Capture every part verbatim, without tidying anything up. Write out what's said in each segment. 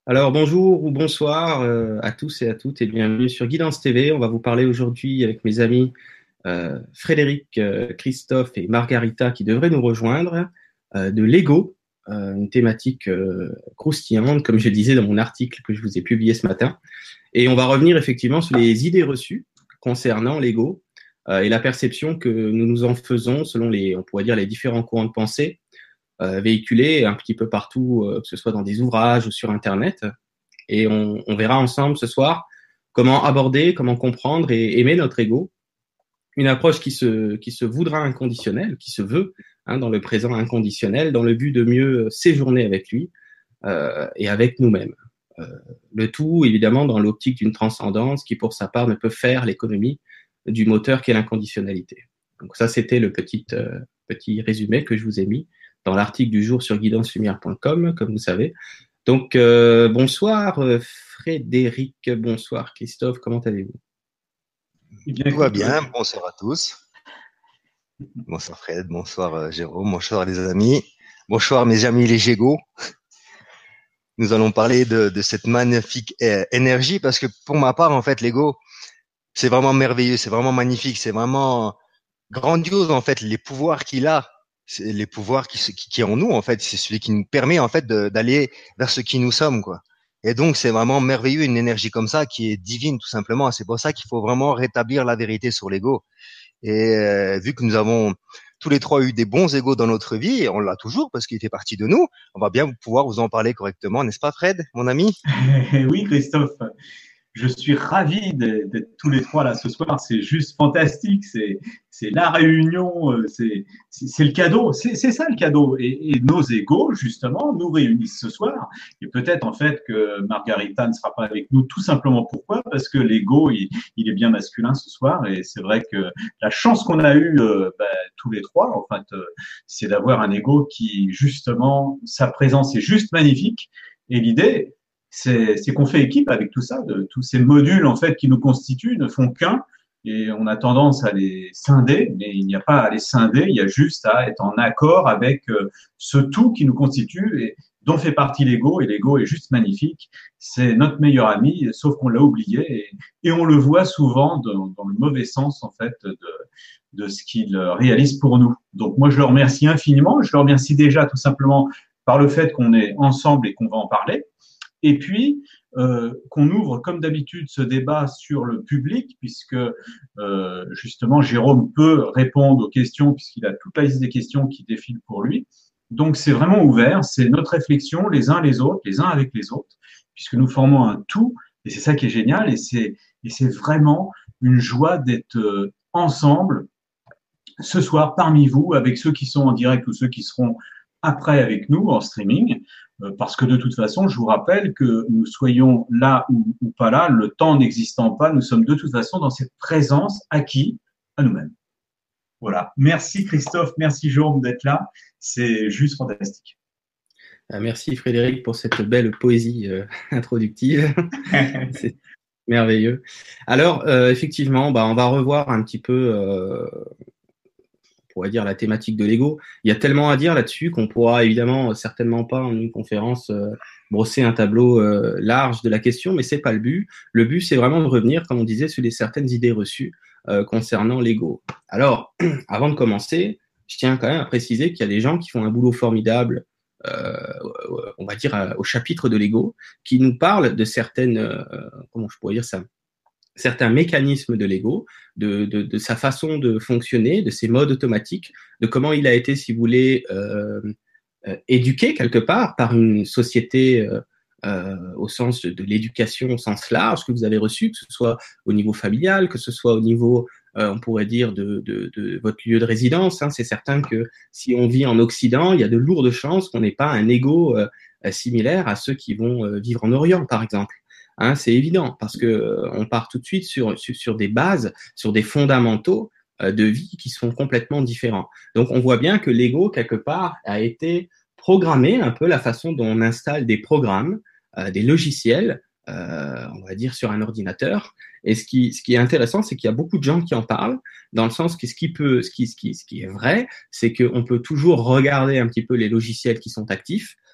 Alors bonjour ou bonsoir euh, à tous et à toutes et bienvenue sur Guidance T V. On va vous parler aujourd'hui avec mes amis euh, Frédéric, euh, Christophe et Margarita qui devraient nous rejoindre euh, de Lego, euh, une thématique euh, croustillante comme je disais dans mon article que je vous ai publié ce matin. Et on va revenir effectivement sur les idées reçues concernant Lego euh, et la perception que nous nous en faisons selon les, on pourrait dire les différents courants de pensée euh, véhiculés un petit peu partout, euh, que ce soit dans des ouvrages ou sur Internet. Et on, on verra ensemble ce soir comment aborder, comment comprendre et aimer notre ego. Une approche qui se, qui se voudra inconditionnelle, qui se veut hein, dans le présent inconditionnel, dans le but de mieux séjourner avec lui euh, et avec nous-mêmes. Euh, le tout, évidemment, dans l'optique d'une transcendance qui, pour sa part, ne peut faire l'économie du moteur qu'est l'inconditionnalité. Donc ça, c'était le petit, euh, petit résumé que je vous ai mis dans l'article du jour sur guidance lumière point com, comme vous savez. Donc, euh, bonsoir euh, Frédéric, bonsoir Christophe, comment allez-vous? Eh bien, Tout va écoute, bien, euh, bonsoir à tous. Bonsoir Fred, bonsoir euh, Jérôme, bonsoir les amis, bonsoir mes amis les Gégo. Nous allons parler de, de cette magnifique euh, énergie parce que pour ma part, en fait, l'ego, c'est vraiment merveilleux, c'est vraiment magnifique, c'est vraiment grandiose en fait, les pouvoirs qu'il a, c'est les pouvoirs qui, qui, qui est en nous en fait, c'est celui qui nous permet en fait de- d'aller vers ce qui nous sommes quoi. Et donc c'est vraiment merveilleux une énergie comme ça qui est divine tout simplement. C'est pour ça qu'il faut vraiment rétablir la vérité sur l'ego. Et euh, vu que nous avons tous les trois eu des bons égos dans notre vie, et on l'a toujours parce qu'il fait partie de nous, on va bien pouvoir vous en parler correctement, n'est-ce pas Fred, mon ami? oui, Christophe, je suis ravi d'être d'être tous les trois là ce soir. C'est juste fantastique. C'est c'est la réunion. euh, C'est c'est c'est le cadeau. C'est c'est ça le cadeau. Et, et nos égos, justement, nous réunissent ce soir. Et peut-être en fait que Margarita ne sera pas avec nous tout simplement pourquoi? Parce que l'ego, il, il est bien masculin ce soir. Et c'est vrai que la chance qu'on a eue euh, ben, tous les trois, en fait, euh, c'est d'avoir un ego qui, justement, sa présence est juste magnifique. Et l'idée, c'est c'est qu'on fait équipe avec tout ça, de, tous ces modules en fait qui nous constituent ne font qu'un et on a tendance à les scinder, mais il n'y a pas à les scinder, il y a juste à être en accord avec euh, ce tout qui nous constitue et dont fait partie l'ego et l'ego est juste magnifique. C'est notre meilleur ami, sauf qu'on l'a oublié et, et on le voit souvent dans, dans le mauvais sens en fait de, de ce qu'il réalise pour nous. Donc moi je le remercie infiniment, je le remercie déjà tout simplement par le fait qu'on est ensemble et qu'on va en parler. Et puis, euh, qu'on ouvre, comme d'habitude, ce débat sur le public, puisque euh, justement, Jérôme peut répondre aux questions, puisqu'il a toute la liste des questions qui défilent pour lui. Donc, c'est vraiment ouvert, c'est notre réflexion, les uns les autres, les uns avec les autres, puisque nous formons un tout, et c'est ça qui est génial, et c'est, et c'est vraiment une joie d'être euh, ensemble ce soir parmi vous, avec ceux qui sont en direct ou ceux qui seront après avec nous en streaming, euh, parce que de toute façon, je vous rappelle que nous soyons là ou, ou pas là, le temps n'existant pas, nous sommes de toute façon dans cette présence acquis à nous-mêmes. Voilà. Merci Christophe, merci Jérôme d'être là. C'est juste fantastique. Ah, merci Frédéric pour cette belle poésie euh, introductive, c'est merveilleux. Alors, euh, effectivement, bah, on va revoir un petit peu, euh, on pourrait dire, la thématique de l'ego. Il y a tellement à dire là-dessus qu'on pourra évidemment euh, certainement pas en une conférence euh, brosser un tableau euh, large de la question, mais c'est pas le but. Le but, c'est vraiment de revenir, comme on disait, sur les certaines idées reçues euh, concernant l'ego. Alors, avant de commencer, je tiens quand même à préciser qu'il y a des gens qui font un boulot formidable, euh, on va dire, au chapitre de l'ego, qui nous parlent de certaines, euh, comment je pourrais dire ça, certains mécanismes de l'ego, de, de, de sa façon de fonctionner, de ses modes automatiques, de comment il a été, si vous voulez, euh, euh, éduqué quelque part par une société euh, euh, au sens de, de l'éducation au sens large que vous avez reçu, que ce soit au niveau familial, que ce soit au niveau, euh, on pourrait dire, de, de, de votre lieu de résidence. Hein. C'est certain que si on vit en Occident, il y a de lourdes chances qu'on n'ait pas un ego euh, similaire à ceux qui vont euh, vivre en Orient, par exemple. Hein, c'est évident parce que euh, on part tout de suite sur, sur, sur des bases, sur des fondamentaux euh, de vie qui sont complètement différents. Donc, on voit bien que l'ego, quelque part, a été programmé un peu la façon dont on installe des programmes, euh, des logiciels, euh, on va dire, sur un ordinateur. Et ce qui, ce qui est intéressant, c'est qu'il y a beaucoup de gens qui en parlent, dans le sens que ce qui peut, ce qui, ce qui, ce qui est vrai, c'est qu'on peut toujours regarder un petit peu les logiciels qui sont actifs,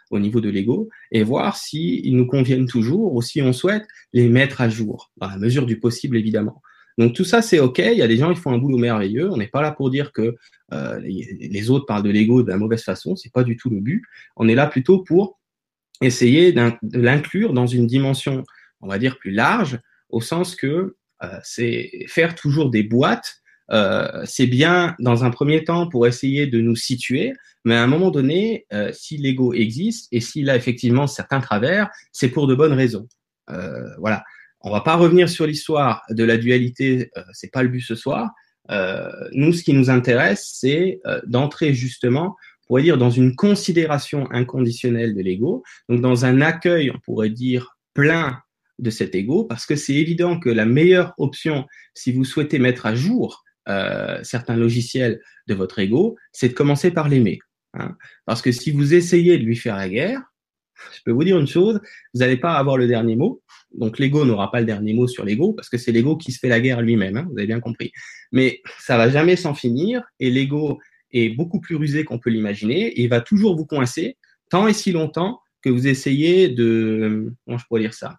au niveau de l'ego et voir s'ils nous conviennent toujours ou si on souhaite les mettre à jour, dans la mesure du possible évidemment. Donc tout ça c'est ok, il y a des gens qui font un boulot merveilleux, on n'est pas là pour dire que euh, les, les autres parlent de l'ego de la mauvaise façon, c'est pas du tout le but, on est là plutôt pour essayer de l'inclure dans une dimension, on va dire, plus large, au sens que euh, c'est faire toujours des boîtes. Euh, c'est bien dans un premier temps pour essayer de nous situer, mais à un moment donné, euh, si l'ego existe et s'il a effectivement certains travers, c'est pour de bonnes raisons. Euh, voilà. On va pas revenir sur l'histoire de la dualité, euh, c'est pas le but ce soir. Euh, nous, ce qui nous intéresse, c'est euh, d'entrer justement, on pourrait dire, dans une considération inconditionnelle de l'ego, donc dans un accueil, on pourrait dire, plein de cet ego, parce que c'est évident que la meilleure option, si vous souhaitez mettre à jour Euh, certains logiciels de votre ego, c'est de commencer par l'aimer. Hein. Parce que si vous essayez de lui faire la guerre, je peux vous dire une chose, vous n'allez pas avoir le dernier mot. Donc l'ego n'aura pas le dernier mot sur l'ego, parce que c'est l'ego qui se fait la guerre lui-même, hein, vous avez bien compris. Mais ça va jamais s'en finir, et l'ego est beaucoup plus rusé qu'on peut l'imaginer, et il va toujours vous coincer, tant et si longtemps que vous essayez de, comment je pourrais dire ça,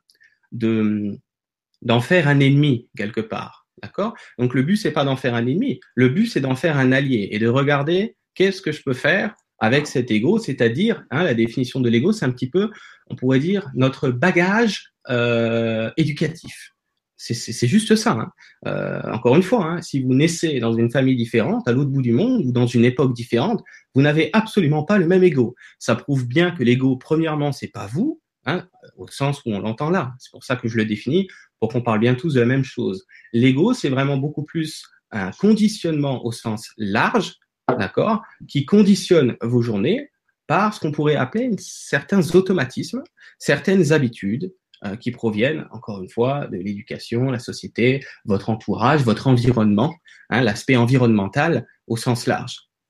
de, d'en faire un ennemi quelque part. D'accord? Donc le but, c'est pas d'en faire un ennemi. Le but, c'est d'en faire un allié et de regarder qu'est-ce que je peux faire avec cet ego, c'est-à-dire, hein, la définition de l'ego, c'est un petit peu, on pourrait dire, notre bagage euh, éducatif. C'est, c'est, c'est juste ça. Hein. Euh, encore une fois, hein, si vous naissez dans une famille différente, à l'autre bout du monde ou dans une époque différente, vous n'avez absolument pas le même ego. Ça prouve bien que l'ego, premièrement, c'est pas vous, hein, au sens où on l'entend là. C'est pour ça que je le définis, pour qu'on parle bien tous de la même chose. L'ego, c'est vraiment beaucoup plus un conditionnement au sens large, d'accord, qui conditionne vos journées par ce qu'on pourrait appeler certains automatismes, certaines habitudes euh, qui proviennent, encore une fois, de l'éducation, la société, votre entourage, votre environnement, hein, l'aspect environnemental au sens large. Ok ?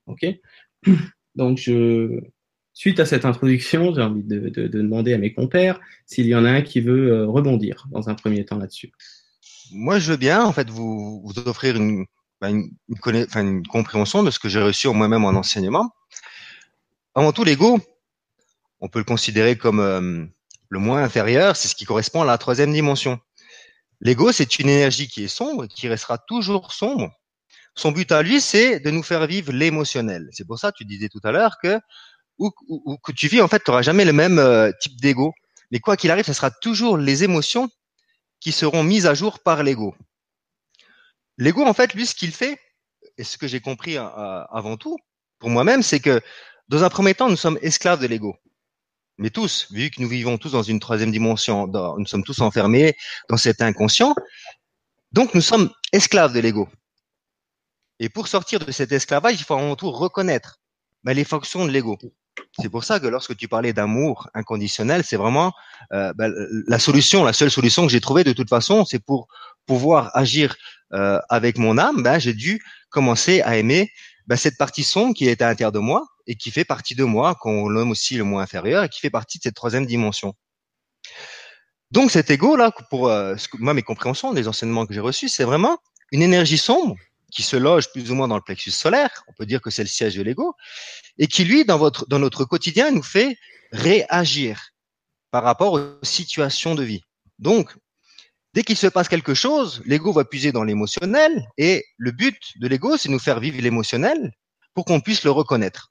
Donc, je... Suite à cette introduction, j'ai envie de, de, de demander à mes compères s'il y en a un qui veut euh, rebondir dans un premier temps là-dessus. Moi, je veux bien, en fait, vous, vous offrir une, une, une, conna... enfin, une compréhension de ce que j'ai reçu moi-même en enseignement. Avant tout, l'ego, on peut le considérer comme euh, le moins inférieur, c'est ce qui correspond à la troisième dimension. L'ego, c'est une énergie qui est sombre, qui restera toujours sombre. Son but à lui, c'est de nous faire vivre l'émotionnel. C'est pour ça que tu disais tout à l'heure que où, où, où que tu vis, en fait, tu n'auras jamais le même euh, type d'ego. Mais quoi qu'il arrive, ce sera toujours les émotions qui seront mises à jour par l'ego. L'ego, en fait, lui, ce qu'il fait, et ce que j'ai compris euh, avant tout, pour moi-même, c'est que dans un premier temps, nous sommes esclaves de l'ego. Mais tous, vu que nous vivons tous dans une troisième dimension, dans, nous sommes tous enfermés dans cet inconscient, donc nous sommes esclaves de l'ego. Et pour sortir de cet esclavage, il faut avant tout reconnaître ben, les fonctions de l'ego. C'est pour ça que lorsque tu parlais d'amour inconditionnel, c'est vraiment euh, ben, la solution, la seule solution que j'ai trouvée de toute façon, c'est pour pouvoir agir euh, avec mon âme, ben, j'ai dû commencer à aimer ben, cette partie sombre qui est à l'intérieur de moi et qui fait partie de moi, qu'on nomme aussi le moi inférieur, et qui fait partie de cette troisième dimension. Donc cet ego-là, pour euh, ce que, moi mes compréhensions des enseignements que j'ai reçus, c'est vraiment une énergie sombre qui se loge plus ou moins dans le plexus solaire, on peut dire que c'est le siège de l'ego, et qui, lui, dans, votre, dans notre quotidien, nous fait réagir par rapport aux situations de vie. Donc, dès qu'il se passe quelque chose, l'ego va puiser dans l'émotionnel, et le but de l'ego, c'est de nous faire vivre l'émotionnel pour qu'on puisse le reconnaître.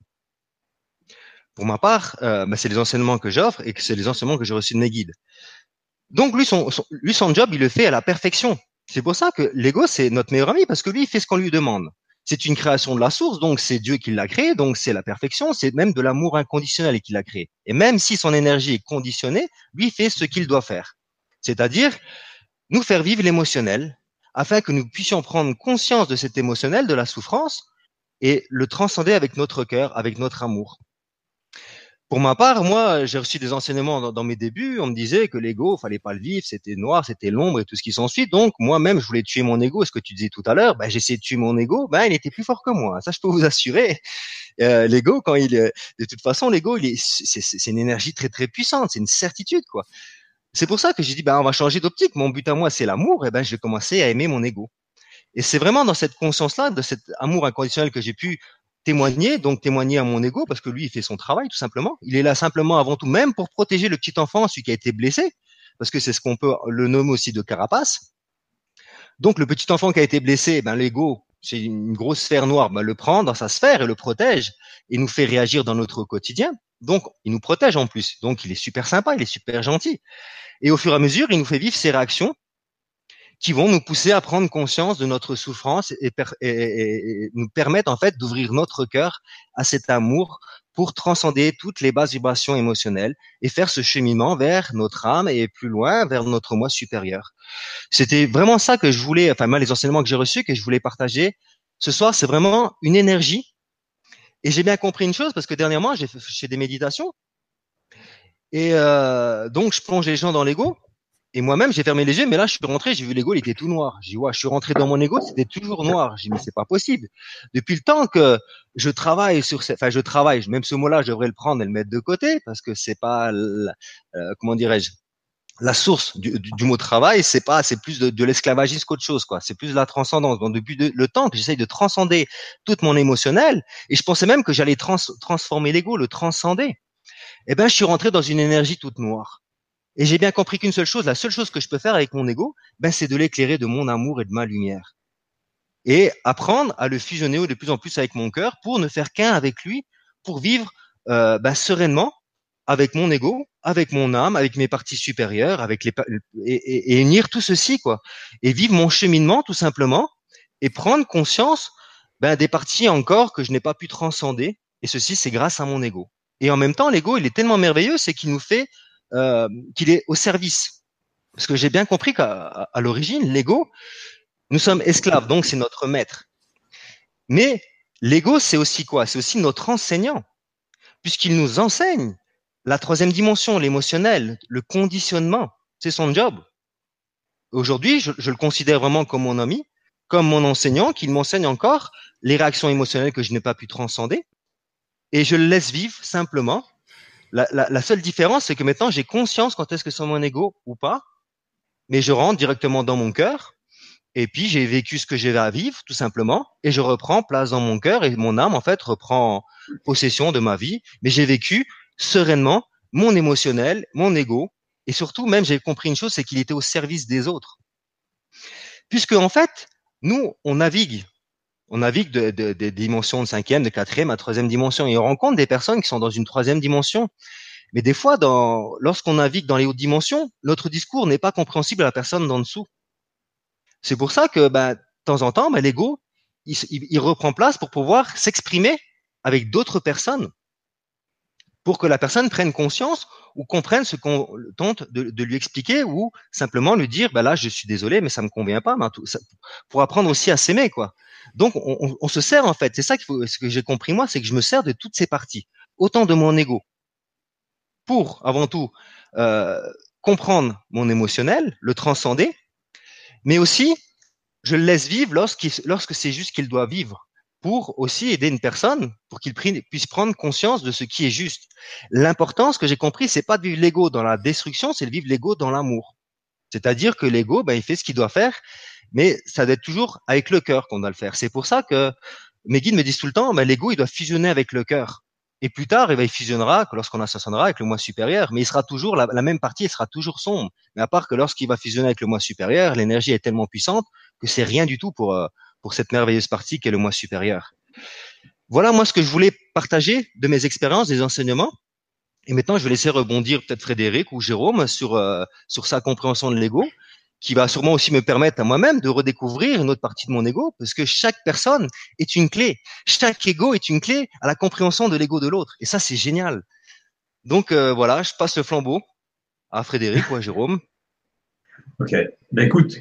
Pour ma part, euh, bah, c'est les enseignements que j'offre et que c'est les enseignements que j'ai reçus de mes guides. Donc, lui son, son, lui, son job, il le fait à la perfection. C'est pour ça que l'ego, c'est notre meilleur ami, parce que lui, il fait ce qu'on lui demande. C'est une création de la source, donc c'est Dieu qui l'a créé, donc c'est la perfection, c'est même de l'amour inconditionnel qu'il a créé. Et même si son énergie est conditionnée, lui il fait ce qu'il doit faire. C'est-à-dire nous faire vivre l'émotionnel, afin que nous puissions prendre conscience de cet émotionnel, de la souffrance, et le transcender avec notre cœur, avec notre amour. Pour ma part, moi, j'ai reçu des enseignements dans, dans mes débuts. On me disait que l'ego, fallait pas le vivre, c'était noir, c'était l'ombre et tout ce qui s'ensuit. Donc, moi-même, je voulais tuer mon ego. Ce que tu disais tout à l'heure, ben, j'ai essayé de tuer mon ego. Ben, il était plus fort que moi. Ça, je peux vous assurer. Euh, l'ego, quand il, de toute façon, l'ego, il est, c'est, c'est une énergie très très puissante. C'est une certitude, quoi. C'est pour ça que j'ai dit, ben, on va changer d'optique. Mon but à moi, c'est l'amour. Et ben, je vais commencer à aimer mon ego. Et c'est vraiment dans cette conscience-là, de cet amour inconditionnel que j'ai pu témoigner, donc témoigner à mon ego, parce que lui, il fait son travail, tout simplement. Il est là simplement avant tout, même pour protéger le petit enfant, celui qui a été blessé, parce que c'est ce qu'on peut le nommer aussi de carapace. Donc, le petit enfant qui a été blessé, ben, l'ego, c'est une grosse sphère noire, ben, le prend dans sa sphère et le protège et nous fait réagir dans notre quotidien. Donc, il nous protège en plus. Donc, il est super sympa, il est super gentil. Et au fur et à mesure, il nous fait vivre ces réactions qui vont nous pousser à prendre conscience de notre souffrance et, per- et, et, et nous permettre en fait d'ouvrir notre cœur à cet amour pour transcender toutes les basses vibrations émotionnelles et faire ce cheminement vers notre âme et plus loin vers notre moi supérieur. C'était vraiment ça que je voulais, enfin moi les enseignements que j'ai reçus que je voulais partager ce soir, c'est vraiment une énergie. Et j'ai bien compris une chose parce que dernièrement j'ai fait, fait des méditations et euh, donc je plonge les gens dans l'ego. Et moi-même, j'ai fermé les yeux, mais là, je suis rentré, j'ai vu l'ego, il était tout noir. J'ai dit, ouais, je suis rentré dans mon ego, c'était toujours noir. J'ai dit, mais c'est pas possible. Depuis le temps que je travaille sur, cette, enfin, je travaille, même ce mot-là, je devrais le prendre et le mettre de côté, parce que c'est pas, la, euh, comment dirais-je, la source du, du, du mot travail, c'est pas, c'est plus de, de l'esclavagisme qu'autre chose, quoi. C'est plus de la transcendance. Donc, depuis de, le temps que j'essaye de transcender tout mon émotionnel, et je pensais même que j'allais trans, transformer l'ego, le transcender, eh ben, je suis rentré dans une énergie toute noire. Et j'ai bien compris qu'une seule chose, la seule chose que je peux faire avec mon ego, ben, c'est de l'éclairer de mon amour et de ma lumière. Et apprendre à le fusionner de plus en plus avec mon cœur pour ne faire qu'un avec lui, pour vivre euh, ben, sereinement avec mon ego, avec mon âme, avec mes parties supérieures, avec les et, et, et unir tout ceci, quoi. Et vivre mon cheminement tout simplement et prendre conscience ben, des parties encore que je n'ai pas pu transcender. Et ceci, c'est grâce à mon ego. Et en même temps, l'ego, il est tellement merveilleux, c'est qu'il nous fait Euh, qu'il est au service. Parce que j'ai bien compris qu'à à, à l'origine, l'ego, nous sommes esclaves, donc c'est notre maître. Mais l'ego, c'est aussi quoi? C'est aussi notre enseignant, puisqu'il nous enseigne la troisième dimension, l'émotionnel, le conditionnement. C'est son job. Aujourd'hui, je, je le considère vraiment comme mon ami, comme mon enseignant, qu'il m'enseigne encore les réactions émotionnelles que je n'ai pas pu transcender, et je le laisse vivre simplement. La, la, la seule différence, c'est que maintenant, j'ai conscience quand est-ce que c'est mon ego ou pas, mais je rentre directement dans mon cœur, et puis j'ai vécu ce que j'ai à vivre, tout simplement, et je reprends place dans mon cœur, et mon âme, en fait, reprend possession de ma vie, mais j'ai vécu sereinement mon émotionnel, mon ego, et surtout, même, j'ai compris une chose, c'est qu'il était au service des autres. Puisque, en fait, nous, on navigue. On navigue de, de, de dimensions de cinquième, de quatrième à troisième dimension, et on rencontre des personnes qui sont dans une troisième dimension. Mais des fois, dans, lorsqu'on navigue dans les hautes dimensions, notre discours n'est pas compréhensible à la personne d'en dessous. C'est pour ça que, ben, de temps en temps, ben, l'ego, il, il, il reprend place pour pouvoir s'exprimer avec d'autres personnes, pour que la personne prenne conscience ou comprenne ce qu'on tente de, de lui expliquer, ou simplement lui dire, ben là, je suis désolé, mais ça me convient pas, ben, tout, ça, pour apprendre aussi à s'aimer, quoi. Donc, on, on, on se sert, en fait. C'est ça qu'il faut, ce que j'ai compris, moi, c'est que je me sers de toutes ces parties. Autant de mon ego, pour, avant tout, euh, comprendre mon émotionnel, le transcender, mais aussi, je le laisse vivre lorsqu'il, lorsque c'est juste qu'il doit vivre, pour aussi aider une personne, pour qu'il puisse prendre conscience de ce qui est juste. L'important, ce que j'ai compris, c'est pas de vivre l'ego dans la destruction, c'est de vivre l'ego dans l'amour. C'est-à-dire que l'ego, ben, il fait ce qu'il doit faire, mais ça doit être toujours avec le cœur qu'on doit le faire. C'est pour ça que mes guides me disent tout le temps, ben, l'ego, il doit fusionner avec le cœur. Et plus tard, il fusionnera, lorsqu'on ascensionnera, avec le moi supérieur. Mais il sera toujours, la, la même partie, elle sera toujours sombre. Mais à part que lorsqu'il va fusionner avec le moi supérieur, l'énergie est tellement puissante que c'est rien du tout pour, euh, pour cette merveilleuse partie qu'est le moi supérieur. Voilà, moi, ce que je voulais partager de mes expériences, des enseignements. Et maintenant, je vais laisser rebondir peut-être Frédéric ou Jérôme sur, euh, sur sa compréhension de l'ego, qui va sûrement aussi me permettre à moi-même de redécouvrir une autre partie de mon ego, parce que chaque personne est une clé. Chaque ego est une clé à la compréhension de l'ego de l'autre. Et ça, c'est génial. Donc euh, voilà, je passe le flambeau à Frédéric ou à Jérôme. Ok. Ben écoute,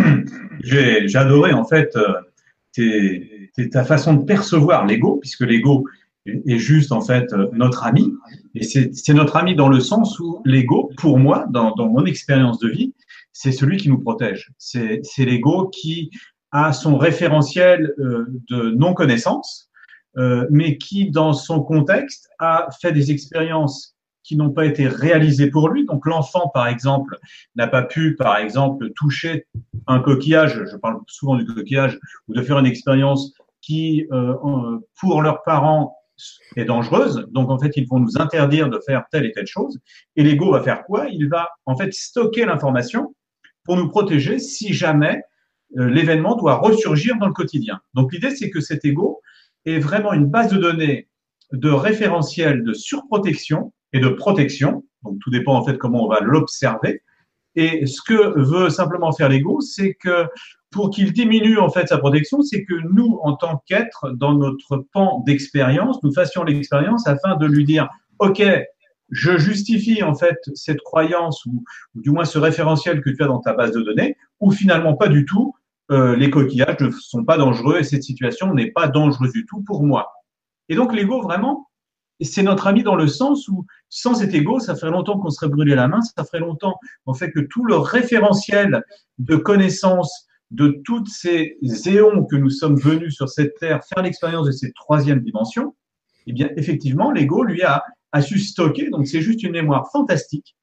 j'ai, j'ai adoré en fait euh, tes, tes, ta façon de percevoir l'ego, puisque l'ego est, est juste en fait euh, notre ami. Et c'est, c'est notre ami dans le sens où l'ego, pour moi, dans, dans mon expérience de vie, c'est celui qui nous protège. C'est, c'est l'ego qui a son référentiel euh, de non-connaissance, euh, mais qui, dans son contexte, a fait des expériences qui n'ont pas été réalisées pour lui. Donc, l'enfant, par exemple, n'a pas pu, par exemple, toucher un coquillage, je parle souvent du coquillage, ou de faire une expérience qui, euh, pour leurs parents, est dangereuse. Donc, en fait, ils vont nous interdire de faire telle et telle chose. Et l'ego va faire quoi? Il va, en fait, stocker l'information pour nous protéger si jamais euh, l'événement doit ressurgir dans le quotidien. Donc, l'idée, c'est que cet ego est vraiment une base de données de référentiel de surprotection et de protection. Donc, tout dépend, en fait, comment on va l'observer. Et ce que veut simplement faire l'ego, c'est que pour qu'il diminue en fait sa protection, c'est que nous, en tant qu'êtres, dans notre pan d'expérience, nous fassions l'expérience afin de lui dire, OK, je justifie en fait cette croyance ou, ou du moins ce référentiel que tu as dans ta base de données, ou finalement pas du tout, euh, les coquillages ne sont pas dangereux et cette situation n'est pas dangereuse du tout pour moi. Et donc l'ego, vraiment, c'est notre ami dans le sens où, sans cet ego, ça ferait longtemps qu'on serait brûlé la main, ça ferait longtemps, en fait, que tout le référentiel de connaissances de toutes ces éons que nous sommes venus sur cette terre faire l'expérience de cette troisième dimension, eh bien, effectivement, l'ego, lui, a, a su stocker, donc c'est juste une mémoire fantastique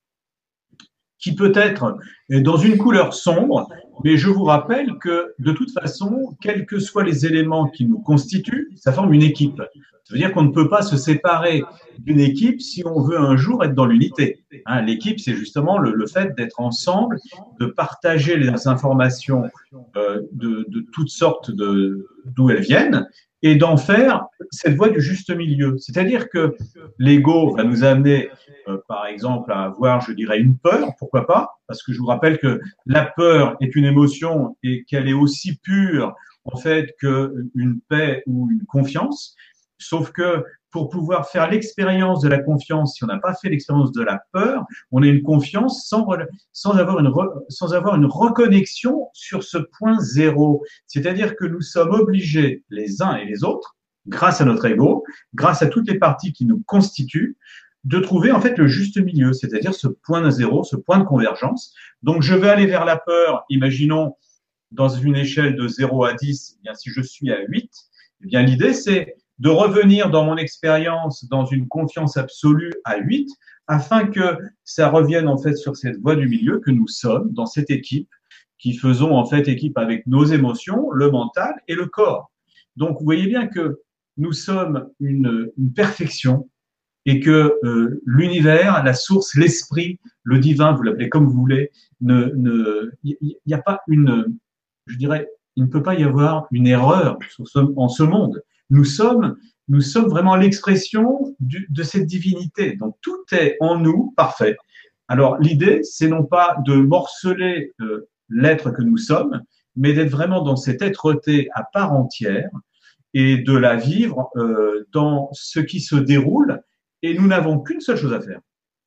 qui peut être dans une couleur sombre, mais je vous rappelle que, de toute façon, quels que soient les éléments qui nous constituent, ça forme une équipe. Ça veut dire qu'on ne peut pas se séparer d'une équipe si on veut un jour être dans l'unité. Hein, l'équipe, c'est justement le, le fait d'être ensemble, de partager les informations euh, de, de toutes sortes de, d'où elles viennent, et d'en faire cette voie du juste milieu. C'est-à-dire que l'ego va nous amener, euh, par exemple, à avoir, je dirais, une peur, pourquoi pas, parce que je vous rappelle que la peur est une émotion et qu'elle est aussi pure, en fait, qu'une paix ou une confiance. Sauf que pour pouvoir faire l'expérience de la confiance, si on n'a pas fait l'expérience de la peur, on a une confiance sans, sans, avoir une re, sans avoir une reconnexion sur ce point zéro. C'est-à-dire que nous sommes obligés, les uns et les autres, grâce à notre ego, grâce à toutes les parties qui nous constituent, de trouver en fait le juste milieu, c'est-à-dire ce point zéro, ce point de convergence. Donc je vais aller vers la peur, imaginons dans une échelle de zéro à dix, eh bien, si je suis à huit, eh bien, l'idée c'est de revenir dans mon expérience dans une confiance absolue à huit, afin que ça revienne en fait sur cette voie du milieu que nous sommes dans cette équipe, qui faisons en fait équipe avec nos émotions, le mental et le corps. Donc vous voyez bien que nous sommes une, une perfection et que euh, l'univers, la source, l'esprit, le divin, vous l'appelez comme vous voulez, ne, ne, il n'y a pas une, je dirais, il ne peut pas y avoir une erreur sur ce, en ce monde. Nous sommes, nous sommes vraiment l'expression du, de cette divinité. Donc, tout est en nous parfait. Alors, l'idée, c'est non pas de morceler euh, l'être que nous sommes, mais d'être vraiment dans cette êtreté à part entière et de la vivre euh, dans ce qui se déroule. Et nous n'avons qu'une seule chose à faire.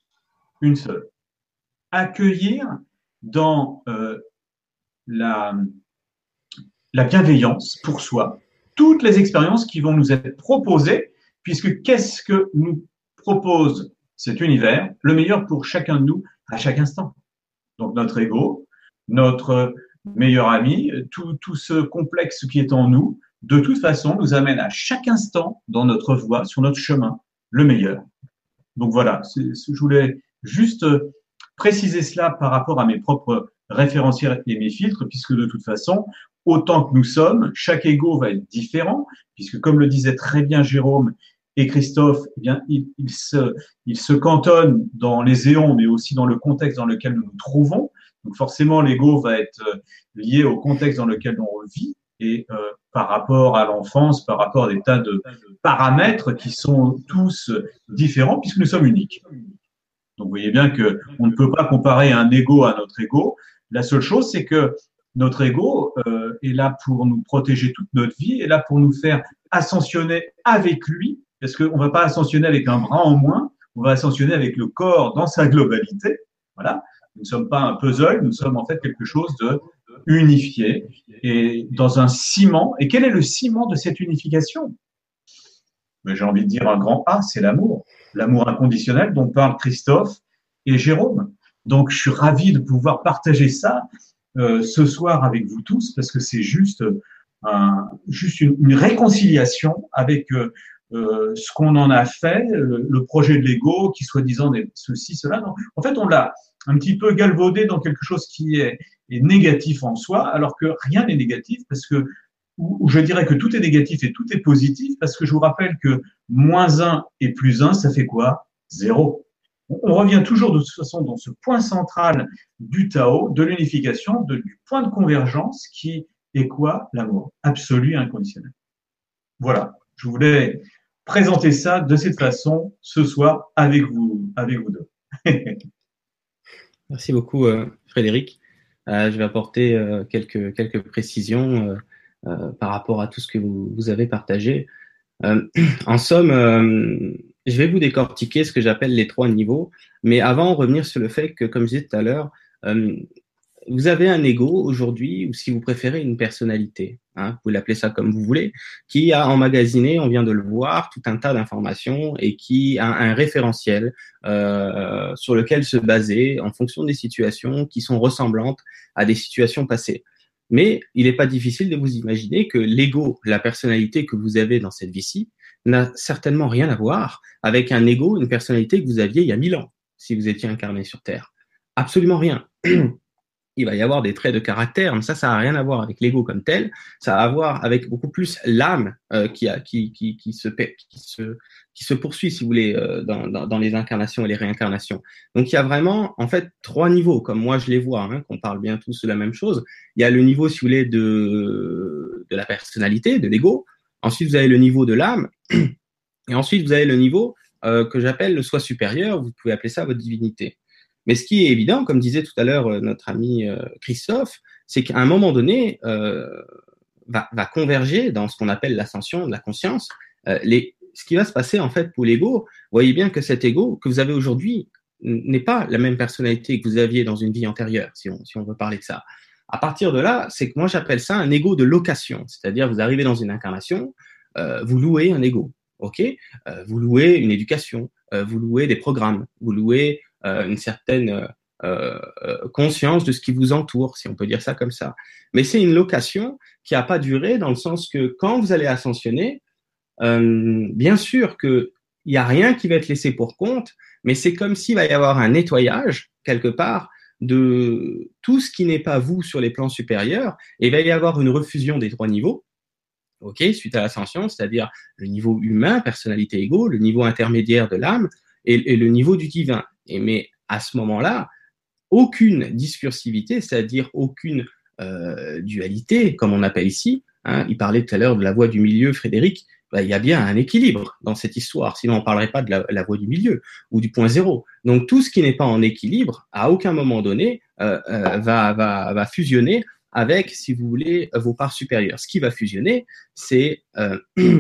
Une seule. Accueillir dans euh, la, la bienveillance pour soi toutes les expériences qui vont nous être proposées, puisque qu'est-ce que nous propose cet univers? Le meilleur pour chacun de nous à chaque instant. Donc notre ego, notre meilleur ami, tout, tout ce complexe qui est en nous, de toute façon, nous amène à chaque instant dans notre voie, sur notre chemin, le meilleur. Donc voilà, c'est, c'est, je voulais juste préciser cela par rapport à mes propres référentiels et mes filtres, puisque de toute façon, autant que nous sommes, chaque ego va être différent, puisque comme le disait très bien Jérôme et Christophe, eh bien, il, il, se, il se cantonne dans les éons, mais aussi dans le contexte dans lequel nous nous trouvons. Donc forcément, l'ego va être lié au contexte dans lequel on vit, et euh, par rapport à l'enfance, par rapport à des tas de paramètres qui sont tous différents, puisque nous sommes uniques. Donc vous voyez bien que on ne peut pas comparer un ego à notre ego. La seule chose, c'est que notre ego euh, est là pour nous protéger toute notre vie, est là pour nous faire ascensionner avec lui, parce qu'on ne va pas ascensionner avec un bras en moins, on va ascensionner avec le corps dans sa globalité. Voilà. Nous ne sommes pas un puzzle, nous sommes en fait quelque chose de unifié et dans un ciment. Et quel est le ciment de cette unification? Mais j'ai envie de dire un grand A, c'est l'amour. L'amour inconditionnel dont parlent Christophe et Jérôme. Donc, je suis ravi de pouvoir partager ça euh, ce soir avec vous tous, parce que c'est juste, un, juste une, une réconciliation avec euh, euh, ce qu'on en a fait, le, le projet de l'ego, qui soi-disant est ceci, cela. Non. En fait, on l'a un petit peu galvaudé dans quelque chose qui est, est négatif en soi, alors que rien n'est négatif, parce que où, où je dirais que tout est négatif et tout est positif, parce que je vous rappelle que moins un et plus un, ça fait quoi? Zéro. On revient toujours de toute façon dans ce point central du Tao, de l'unification, de, du point de convergence qui est quoi? L'amour absolu et inconditionnel. Voilà, je voulais présenter ça de cette façon ce soir avec vous, avec vous deux. Merci beaucoup, euh, Frédéric. Euh, je vais apporter euh, quelques, quelques précisions euh, euh, par rapport à tout ce que vous, vous avez partagé. Euh, en somme, euh, je vais vous décortiquer ce que j'appelle les trois niveaux, mais avant, revenir sur le fait que, comme je disais tout à l'heure, euh, vous avez un ego aujourd'hui, ou si vous préférez, une personnalité, hein, vous pouvez l'appeler ça comme vous voulez, qui a emmagasiné, on vient de le voir, tout un tas d'informations et qui a un référentiel euh, sur lequel se baser en fonction des situations qui sont ressemblantes à des situations passées. Mais il n'est pas difficile de vous imaginer que l'ego, la personnalité que vous avez dans cette vie-ci, n'a certainement rien à voir avec un ego, une personnalité que vous aviez il y a mille ans, si vous étiez incarné sur Terre. Absolument rien. Il va y avoir des traits de caractère, mais ça, ça n'a rien à voir avec l'ego comme tel. Ça a à voir avec beaucoup plus l'âme euh, qui, a, qui, qui, qui, se, qui, se, qui se poursuit, si vous voulez, euh, dans, dans, dans les incarnations et les réincarnations. Donc, il y a vraiment, en fait, trois niveaux, comme moi je les vois, hein, qu'on parle bien tous de la même chose. Il y a le niveau, si vous voulez, de, de la personnalité, de l'ego. Ensuite, vous avez le niveau de l'âme. Et ensuite, vous avez le niveau euh, que j'appelle le soi supérieur. Vous pouvez appeler ça votre divinité. Mais ce qui est évident, comme disait tout à l'heure euh, notre ami euh, Christophe, c'est qu'à un moment donné, euh, va, va converger dans ce qu'on appelle l'ascension de la conscience. Euh, les, ce qui va se passer en fait pour l'ego, vous voyez bien que cet ego que vous avez aujourd'hui n'est pas la même personnalité que vous aviez dans une vie antérieure, si on, si on veut parler de ça. À partir de là, c'est que moi j'appelle ça un ego de location, c'est-à-dire vous arrivez dans une incarnation, euh, vous louez un ego, ok, euh, vous louez une éducation, euh, vous louez des programmes, vous louez Euh, une certaine euh, euh, conscience de ce qui vous entoure, si on peut dire ça comme ça. Mais c'est une location qui n'a pas duré dans le sens que quand vous allez ascensionner, euh, bien sûr qu'il n'y a rien qui va être laissé pour compte, mais c'est comme s'il va y avoir un nettoyage, quelque part, de tout ce qui n'est pas vous sur les plans supérieurs, et il va y avoir une refusion des trois niveaux, ok, suite à l'ascension, c'est-à-dire le niveau humain, personnalité ego, le niveau intermédiaire de l'âme, et, et le niveau du divin. Et mais à ce moment-là, aucune discursivité, c'est-à-dire aucune euh, dualité, comme on appelle ici, hein, il parlait tout à l'heure de la voie du milieu, Frédéric, bah, il y a bien un équilibre dans cette histoire, sinon on ne parlerait pas de la, la voie du milieu ou du point zéro. Donc tout ce qui n'est pas en équilibre, à aucun moment donné, euh, euh, va, va, va fusionner avec, si vous voulez, vos parts supérieures. Ce qui va fusionner, c'est, euh,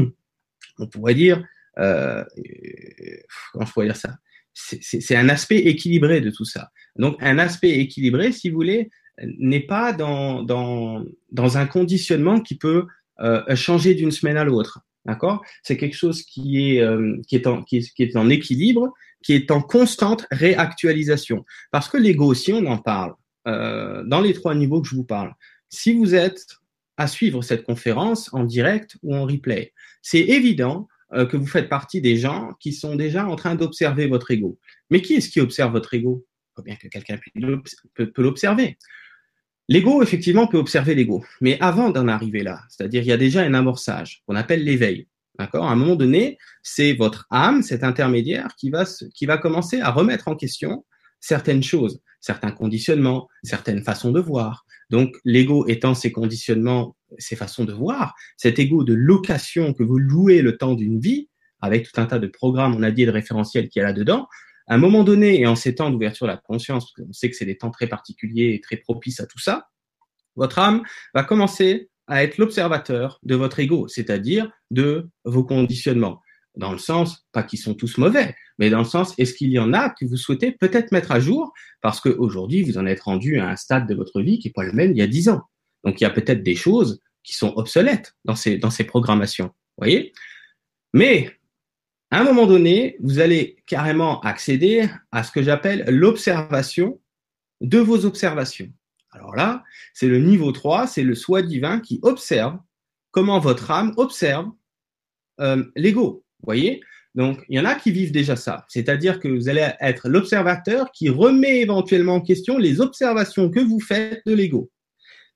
on pourrait dire, euh, comment je pourrais dire ça, c'est un aspect équilibré de tout ça. Donc, un aspect équilibré, si vous voulez, n'est pas dans, dans, dans un conditionnement qui peut euh, changer d'une semaine à l'autre. D'accord? C'est quelque chose qui est, euh, qui, est en, qui, est, qui est en équilibre, qui est en constante réactualisation. Parce que l'ego, si on en parle, euh, dans les trois niveaux que je vous parle, si vous êtes à suivre cette conférence en direct ou en replay, c'est évident que vous faites partie des gens qui sont déjà en train d'observer votre ego. Mais qui est-ce qui observe votre ego? Il faut bien que quelqu'un peut, peut l'observer. L'ego, effectivement, peut observer l'ego. Mais avant d'en arriver là, c'est-à-dire il y a déjà un amorçage qu'on appelle l'éveil. D'accord? À un moment donné, c'est votre âme, cet intermédiaire, qui va, qui va commencer à remettre en question certaines choses, certains conditionnements, certaines façons de voir. Donc, l'ego étant ces conditionnements, ces façons de voir, cet ego de location que vous louez le temps d'une vie, avec tout un tas de programmes, on a dit, de référentiels qu'il y a là-dedans, à un moment donné, et en ces temps d'ouverture de la conscience, parce qu'on sait que c'est des temps très particuliers et très propices à tout ça, votre âme va commencer à être l'observateur de votre ego, c'est-à-dire de vos conditionnements. Dans le sens, pas qu'ils sont tous mauvais, mais dans le sens, est-ce qu'il y en a que vous souhaitez peut-être mettre à jour parce qu'aujourd'hui, vous en êtes rendu à un stade de votre vie qui n'est pas le même il y a dix ans. Donc, il y a peut-être des choses qui sont obsolètes dans ces, dans ces programmations, vous voyez? Mais, à un moment donné, vous allez carrément accéder à ce que j'appelle l'observation de vos observations. Alors là, c'est le niveau trois, c'est le soi divin qui observe comment votre âme observe euh, l'ego. Vous voyez? Donc, il y en a qui vivent déjà ça. C'est-à-dire que vous allez être l'observateur qui remet éventuellement en question les observations que vous faites de l'ego.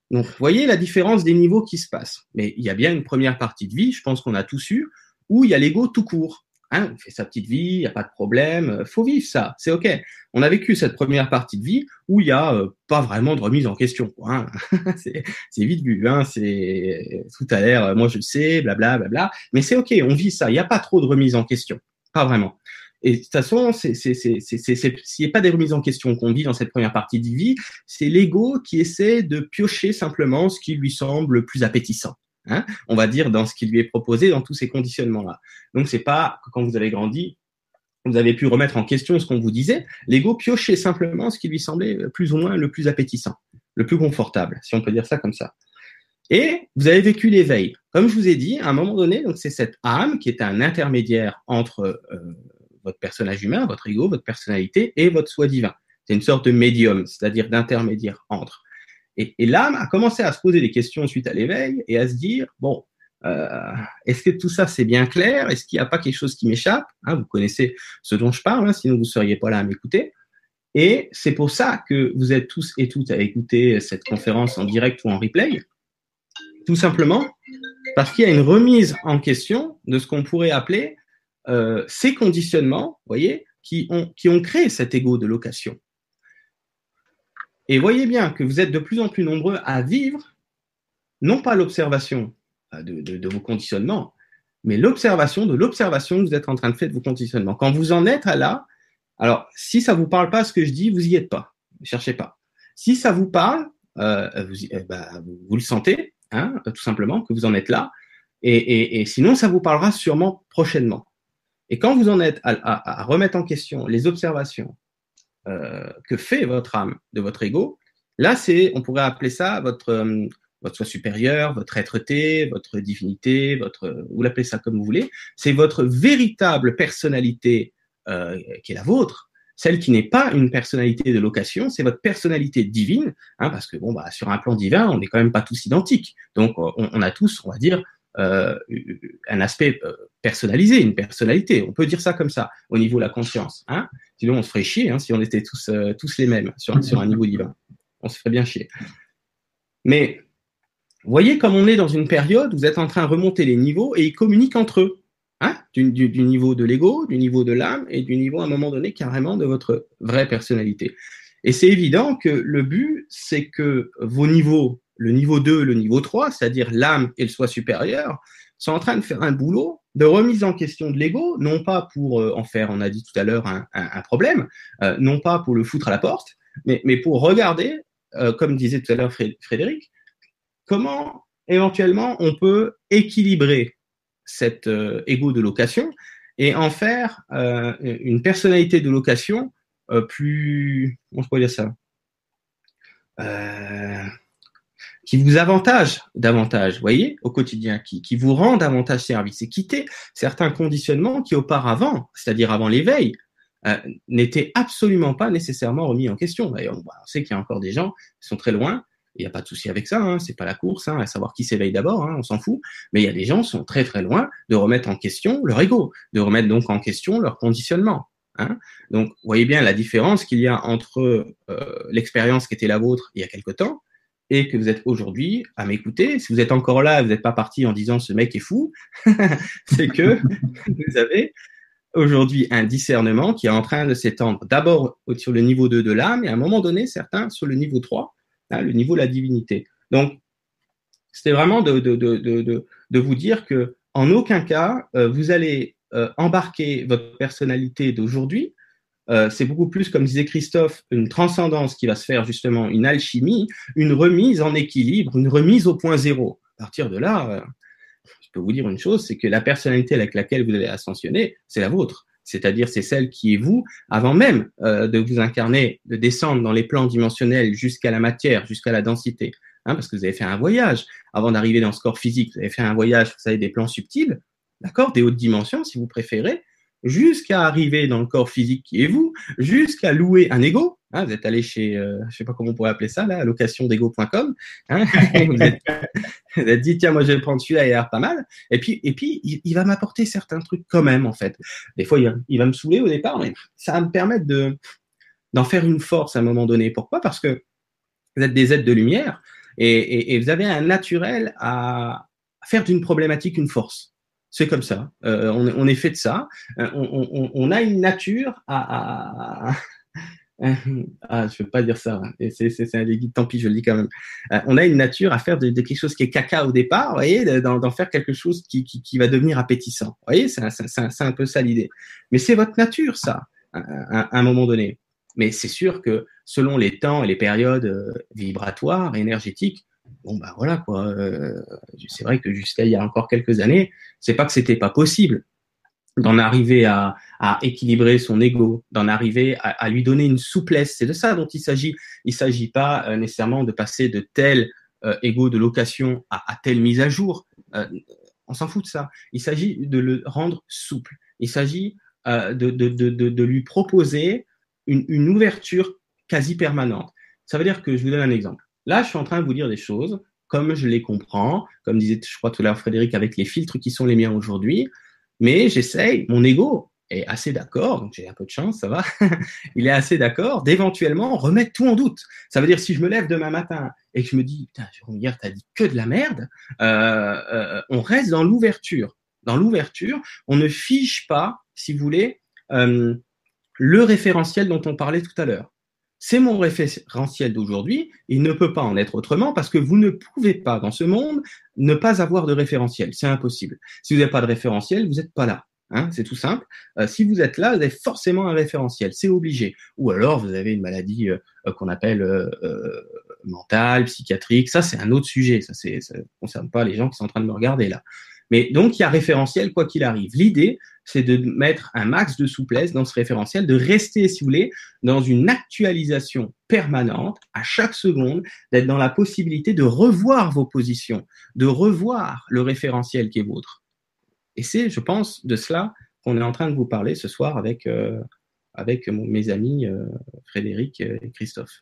Donc, vous voyez la différence des niveaux qui se passent. Mais il y a bien une première partie de vie, je pense qu'on a tous eu, où il y a l'ego tout court. Hein, on fait sa petite vie, il n'y a pas de problème, faut vivre ça, c'est ok. On a vécu cette première partie de vie où il n'y a euh, pas vraiment de remise en question. Quoi, hein. c'est, c'est vite vu, hein, c'est tout à l'air, moi je le sais, blabla, blabla. Mais c'est ok, on vit ça, il n'y a pas trop de remise en question, pas vraiment. Et de toute façon, c'est, c'est, c'est, c'est, c'est, c'est, s'il n'y a pas des remises en question qu'on vit dans cette première partie de vie, c'est l'ego qui essaie de piocher simplement ce qui lui semble le plus appétissant. Hein, on va dire dans ce qui lui est proposé dans tous ces conditionnements-là. Donc c'est pas que quand vous avez grandi, vous avez pu remettre en question ce qu'on vous disait. L'ego piochait simplement ce qui lui semblait plus ou moins le plus appétissant, le plus confortable, si on peut dire ça comme ça. Et vous avez vécu l'éveil. Comme je vous ai dit, à un moment donné, donc c'est cette âme qui est un intermédiaire entre euh, votre personnage humain, votre ego, votre personnalité et votre soi divin. C'est une sorte de médium, c'est-à-dire d'intermédiaire entre. Et, et l'âme a commencé à se poser des questions suite à l'éveil et à se dire, bon, euh, est-ce que tout ça c'est bien clair? Est-ce qu'il n'y a pas quelque chose qui m'échappe? Hein, vous connaissez ce dont je parle, hein, sinon vous ne seriez pas là à m'écouter. Et c'est pour ça que vous êtes tous et toutes à écouter cette conférence en direct ou en replay. Tout simplement parce qu'il y a une remise en question de ce qu'on pourrait appeler euh, ces conditionnements, vous voyez, qui ont, qui ont créé cet ego de location. Et voyez bien que vous êtes de plus en plus nombreux à vivre, non pas l'observation de, de, de vos conditionnements, mais l'observation de l'observation que vous êtes en train de faire de vos conditionnements. Quand vous en êtes à là, alors si ça vous parle pas ce que je dis, vous y êtes pas, ne cherchez pas. Si ça vous parle, euh, vous, euh, bah, vous, vous le sentez, hein, tout simplement, que vous en êtes là, et, et, et sinon ça vous parlera sûrement prochainement. Et quand vous en êtes à, à, à remettre en question les observations, Euh, que fait votre âme de votre ego, là, c'est, on pourrait appeler ça votre, euh, votre soi supérieur, votre être-té, votre divinité, votre, vous l'appelez ça comme vous voulez, c'est votre véritable personnalité euh, qui est la vôtre, celle qui n'est pas une personnalité de location, c'est votre personnalité divine, hein, parce que bon, bah, sur un plan divin, on n'est quand même pas tous identiques, donc on, on a tous, on va dire, Euh, un aspect euh, personnalisé, une personnalité. On peut dire ça comme ça, au niveau de la conscience. Hein, sinon, on se ferait chier hein, si on était tous, euh, tous les mêmes sur, sur un niveau divin. On se ferait bien chier. Mais voyez comme on est dans une période où vous êtes en train de remonter les niveaux et ils communiquent entre eux. Hein, du, du, du niveau de l'ego, du niveau de l'âme et du niveau, à un moment donné, carrément de votre vraie personnalité. Et c'est évident que le but, c'est que vos niveaux, le niveau deux, le niveau trois, c'est-à-dire l'âme et le soi supérieur, sont en train de faire un boulot de remise en question de l'ego, non pas pour euh, en faire, on a dit tout à l'heure, un, un, un problème, euh, non pas pour le foutre à la porte, mais, mais pour regarder, euh, comme disait tout à l'heure Frédéric, comment éventuellement on peut équilibrer cet euh, ego de location et en faire euh, une personnalité de location euh, plus, comment je pourrais dire ça, euh, qui vous avantage davantage, vous voyez, au quotidien, qui, qui vous rend davantage service et quitter certains conditionnements qui auparavant, c'est-à-dire avant l'éveil, euh, n'étaient absolument pas nécessairement remis en question. D'ailleurs, on sait qu'il y a encore des gens qui sont très loin, il n'y a pas de souci avec ça, hein, c'est pas la course, hein, à savoir qui s'éveille d'abord, hein, on s'en fout, mais il y a des gens qui sont très très loin de remettre en question leur ego, de remettre donc en question leur conditionnement. Hein. Donc, vous voyez bien la différence qu'il y a entre euh, l'expérience qui était la vôtre il y a quelque temps et que vous êtes aujourd'hui à m'écouter. Si vous êtes encore là, vous n'êtes pas parti en disant ce mec est fou, c'est que vous avez aujourd'hui un discernement qui est en train de s'étendre d'abord sur le niveau deux de l'âme et à un moment donné, certains sur le niveau trois, hein, le niveau de la divinité. Donc, c'était vraiment de, de, de, de, de vous dire que en aucun cas, euh, vous allez euh, embarquer votre personnalité d'aujourd'hui. Euh, c'est beaucoup plus, comme disait Christophe, une transcendance qui va se faire justement, une alchimie, une remise en équilibre, une remise au point zéro. À partir de là, euh, je peux vous dire une chose, c'est que la personnalité avec laquelle vous allez ascensionner, c'est la vôtre. C'est-à-dire, c'est celle qui est vous, avant même euh, de vous incarner, de descendre dans les plans dimensionnels jusqu'à la matière, jusqu'à la densité. Hein, parce que vous avez fait un voyage. Avant d'arriver dans ce corps physique, vous avez fait un voyage, vous savez, des plans subtils, d'accord, des hautes dimensions, si vous préférez, jusqu'à arriver dans le corps physique qui est vous, jusqu'à louer un ego. Hein, vous êtes allé chez, euh, je sais pas comment on pourrait appeler ça, là, location d'ego point com. Hein, vous, êtes, vous êtes dit, tiens, moi je vais prendre celui-là, il a l'air pas mal. Et puis, et puis il, il va m'apporter certains trucs quand même, en fait. Des fois, il, il va me saouler au départ, mais ça va me permettre de, d'en faire une force à un moment donné. Pourquoi? Parce que vous êtes des êtres de lumière. Et, et, et vous avez un naturel à faire d'une problématique une force. C'est comme ça. Euh, on, on est fait de ça. Euh, on, on, on a une nature à, à, à ah, je veux pas dire ça. Et c'est, c'est, c'est un déguis, tant pis, je le dis quand même. Euh, on a une nature à faire de, de quelque chose qui est caca au départ, vous voyez, d'en, d'en faire quelque chose qui, qui, qui va devenir appétissant. Vous voyez, c'est un, c'est, un, c'est un peu ça l'idée. Mais c'est votre nature, ça, à, à, à un moment donné. Mais c'est sûr que selon les temps et les périodes euh, vibratoires, énergétiques, bon, bah voilà, quoi. Euh, c'est vrai que jusqu'à il y a encore quelques années, c'est pas que c'était pas possible d'en arriver à, à équilibrer son ego, d'en arriver à, à lui donner une souplesse. C'est de ça dont il s'agit. Il ne s'agit pas euh, nécessairement de passer de tel euh, ego de location à, à telle mise à jour. Euh, on s'en fout de ça. Il s'agit de le rendre souple. Il s'agit euh, de, de, de, de, de lui proposer une, une ouverture quasi permanente. Ça veut dire que, je vous donne un exemple. Là, je suis en train de vous dire des choses comme je les comprends, comme disait, je crois, tout à l'heure Frédéric, avec les filtres qui sont les miens aujourd'hui. Mais j'essaye, mon ego est assez d'accord, donc j'ai un peu de chance, ça va, il est assez d'accord d'éventuellement remettre tout en doute. Ça veut dire si je me lève demain matin et que je me dis, putain, Jérôme, hier, t'as dit que de la merde, euh, euh, on reste dans l'ouverture. Dans l'ouverture, on ne fige pas, si vous voulez, euh, le référentiel dont on parlait tout à l'heure. C'est mon référentiel d'aujourd'hui, il ne peut pas en être autrement parce que vous ne pouvez pas, dans ce monde, ne pas avoir de référentiel. C'est impossible. Si vous n'avez pas de référentiel, vous n'êtes pas là. Hein, c'est tout simple. Euh, si vous êtes là, vous avez forcément un référentiel. C'est obligé. Ou alors, vous avez une maladie euh, qu'on appelle euh, euh, mentale, psychiatrique. Ça, c'est un autre sujet. Ça ne concerne pas les gens qui sont en train de me regarder là. Mais donc, il y a référentiel quoi qu'il arrive. L'idée, c'est de mettre un max de souplesse dans ce référentiel, de rester, si vous voulez, dans une actualisation permanente, à chaque seconde, d'être dans la possibilité de revoir vos positions, de revoir le référentiel qui est vôtre. Et c'est, je pense, de cela qu'on est en train de vous parler ce soir avec, euh, avec mes amis euh, Frédéric et Christophe.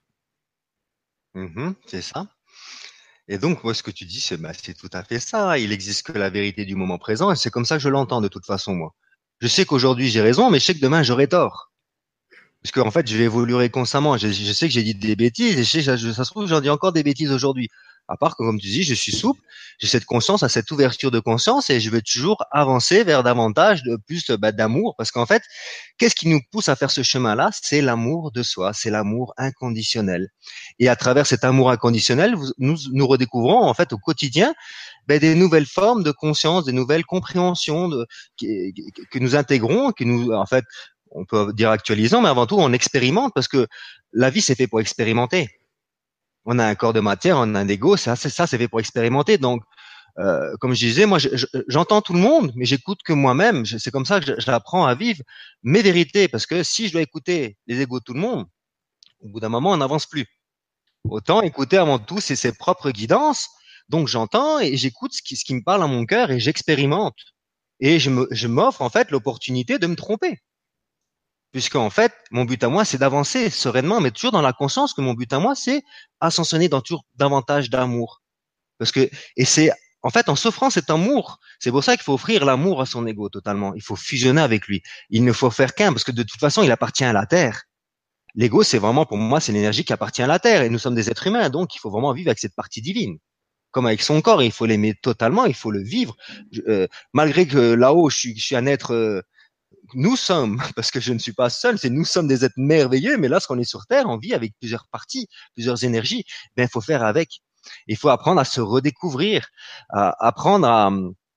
Mmh, c'est ça. Et donc, moi, ce que tu dis, c'est bah, c'est tout à fait ça. Il existe que la vérité du moment présent, et c'est comme ça que je l'entends de toute façon, moi. Je sais qu'aujourd'hui j'ai raison, mais je sais que demain j'aurai tort. Parce qu'en fait, je vais évoluer constamment. Je, je sais que j'ai dit des bêtises, et je sais, ça, ça se trouve, j'en dis encore des bêtises aujourd'hui. À part que, comme tu dis, je suis souple, j'ai cette conscience, à cette ouverture de conscience, et je vais toujours avancer vers davantage de plus bah, d'amour. Parce qu'en fait, qu'est-ce qui nous pousse à faire ce chemin-là? C'est l'amour de soi, c'est l'amour inconditionnel. Et à travers cet amour inconditionnel, nous nous redécouvrons en fait au quotidien ben, des nouvelles formes de conscience, des nouvelles compréhensions de, que, que nous intégrons, que nous, en fait, on peut dire actualisons, mais avant tout, on expérimente parce que la vie, c'est fait pour expérimenter. On a un corps de matière, on a un ego, ça, c'est ça, c'est fait pour expérimenter. Donc, euh, comme je disais, moi, je, je, j'entends tout le monde, mais j'écoute que moi-même. Je, c'est comme ça que j'apprends à vivre mes vérités, parce que si je dois écouter les égos de tout le monde, au bout d'un moment, on n'avance plus. Autant écouter avant tout c'est ses propres guidances. Donc j'entends et j'écoute ce qui, ce qui me parle à mon cœur et j'expérimente. Et je, me, je m'offre en fait l'opportunité de me tromper. Puisque en fait, mon but à moi, c'est d'avancer sereinement, mais toujours dans la conscience que mon but à moi, c'est ascensionner dans toujours davantage d'amour. Parce que, et c'est, en fait, en s'offrant cet amour, c'est pour ça qu'il faut offrir l'amour à son ego totalement. Il faut fusionner avec lui. Il ne faut faire qu'un, parce que de toute façon, il appartient à la terre. L'ego, c'est vraiment, pour moi, c'est l'énergie qui appartient à la terre. Et nous sommes des êtres humains, donc il faut vraiment vivre avec cette partie divine. Comme avec son corps, il faut l'aimer totalement, il faut le vivre. Euh, malgré que là-haut, je suis, je suis un être... Euh, nous sommes, parce que je ne suis pas seul, c'est nous sommes des êtres merveilleux, mais lorsqu'on est sur Terre, on vit avec plusieurs parties, plusieurs énergies. Ben, il faut faire avec. Il faut apprendre à se redécouvrir, à apprendre à,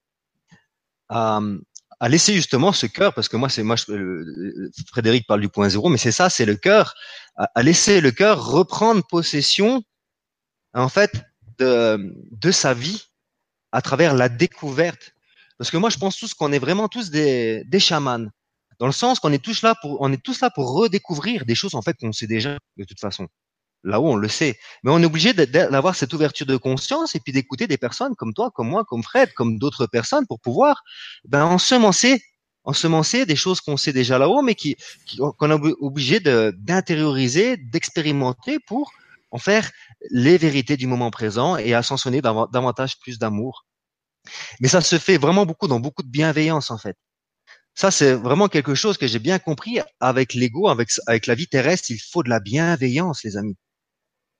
à, à laisser justement ce cœur, parce que moi, c'est moi, je, euh, Frédéric parle du point zéro, mais c'est ça, c'est le cœur, à, à laisser le cœur reprendre possession, en fait, de, de sa vie à travers la découverte. Parce que moi, je pense tous qu'on est vraiment tous des, des chamans, dans le sens qu'on est tous là pour, on est tous là pour redécouvrir des choses en fait qu'on sait déjà de toute façon. Là-haut, on le sait. Mais on est obligé d'avoir cette ouverture de conscience et puis d'écouter des personnes comme toi, comme moi, comme Fred, comme d'autres personnes pour pouvoir ben, ensemencer, ensemencer des choses qu'on sait déjà là-haut, mais qui, qui qu'on est obligé de, d'intérioriser, d'expérimenter pour en faire les vérités du moment présent et ascensionner davantage plus d'amour. Mais ça se fait vraiment beaucoup dans beaucoup de bienveillance en fait. Ça, c'est vraiment quelque chose que j'ai bien compris avec l'ego, avec, avec la vie terrestre, il faut de la bienveillance, les amis.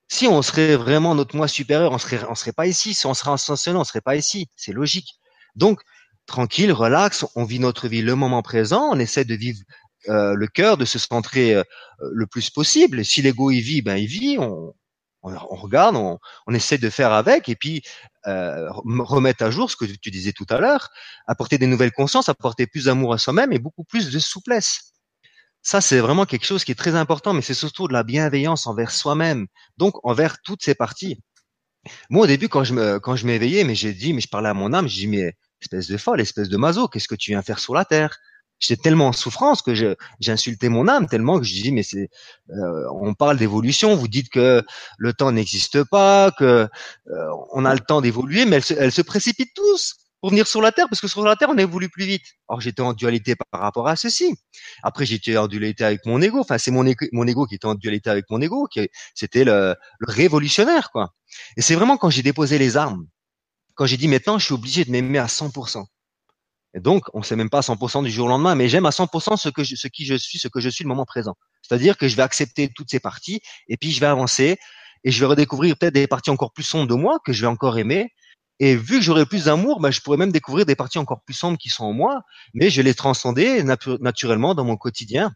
Si on serait vraiment notre moi supérieur, on serait, on serait pas ici. Si on serait ascensionné, on serait pas ici. C'est logique. Donc, tranquille, relax, on vit notre vie le moment présent, on essaie de vivre euh, le cœur, de se centrer euh, le plus possible. Et si l'ego il vit, ben il vit. On, on, on regarde, on, on essaie de faire avec, et puis euh, remettre à jour ce que tu disais tout à l'heure, apporter des nouvelles consciences, apporter plus d'amour à soi-même et beaucoup plus de souplesse. Ça, c'est vraiment quelque chose qui est très important, mais c'est surtout de la bienveillance envers soi-même, donc envers toutes ces parties. Moi, au début, quand je me, quand je m'éveillais, mais j'ai dit, mais je parlais à mon âme, j'ai dit, mais espèce de folle, espèce de maso, qu'est-ce que tu viens faire sur la terre? J'étais tellement en souffrance que je, j'insultais mon âme tellement que je dis, mais c'est, euh, on parle d'évolution, vous dites que le temps n'existe pas, que euh, on a le temps d'évoluer, mais elle se, elle se précipite tous pour venir sur la terre, parce que sur la terre, on évolue plus vite. Alors j'étais en dualité par rapport à ceci. Après, j'étais en dualité avec mon ego. Enfin, c'est mon, égo, mon ego qui était en dualité avec mon ego, qui c'était le, le révolutionnaire, quoi. Et c'est vraiment quand j'ai déposé les armes, quand j'ai dit maintenant, je suis obligé de m'aimer à cent pour cent. Et donc, on ne sait même pas à cent pour cent du jour au lendemain, mais j'aime à cent pour cent ce que je, ce qui je suis, ce que je suis le moment présent. C'est-à-dire que je vais accepter toutes ces parties et puis je vais avancer et je vais redécouvrir peut-être des parties encore plus sombres de moi que je vais encore aimer. Et vu que j'aurai plus d'amour, ben, je pourrais même découvrir des parties encore plus sombres qui sont en moi, mais je vais les transcender natu- naturellement dans mon quotidien.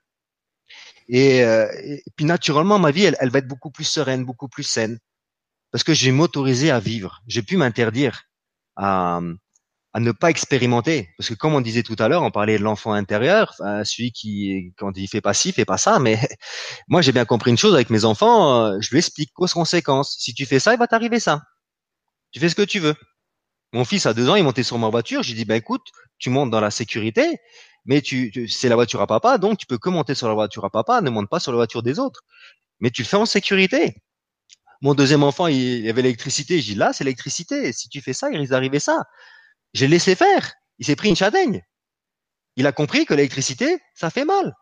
Et, euh, et puis naturellement, ma vie, elle, elle va être beaucoup plus sereine, beaucoup plus saine. Parce que je vais m'autoriser à vivre. J'ai pu m'interdire à, à ne pas expérimenter. Parce que comme on disait tout à l'heure, on parlait de l'enfant intérieur, enfin, celui qui, quand il fait pas ci, fait pas ça. Mais moi, j'ai bien compris une chose avec mes enfants, euh, je lui explique cause conséquence. Si tu fais ça, il va t'arriver ça. Tu fais ce que tu veux. Mon fils a deux ans, il montait sur ma voiture. J'ai dit, ben écoute, tu montes dans la sécurité, mais tu, tu c'est la voiture à papa, donc tu peux que monter sur la voiture à papa, ne monte pas sur la voiture des autres. Mais tu le fais en sécurité. Mon deuxième enfant, il y avait l'électricité. J'ai dit, là, c'est l'électricité. Si tu fais ça, il risque d'arriver ça. J'ai laissé faire. Il s'est pris une châtaigne. Il a compris que l'électricité, ça fait mal.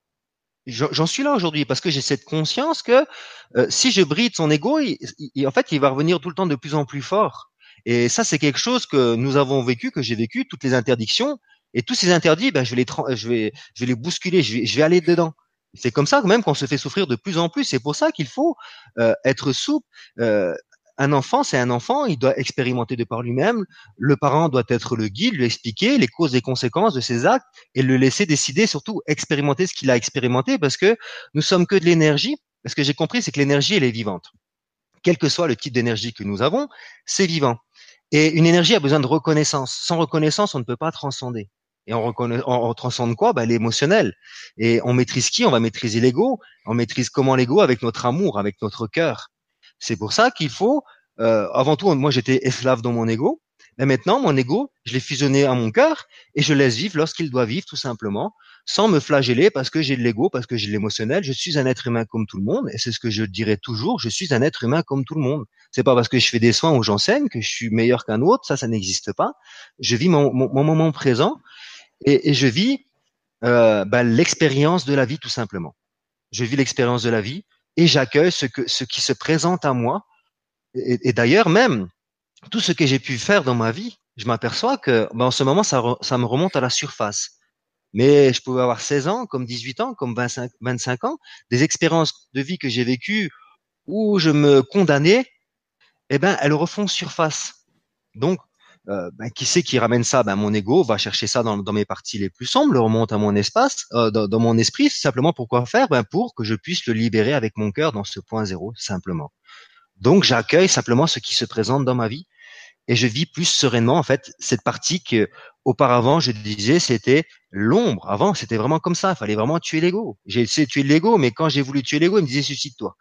J'en suis là aujourd'hui parce que j'ai cette conscience que euh, si je bride son ego, il, il, en fait, il va revenir tout le temps de plus en plus fort. Et ça, c'est quelque chose que nous avons vécu, que j'ai vécu, toutes les interdictions. Et tous ces interdits, ben, je, vais les je, vais, je vais les bousculer, je vais, je vais aller dedans. C'est comme ça même qu'on se fait souffrir de plus en plus. C'est pour ça qu'il faut euh, être souple. Euh, un enfant, c'est un enfant, il doit expérimenter de par lui-même. Le parent doit être le guide, lui expliquer les causes et conséquences de ses actes et le laisser décider, surtout expérimenter ce qu'il a expérimenté, parce que nous sommes que de l'énergie. Ce que j'ai compris, c'est que l'énergie, elle est vivante. Quel que soit le type d'énergie que nous avons, c'est vivant. Et une énergie a besoin de reconnaissance. Sans reconnaissance, on ne peut pas transcender. Et on, reconnaît, on, on transcende quoi? Ben, l'émotionnel. Et on maîtrise qui? On va maîtriser l'ego. On maîtrise comment l'ego? Avec notre amour, avec notre cœur. C'est pour ça qu'il faut, euh, avant tout, moi j'étais esclave dans mon ego. Mais maintenant, mon ego, je l'ai fusionné à mon cœur et je laisse vivre lorsqu'il doit vivre, tout simplement, sans me flageller parce que j'ai de l'ego, parce que j'ai de l'émotionnel. Je suis un être humain comme tout le monde et c'est ce que je dirais toujours. Je suis un être humain comme tout le monde. C'est pas parce que je fais des soins ou j'enseigne que je suis meilleur qu'un autre. Ça, ça n'existe pas. Je vis mon, mon, mon moment présent et, et je vis euh, ben, l'expérience de la vie, tout simplement. Je vis l'expérience de la vie et j'accueille ce, que, ce qui se présente à moi. Et, et d'ailleurs, même, tout ce que j'ai pu faire dans ma vie, je m'aperçois que ben, en ce moment, ça, re, ça me remonte à la surface. Mais je pouvais avoir seize ans, comme dix-huit ans, comme vingt-cinq, vingt-cinq ans, des expériences de vie que j'ai vécues où je me condamnais, eh ben, elles refont surface. Donc, euh, ben, qui c'est qui ramène ça? Ben, mon ego va chercher ça dans, dans mes parties les plus sombres, le remonte à mon espace, euh, dans, dans mon esprit, simplement pour quoi faire? Ben, pour que je puisse le libérer avec mon cœur dans ce point zéro, simplement. Donc, j'accueille simplement ce qui se présente dans ma vie et je vis plus sereinement, en fait, cette partie que, auparavant, je disais, c'était l'ombre. Avant, c'était vraiment comme ça. Il fallait vraiment tuer l'ego. J'ai essayé de tuer l'ego, mais quand j'ai voulu tuer l'ego, il me disait, suicide-toi.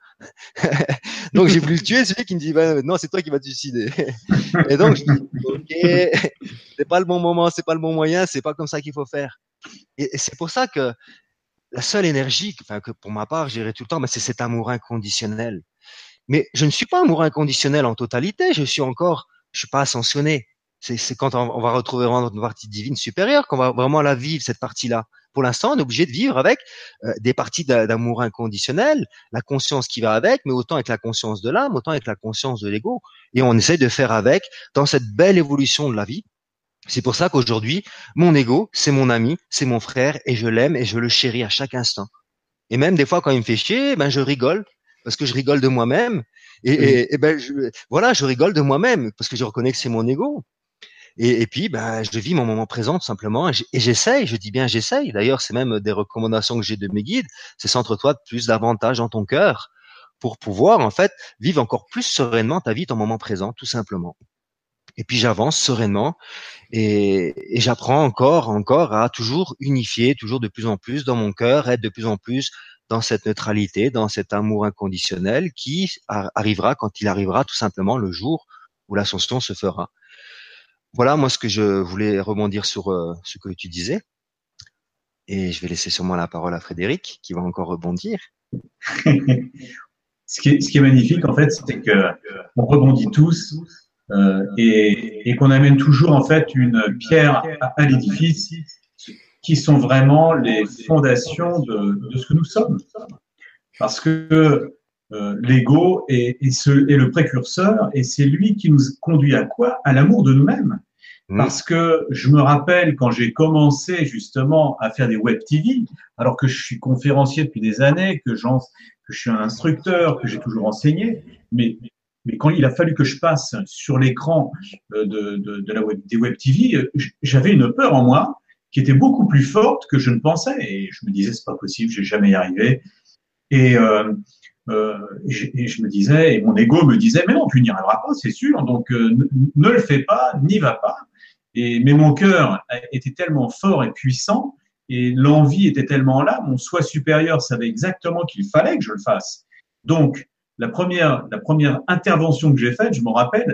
Donc, j'ai voulu le tuer, celui qui me dit, bah, non, c'est toi qui vas te suicider. Et donc, je dis, ok, c'est pas le bon moment, c'est pas le bon moyen, c'est pas comme ça qu'il faut faire. Et, et c'est pour ça que la seule énergie, enfin, que pour ma part, j'irai tout le temps, bah, c'est cet amour inconditionnel. Mais je ne suis pas amoureux inconditionnel en totalité, je suis encore, je suis pas ascensionné. C'est, c'est quand on, on va retrouver vraiment notre partie divine supérieure qu'on va vraiment la vivre, cette partie-là. Pour l'instant, on est obligé de vivre avec euh, des parties d'amour inconditionnel, la conscience qui va avec, mais autant avec la conscience de l'âme, autant avec la conscience de l'ego. Et on essaye de faire avec dans cette belle évolution de la vie. C'est pour ça qu'aujourd'hui, mon ego, c'est mon ami, c'est mon frère, et je l'aime et je le chéris à chaque instant. Et même des fois, quand il me fait chier, ben je rigole. parce que je rigole de moi-même. Et, oui. et, et ben, je, voilà, je rigole de moi-même parce que je reconnais que c'est mon ego. Et, et puis, ben, je vis mon moment présent tout simplement. Et j'essaye, je dis bien j'essaye. D'ailleurs, c'est même des recommandations que j'ai de mes guides. C'est centre-toi plus davantage dans ton cœur pour pouvoir, en fait, vivre encore plus sereinement ta vie, ton moment présent, tout simplement. Et puis, j'avance sereinement et, et j'apprends encore, encore à toujours unifier, toujours de plus en plus dans mon cœur, être de plus en plus dans cette neutralité, dans cet amour inconditionnel qui arrivera quand il arrivera tout simplement le jour où l'ascension se fera. Voilà, moi, ce que je voulais rebondir sur euh, ce que tu disais. Et je vais laisser sûrement la parole à Frédéric, qui va encore rebondir. ce, qui est, ce qui est magnifique, en fait, c'est que on rebondit tous euh, et, et qu'on amène toujours, en fait, une pierre à, à l'édifice qui sont vraiment les fondations de, de ce que nous sommes. Parce que euh, l'ego est, est, ce, est le précurseur et c'est lui qui nous conduit à quoi? À l'amour de nous-mêmes. Mmh. Parce que je me rappelle quand j'ai commencé justement à faire des web T V, alors que je suis conférencier depuis des années, que, j'en, que je suis un instructeur, que j'ai toujours enseigné, mais, mais quand il a fallu que je passe sur l'écran de, de, de la web, des web T V, j'avais une peur en moi qui était beaucoup plus forte que je ne pensais. Et je me disais, c'est pas possible, je vais jamais y arriver. Et, euh, euh, et, je, et je me disais, et mon ego me disait, mais non, tu n'y arriveras pas, c'est sûr. Donc, euh, ne, ne le fais pas, n'y va pas. Et, mais mon cœur était tellement fort et puissant, et l'envie était tellement là, mon soi supérieur savait exactement qu'il fallait que je le fasse. Donc, la première, la première intervention que j'ai faite, je m'en rappelle,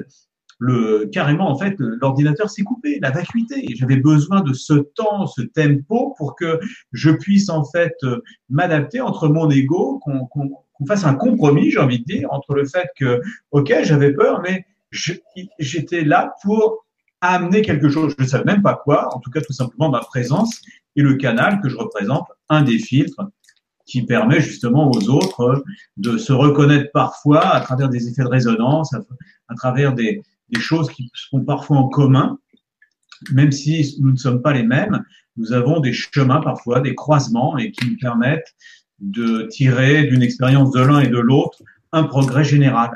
le, carrément, en fait, l'ordinateur s'est coupé, la vacuité. J'avais besoin de ce temps, ce tempo pour que je puisse, en fait, m'adapter entre mon ego, qu'on, qu'on, qu'on fasse un compromis, j'ai envie de dire, entre le fait que, OK, j'avais peur, mais je, j'étais là pour amener quelque chose. Je ne savais même pas quoi, en tout cas, tout simplement ma présence et le canal que je représente, un des filtres qui permet justement aux autres de se reconnaître parfois à travers des effets de résonance, à, à travers des, des choses qui sont parfois en commun, même si nous ne sommes pas les mêmes, nous avons des chemins parfois, des croisements et qui nous permettent de tirer d'une expérience de l'un et de l'autre un progrès général.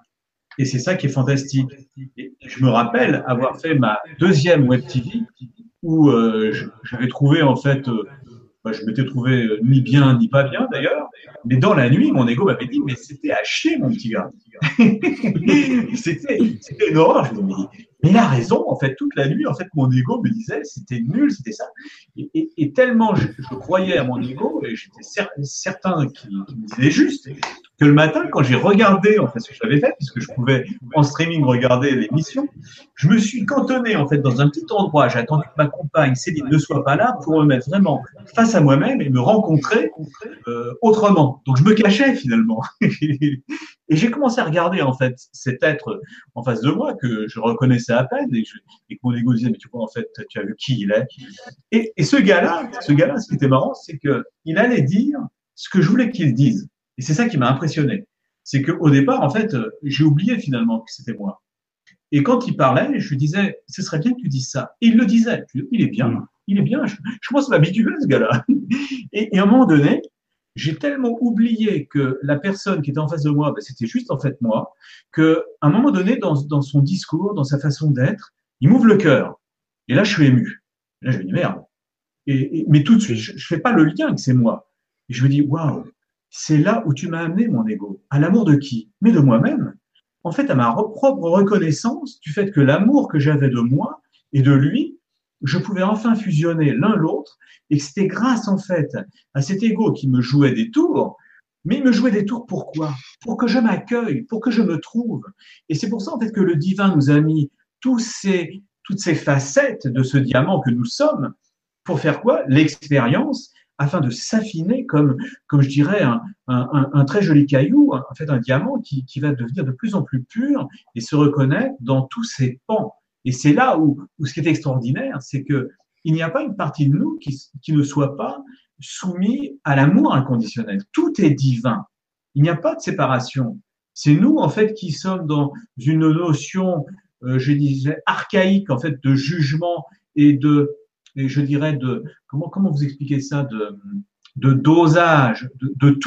Et c'est ça qui est fantastique. Et je me rappelle avoir fait ma deuxième web T V où euh, j'avais trouvé en fait, euh, bah, je m'étais trouvé ni bien ni pas bien d'ailleurs, mais dans la nuit, mon ego m'avait dit mais c'était à chier mon petit gars. c'était, c'était une horreur. Je me dis mais, mais il a raison en fait. Toute la nuit en fait, mon ego me disait c'était nul, c'était ça. Et, et, et tellement je, je croyais à mon ego et j'étais cer- certain qu'il, qu'il me disait juste. Que le matin, quand j'ai regardé en fait ce que j'avais fait, puisque je pouvais en streaming regarder l'émission, je me suis cantonné en fait dans un petit endroit. J'ai attendu que ma compagne Céline ne soit pas là pour me mettre vraiment face à moi-même et me rencontrer euh, autrement. Donc je me cachais finalement. Et j'ai commencé à regarder en fait cet être en face de moi que je reconnaissais à peine et, je, et que mon ego disait mais tu vois en fait tu as vu qui il est. Et, et ce gars-là, ce gars-là, ce qui était marrant, c'est que il allait dire ce que je voulais qu'il dise. Et c'est ça qui m'a impressionné. C'est qu'au départ, en fait, j'ai oublié finalement que c'était moi. Et quand il parlait, je lui disais, ce serait bien que tu dises ça. Et il le disait. Je lui disais, il est bien, il est bien. Je, je commence à m'habituer à ce gars-là. Et, et à un moment donné, j'ai tellement oublié que la personne qui était en face de moi, ben, c'était juste en fait moi, qu'à un moment donné, dans, dans son discours, dans sa façon d'être, il m'ouvre le cœur. Et là, je suis ému. Et là, je me dis, merde. Et, et, mais tout de suite, je ne fais pas le lien que c'est moi. Et je me dis, waouh. C'est là où tu m'as amené, mon ego. À l'amour de qui? Mais de moi-même. En fait, à ma propre reconnaissance du fait que l'amour que j'avais de moi et de lui, je pouvais enfin fusionner l'un l'autre et que c'était grâce, en fait, à cet ego qui me jouait des tours. Mais il me jouait des tours pourquoi? Pour que je m'accueille, pour que je me trouve. Et c'est pour ça, en fait, que le divin nous a mis tous ces, toutes ces facettes de ce diamant que nous sommes pour faire quoi? L'expérience afin de s'affiner comme, comme je dirais, un, un, un très joli caillou, en fait un diamant qui, qui va devenir de plus en plus pur et se reconnaître dans tous ses pans. Et c'est là où, où ce qui est extraordinaire, c'est que il n'y a pas une partie de nous qui, qui ne soit pas soumise à l'amour inconditionnel. Tout est divin. Il n'y a pas de séparation. C'est nous, en fait, qui sommes dans une notion, euh, je disais, archaïque, en fait, de jugement et de et je dirais de comment comment vous expliquer ça de de dosage de, de tout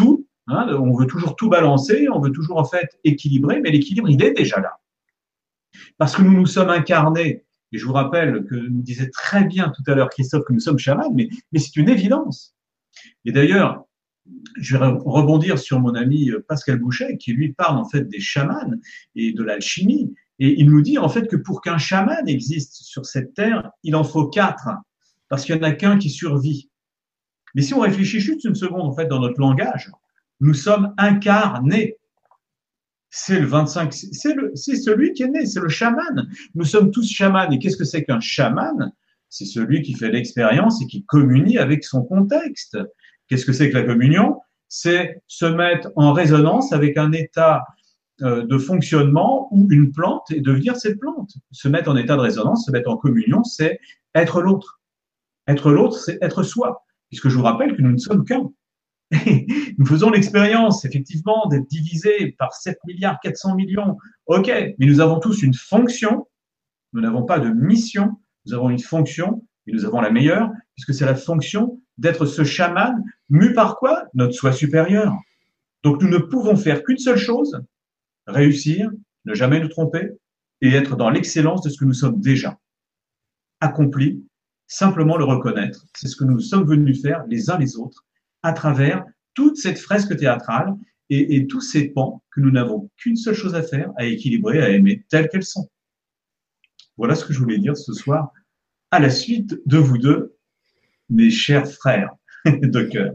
Hein, on veut toujours tout balancer, on veut toujours en fait équilibrer, mais l'équilibre, il est déjà là. Parce que nous nous sommes incarnés, et je vous rappelle que nous disait très bien tout à l'heure Christophe que nous sommes chamans, mais, mais c'est une évidence. Et d'ailleurs, je vais rebondir sur mon ami Pascal Bouchet, qui lui parle en fait des chamans et de l'alchimie. Et il nous dit en fait que pour qu'un chaman existe sur cette terre, il en faut quatre, parce qu'il n'y en a qu'un qui survit. Mais si on réfléchit juste une seconde en fait dans notre langage, nous sommes incarnés. C'est le vingt-cinq, c'est le, c'est celui qui est né, c'est le chaman. Nous sommes tous chamans. Et qu'est-ce que c'est qu'un chaman? C'est celui qui fait l'expérience et qui communie avec son contexte. Qu'est-ce que c'est que la communion? C'est se mettre en résonance avec un état de fonctionnement ou une plante et devenir cette plante. Se mettre en état de résonance, se mettre en communion, c'est être l'autre. Être l'autre, c'est être soi. Puisque je vous rappelle que nous ne sommes qu'un. Nous faisons l'expérience, effectivement, d'être divisés par sept milliards quatre cents millions. OK, mais nous avons tous une fonction. Nous n'avons pas de mission. Nous avons une fonction et nous avons la meilleure, puisque c'est la fonction d'être ce chaman mu par quoi? Notre soi supérieur. Donc, nous ne pouvons faire qu'une seule chose, réussir, ne jamais nous tromper et être dans l'excellence de ce que nous sommes déjà. Accompli, simplement le reconnaître. C'est ce que nous sommes venus faire les uns les autres à travers toute cette fresque théâtrale et, et tous ces pans que nous n'avons qu'une seule chose à faire, à équilibrer, à aimer telles qu'elles sont. Voilà ce que je voulais dire ce soir à la suite de vous deux, mes chers frères de cœur.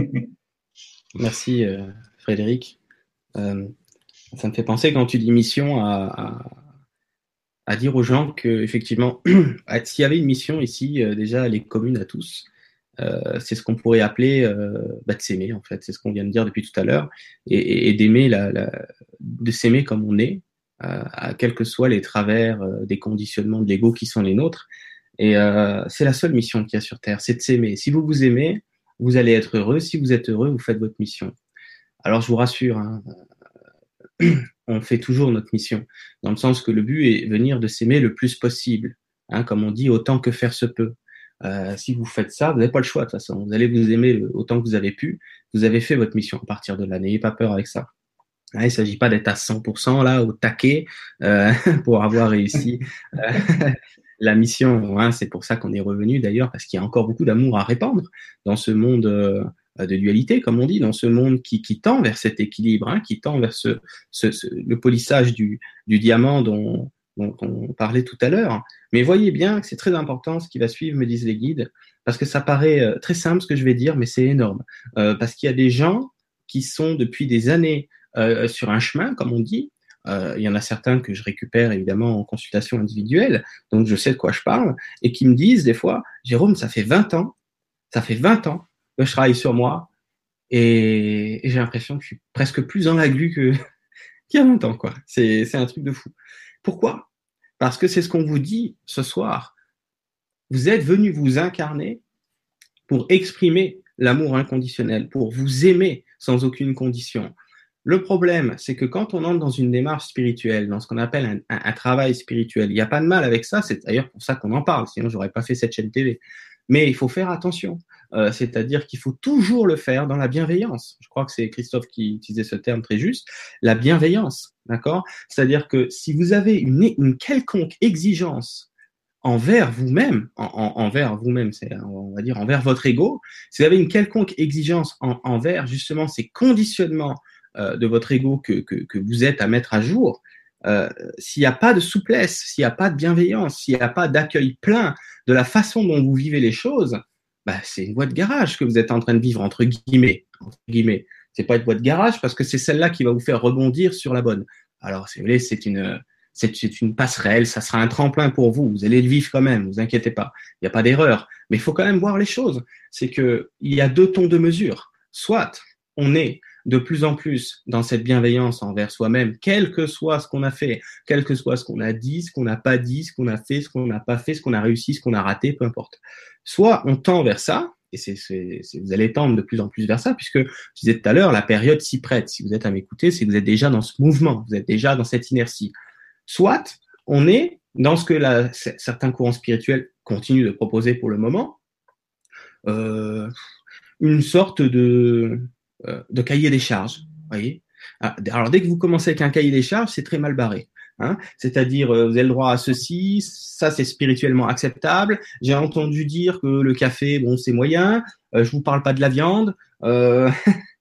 Merci euh, Frédéric. Euh, ça me fait penser quand tu dis mission à, à, à dire aux gens que effectivement, s'il y avait une mission ici, euh, déjà elle est commune à tous. Euh, c'est ce qu'on pourrait appeler euh, bah, de s'aimer en fait. C'est ce qu'on vient de dire depuis tout à l'heure et, et, et d'aimer la, la, de s'aimer comme on est, euh, à quels que soient les travers euh, des conditionnements de l'ego qui sont les nôtres. Et euh, c'est la seule mission qu'il y a sur Terre, c'est de s'aimer. Si vous vous aimez, vous allez être heureux. Si vous êtes heureux, vous faites votre mission. Alors, je vous rassure, hein, on fait toujours notre mission, dans le sens que le but est de venir de s'aimer le plus possible, hein, comme on dit, autant que faire se peut. Euh, si vous faites ça, vous n'avez pas le choix de toute façon. Vous allez vous aimer autant que vous avez pu. Vous avez fait votre mission à partir de là. N'ayez pas peur avec ça. Hein, il ne s'agit pas d'être à cent pour cent là, au taquet, euh, pour avoir réussi euh, la mission. Hein, c'est pour ça qu'on est revenu d'ailleurs, parce qu'il y a encore beaucoup d'amour à répandre dans ce monde euh, de dualité, comme on dit, dans ce monde qui, qui tend vers cet équilibre, hein, qui tend vers ce, ce, ce, le polissage du, du diamant dont, dont on parlait tout à l'heure. Mais voyez bien que c'est très important ce qui va suivre, me disent les guides, parce que ça paraît euh, très simple ce que je vais dire, mais c'est énorme. Euh, parce qu'il y a des gens qui sont depuis des années euh, sur un chemin, comme on dit. Euh, il y en a certains que je récupère évidemment en consultation individuelle, donc je sais de quoi je parle, et qui me disent des fois, Jérôme, ça fait vingt ans, ça fait vingt ans que je travaille sur moi, et, et j'ai l'impression que je suis presque plus dans la glu que qu'il y a vingt ans, quoi. C'est, c'est un truc de fou. Pourquoi? Parce que c'est ce qu'on vous dit ce soir. Vous êtes venu vous incarner pour exprimer l'amour inconditionnel, pour vous aimer sans aucune condition. Le problème, c'est que quand on entre dans une démarche spirituelle, dans ce qu'on appelle un, un, un travail spirituel, il n'y a pas de mal avec ça, c'est d'ailleurs pour ça qu'on en parle, sinon j'aurais pas fait cette chaîne T V. Mais il faut faire attention, euh, c'est-à-dire qu'il faut toujours le faire dans la bienveillance. Je crois que c'est Christophe qui utilisait ce terme très juste, la bienveillance, d'accord? C'est-à-dire que si vous avez une, une quelconque exigence envers vous-même, en, en, envers vous-même, c'est, on va dire envers votre ego, si vous avez une quelconque exigence en, envers justement ces conditionnements euh, de votre ego que, que, que vous êtes à mettre à jour, euh, s'il n'y a pas de souplesse, s'il n'y a pas de bienveillance, s'il n'y a pas d'accueil plein de la façon dont vous vivez les choses, bah, c'est une voie de garage que vous êtes en train de vivre, entre guillemets. Entre guillemets. C'est pas une voie de garage parce que c'est celle-là qui va vous faire rebondir sur la bonne. Alors, si vous voulez, c'est une, c'est, c'est une passerelle, ça sera un tremplin pour vous. Vous allez le vivre quand même, vous inquiétez pas. Il n'y a pas d'erreur. Mais il faut quand même voir les choses. C'est que il y a deux tons de mesure. Soit on est de plus en plus dans cette bienveillance envers soi-même, quel que soit ce qu'on a fait, quel que soit ce qu'on a dit, ce qu'on n'a pas dit, ce qu'on a fait, ce qu'on n'a pas fait, ce qu'on a réussi, ce qu'on a raté, peu importe. Soit on tend vers ça, et c'est, c'est, c'est, vous allez tendre de plus en plus vers ça, puisque je disais tout à l'heure, la période s'y prête. Si vous êtes à m'écouter, c'est que vous êtes déjà dans ce mouvement, vous êtes déjà dans cette inertie. Soit on est dans ce que la, certains courants spirituels continuent de proposer pour le moment, euh, une sorte de euh, de cahier des charges. Voyez. Alors dès que vous commencez avec un cahier des charges, c'est très mal barré. Hein, c'est-à-dire, euh, vous avez le droit à ceci, ça c'est spirituellement acceptable. J'ai entendu dire que le café, bon, c'est moyen. Euh, je vous parle pas de la viande, euh,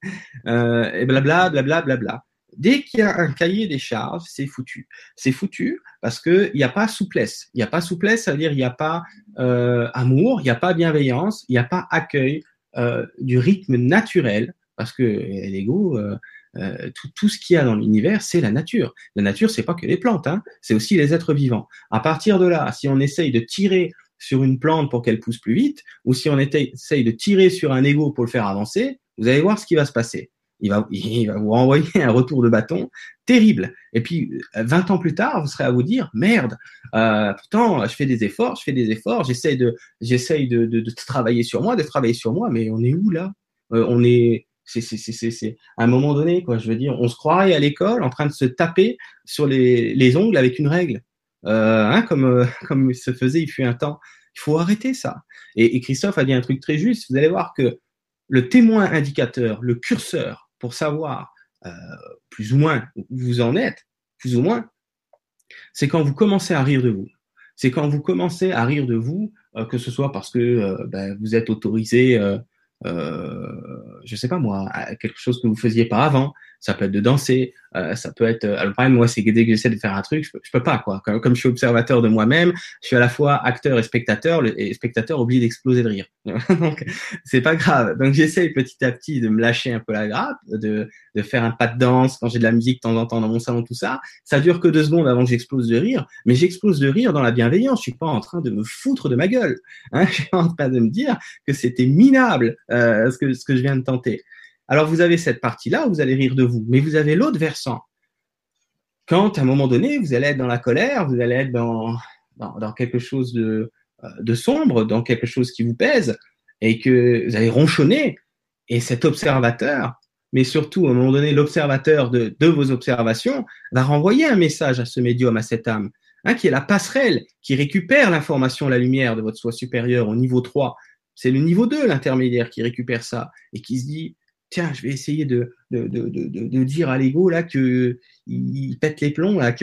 euh, et blabla, blabla, blabla. Dès qu'il y a un cahier des charges, c'est foutu. C'est foutu parce que il n'y a pas souplesse. Il n'y a pas souplesse, ça veut dire il n'y a pas euh, amour, il n'y a pas bienveillance, il n'y a pas accueil euh, du rythme naturel, parce que l'ego. Euh, Euh, tout, tout ce qu'il y a dans l'univers, c'est la nature. La nature, c'est pas que les plantes, hein, c'est aussi les êtres vivants. À partir de là, si on essaye de tirer sur une plante pour qu'elle pousse plus vite, ou si on essaye de tirer sur un ego pour le faire avancer, vous allez voir ce qui va se passer. Il va, il va vous renvoyer un retour de bâton terrible. Et puis, vingt ans plus tard, vous serez à vous dire, merde, euh, pourtant, je fais des efforts, je fais des efforts, j'essaye de, j'essaye de, de, de travailler sur moi, de travailler sur moi, mais on est où là? euh, On est C'est, c'est, c'est, c'est, à un moment donné, quoi. Je veux dire, on se croirait à l'école en train de se taper sur les, les ongles avec une règle, euh, hein, comme, euh, comme se faisait il fut un temps. Il faut arrêter ça. Et, et Christophe a dit un truc très juste. Vous allez voir que le témoin indicateur, le curseur pour savoir euh, plus ou moins où vous en êtes, plus ou moins, c'est quand vous commencez à rire de vous. C'est quand vous commencez à rire de vous, euh, que ce soit parce que euh, ben, vous êtes autorisé. Euh, Euh, je sais pas moi, quelque chose que vous faisiez pas avant. Ça peut être de danser, euh, ça peut être. Alors, le problème, moi, c'est que dès que j'essaie de faire un truc, je peux, je peux pas quoi. Comme, comme je suis observateur de moi-même, je suis à la fois acteur et spectateur. Le, et spectateur obligé d'exploser de rire. Donc, c'est pas grave. Donc, j'essaye petit à petit de me lâcher un peu la grappe, de de faire un pas de danse quand j'ai de la musique de temps en temps dans mon salon, tout ça. Ça dure que deux secondes avant que j'explose de rire, mais j'explose de rire dans la bienveillance. Je suis pas en train de me foutre de ma gueule. Hein, je suis en train de me dire que c'était minable euh, ce que ce que je viens de tenter. Alors, vous avez cette partie-là où vous allez rire de vous, mais vous avez l'autre versant. Quand, à un moment donné, vous allez être dans la colère, vous allez être dans, dans, dans quelque chose de, de sombre, dans quelque chose qui vous pèse, et que vous allez ronchonner, et cet observateur, mais surtout, à un moment donné, l'observateur de, de vos observations, va renvoyer un message à ce médium, à cette âme, hein, qui est la passerelle, qui récupère l'information, la lumière de votre soi supérieur au niveau trois. C'est le niveau deux, l'intermédiaire, qui récupère ça, et qui se dit, tiens, je vais essayer de, de, de, de, de dire à l'ego là que il pète les plombs, là, que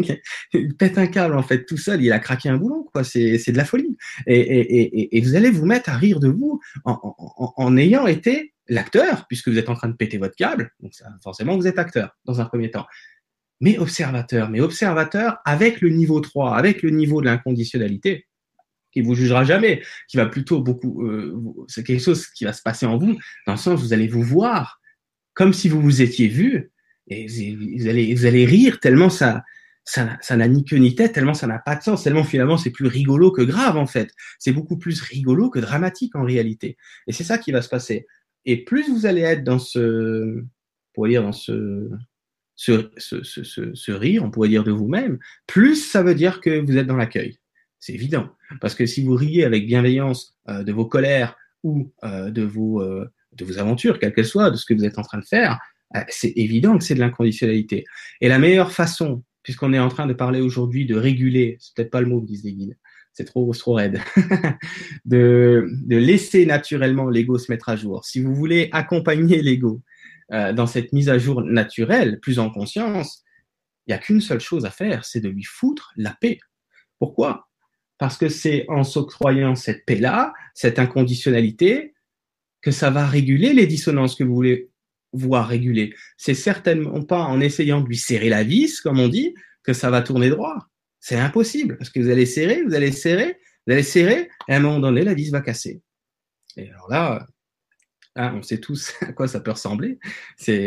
il pète un câble en fait tout seul, il a craqué un boulon, quoi. C'est, c'est de la folie. Et, et, et, et vous allez vous mettre à rire de vous en, en, en ayant été l'acteur, puisque vous êtes en train de péter votre câble. Donc ça, forcément, vous êtes acteur dans un premier temps. Mais observateur, mais observateur avec le niveau trois, avec le niveau de l'inconditionnalité, qui vous jugera jamais, qui va plutôt beaucoup, euh, c'est quelque chose qui va se passer en vous, dans le sens où vous allez vous voir comme si vous vous étiez vu, et vous allez, vous allez rire tellement ça, ça, ça n'a ni queue ni tête, tellement ça n'a pas de sens, tellement finalement c'est plus rigolo que grave en fait. C'est beaucoup plus rigolo que dramatique en réalité. Et c'est ça qui va se passer. Et plus vous allez être dans ce, on pourrait dire dans ce, ce, ce, ce, ce, ce rire, on pourrait dire de vous-même, plus ça veut dire que vous êtes dans l'accueil. C'est évident. Parce que si vous riez avec bienveillance euh, de vos colères ou euh, de, vos, euh, de vos aventures, quelles qu'elles soient, de ce que vous êtes en train de faire, euh, c'est évident que c'est de l'inconditionnalité. Et la meilleure façon, puisqu'on est en train de parler aujourd'hui de réguler, c'est peut-être pas le mot que disent les guides, c'est trop, c'est trop raide, de, de laisser naturellement l'ego se mettre à jour. Si vous voulez accompagner l'ego euh, dans cette mise à jour naturelle, plus en conscience, il n'y a qu'une seule chose à faire, c'est de lui foutre la paix. Pourquoi ? Parce que c'est en s'octroyant cette paix-là, cette inconditionnalité, que ça va réguler les dissonances que vous voulez voir réguler. C'est certainement pas en essayant de lui serrer la vis, comme on dit, que ça va tourner droit. C'est impossible, parce que vous allez serrer, vous allez serrer, vous allez serrer, et à un moment donné, la vis va casser. Et alors là, hein, on sait tous à quoi ça peut ressembler. C'est,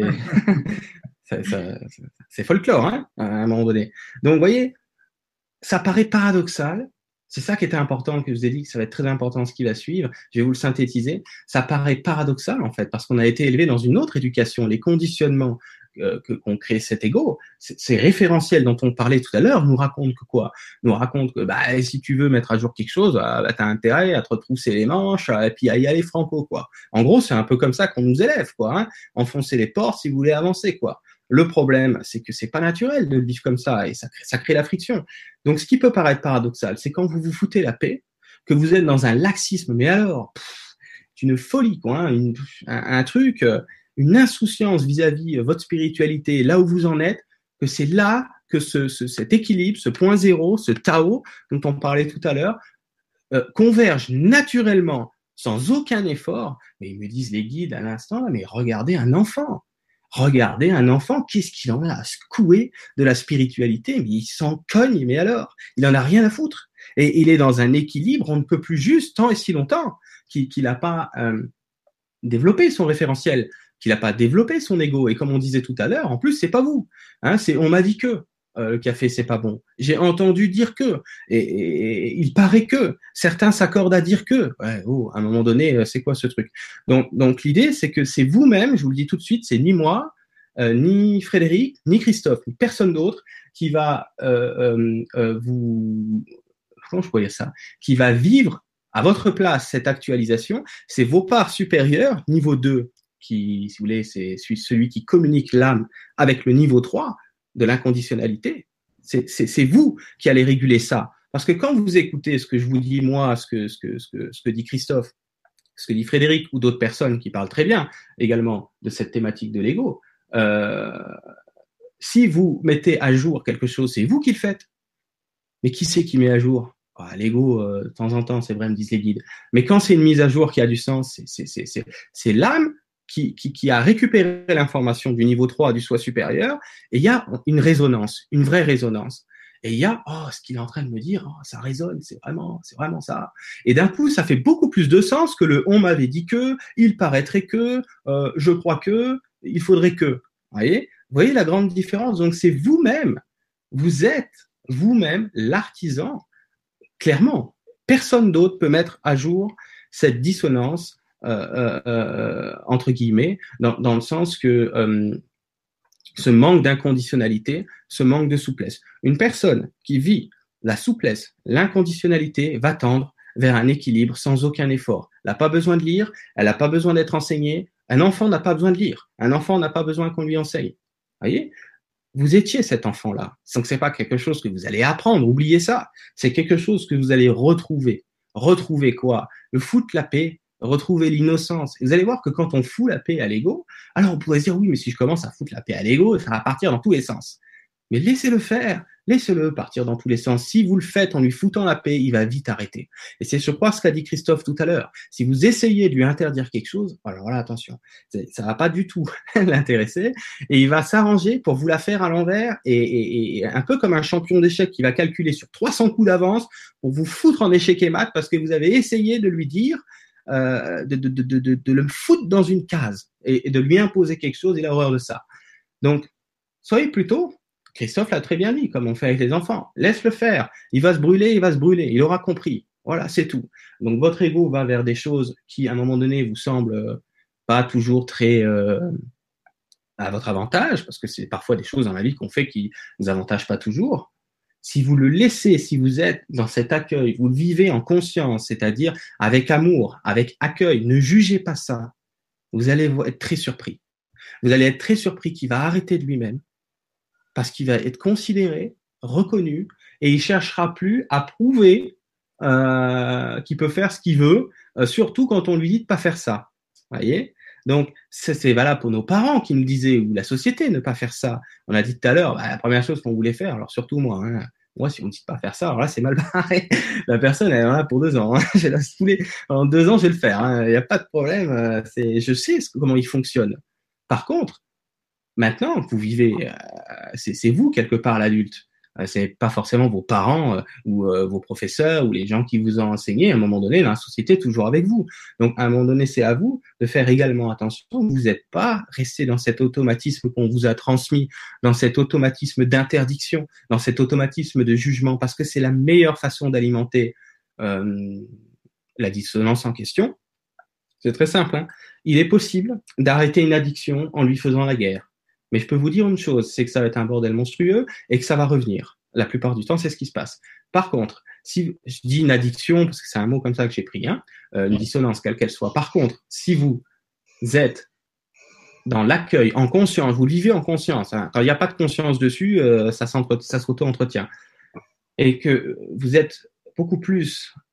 ça, ça, c'est folklore, hein, à un moment donné. Donc, vous voyez, ça paraît paradoxal, c'est ça qui était important, que je vous ai dit, que ça va être très important ce qui va suivre, je vais vous le synthétiser, ça paraît paradoxal en fait, parce qu'on a été élevé dans une autre éducation, les conditionnements euh, que, qu'on crée cet ego, ces référentiels dont on parlait tout à l'heure nous racontent que quoi ? Nous racontent que bah, si tu veux mettre à jour quelque chose, bah, bah, tu as intérêt à te retrousser les manches et puis à y aller franco, quoi. En gros, c'est un peu comme ça qu'on nous élève, quoi, hein. Enfoncer les portes si vous voulez avancer, quoi. Le problème, c'est que c'est pas naturel de vivre comme ça et ça crée, ça crée la friction. Donc, ce qui peut paraître paradoxal, c'est quand vous vous foutez la paix, que vous êtes dans un laxisme, mais alors, pff, une folie, quoi, hein, une, un, un truc, une insouciance vis-à-vis de votre spiritualité, là où vous en êtes, que c'est là que ce, ce, cet équilibre, ce point zéro, ce Tao dont on parlait tout à l'heure, euh, converge naturellement, sans aucun effort. Mais ils me disent les guides à l'instant, mais regardez un enfant. Regardez un enfant, qu'est-ce qu'il en a à secouer de la spiritualité? Mais il s'en cogne, mais alors, il en a rien à foutre. Et il est dans un équilibre, on ne peut plus juste, tant et si longtemps, qu'il n'a pas euh, développé son référentiel, qu'il n'a pas développé son ego. Et comme on disait tout à l'heure, en plus, c'est pas vous. Hein, c'est, on m'a dit que euh, le café, c'est pas bon. J'ai entendu dire que. Et, et, et il paraît que. Certains s'accordent à dire que. Ouais, oh, à un moment donné, c'est quoi ce truc? Donc, donc l'idée, c'est que c'est vous-même, je vous le dis tout de suite, c'est ni moi, euh, ni Frédéric, ni Christophe, ni personne d'autre qui va euh, euh, euh, vous... Comment je pourrais dire ça? Qui va vivre à votre place cette actualisation. C'est vos parts supérieures, niveau deux, qui, si vous voulez, c'est celui qui communique l'âme avec le niveau trois de l'inconditionnalité. C'est, c'est, c'est vous qui allez réguler ça. Parce que quand vous écoutez ce que je vous dis, moi, ce que, ce que, ce que, ce que dit Christophe, ce que dit Frédéric ou d'autres personnes qui parlent très bien également de cette thématique de l'ego, euh, si vous mettez à jour quelque chose, c'est vous qui le faites. Mais qui c'est qui met à jour? Ah, l'ego, euh, de temps en temps, c'est vrai, me disent les guides. Mais quand c'est une mise à jour qui a du sens, c'est, c'est, c'est, c'est, c'est l'âme qui, qui, qui a récupéré l'information du niveau trois du soi supérieur, et il y a une résonance, une vraie résonance. Et il y a, oh, ce qu'il est en train de me dire, oh, ça résonne, c'est vraiment, c'est vraiment ça. Et d'un coup, ça fait beaucoup plus de sens que le on m'avait dit que, il paraîtrait que, euh, je crois que, il faudrait que. Vous voyez? Vous voyez la grande différence? Donc, c'est vous-même. Vous êtes vous-même l'artisan. Clairement, personne d'autre peut mettre à jour cette dissonance, euh, euh, entre guillemets, dans, dans le sens que euh, ce manque d'inconditionnalité, ce manque de souplesse. Une personne qui vit la souplesse, l'inconditionnalité, va tendre vers un équilibre sans aucun effort. Elle n'a pas besoin de lire, elle n'a pas besoin d'être enseignée. Un enfant n'a pas besoin de lire, un enfant n'a pas besoin qu'on lui enseigne. Voyez ? Vous étiez cet enfant-là. Donc, c'est pas quelque chose que vous allez apprendre. Oubliez ça. C'est quelque chose que vous allez retrouver. Retrouver quoi? Le foutre la paix, retrouver l'innocence. Et vous allez voir que quand on fout la paix à l'ego, alors on pourrait se dire, oui, mais si je commence à foutre la paix à l'ego, ça va partir dans tous les sens. Mais laissez-le faire. Laissez-le partir dans tous les sens. Si vous le faites en lui foutant la paix, il va vite arrêter. Et c'est, je crois, ce qu'a dit Christophe tout à l'heure. Si vous essayez de lui interdire quelque chose, alors là, attention, ça va pas du tout l'intéresser. Et il va s'arranger pour vous la faire à l'envers et, et, et un peu comme un champion d'échecs qui va calculer sur trois cents coups d'avance pour vous foutre en échec et mat parce que vous avez essayé de lui dire, euh, de, de, de, de, de le foutre dans une case et, et de lui imposer quelque chose. Il a horreur de ça. Donc, soyez plutôt... Christophe l'a très bien dit, comme on fait avec les enfants. Laisse-le faire. Il va se brûler, il va se brûler. Il aura compris. Voilà, c'est tout. Donc, votre ego va vers des choses qui, à un moment donné, vous semblent pas toujours très euh, à votre avantage, parce que c'est parfois des choses dans la vie qu'on fait qui ne vous avantagent pas toujours. Si vous le laissez, si vous êtes dans cet accueil, vous le vivez en conscience, c'est-à-dire avec amour, avec accueil, ne jugez pas ça. Vous allez être très surpris. Vous allez être très surpris qu'il va arrêter de lui-même, parce qu'il va être considéré, reconnu, et il cherchera plus à prouver euh, qu'il peut faire ce qu'il veut, euh, surtout quand on lui dit de pas faire ça. Voyez ? Donc, c'est, c'est valable pour nos parents qui nous disaient, ou la société, ne pas faire ça. On a dit tout à l'heure, bah, la première chose qu'on voulait faire, alors surtout moi, hein, moi, si on me dit de pas faire ça, alors là, c'est mal barré. La personne, elle en a pour deux ans. Hein. Je la saouler. En deux ans, je vais le faire. Hein. Il n'y a pas de problème. C'est, je sais ce, comment il fonctionne. Par contre, maintenant, vous vivez, euh, c'est, c'est vous quelque part l'adulte. Euh, c'est pas forcément vos parents euh, ou euh, vos professeurs ou les gens qui vous ont enseigné. À un moment donné, la société est toujours avec vous. Donc, à un moment donné, c'est à vous de faire également attention. Vous n'êtes pas resté dans cet automatisme qu'on vous a transmis, dans cet automatisme d'interdiction, dans cet automatisme de jugement, parce que c'est la meilleure façon d'alimenter euh, la dissonance en question. C'est très simple. Hein. Il est possible d'arrêter une addiction en lui faisant la guerre. Mais je peux vous dire une chose, c'est que ça va être un bordel monstrueux et que ça va revenir. La plupart du temps, c'est ce qui se passe. Par contre, si je dis une addiction, parce que c'est un mot comme ça que j'ai pris, hein, euh, une dissonance, quelle qu'elle soit. Par contre, si vous êtes dans l'accueil, en conscience, vous le vivez en conscience, hein, quand il n'y a pas de conscience dessus, euh, ça, ça s'auto-entretient. Et que vous êtes beaucoup plus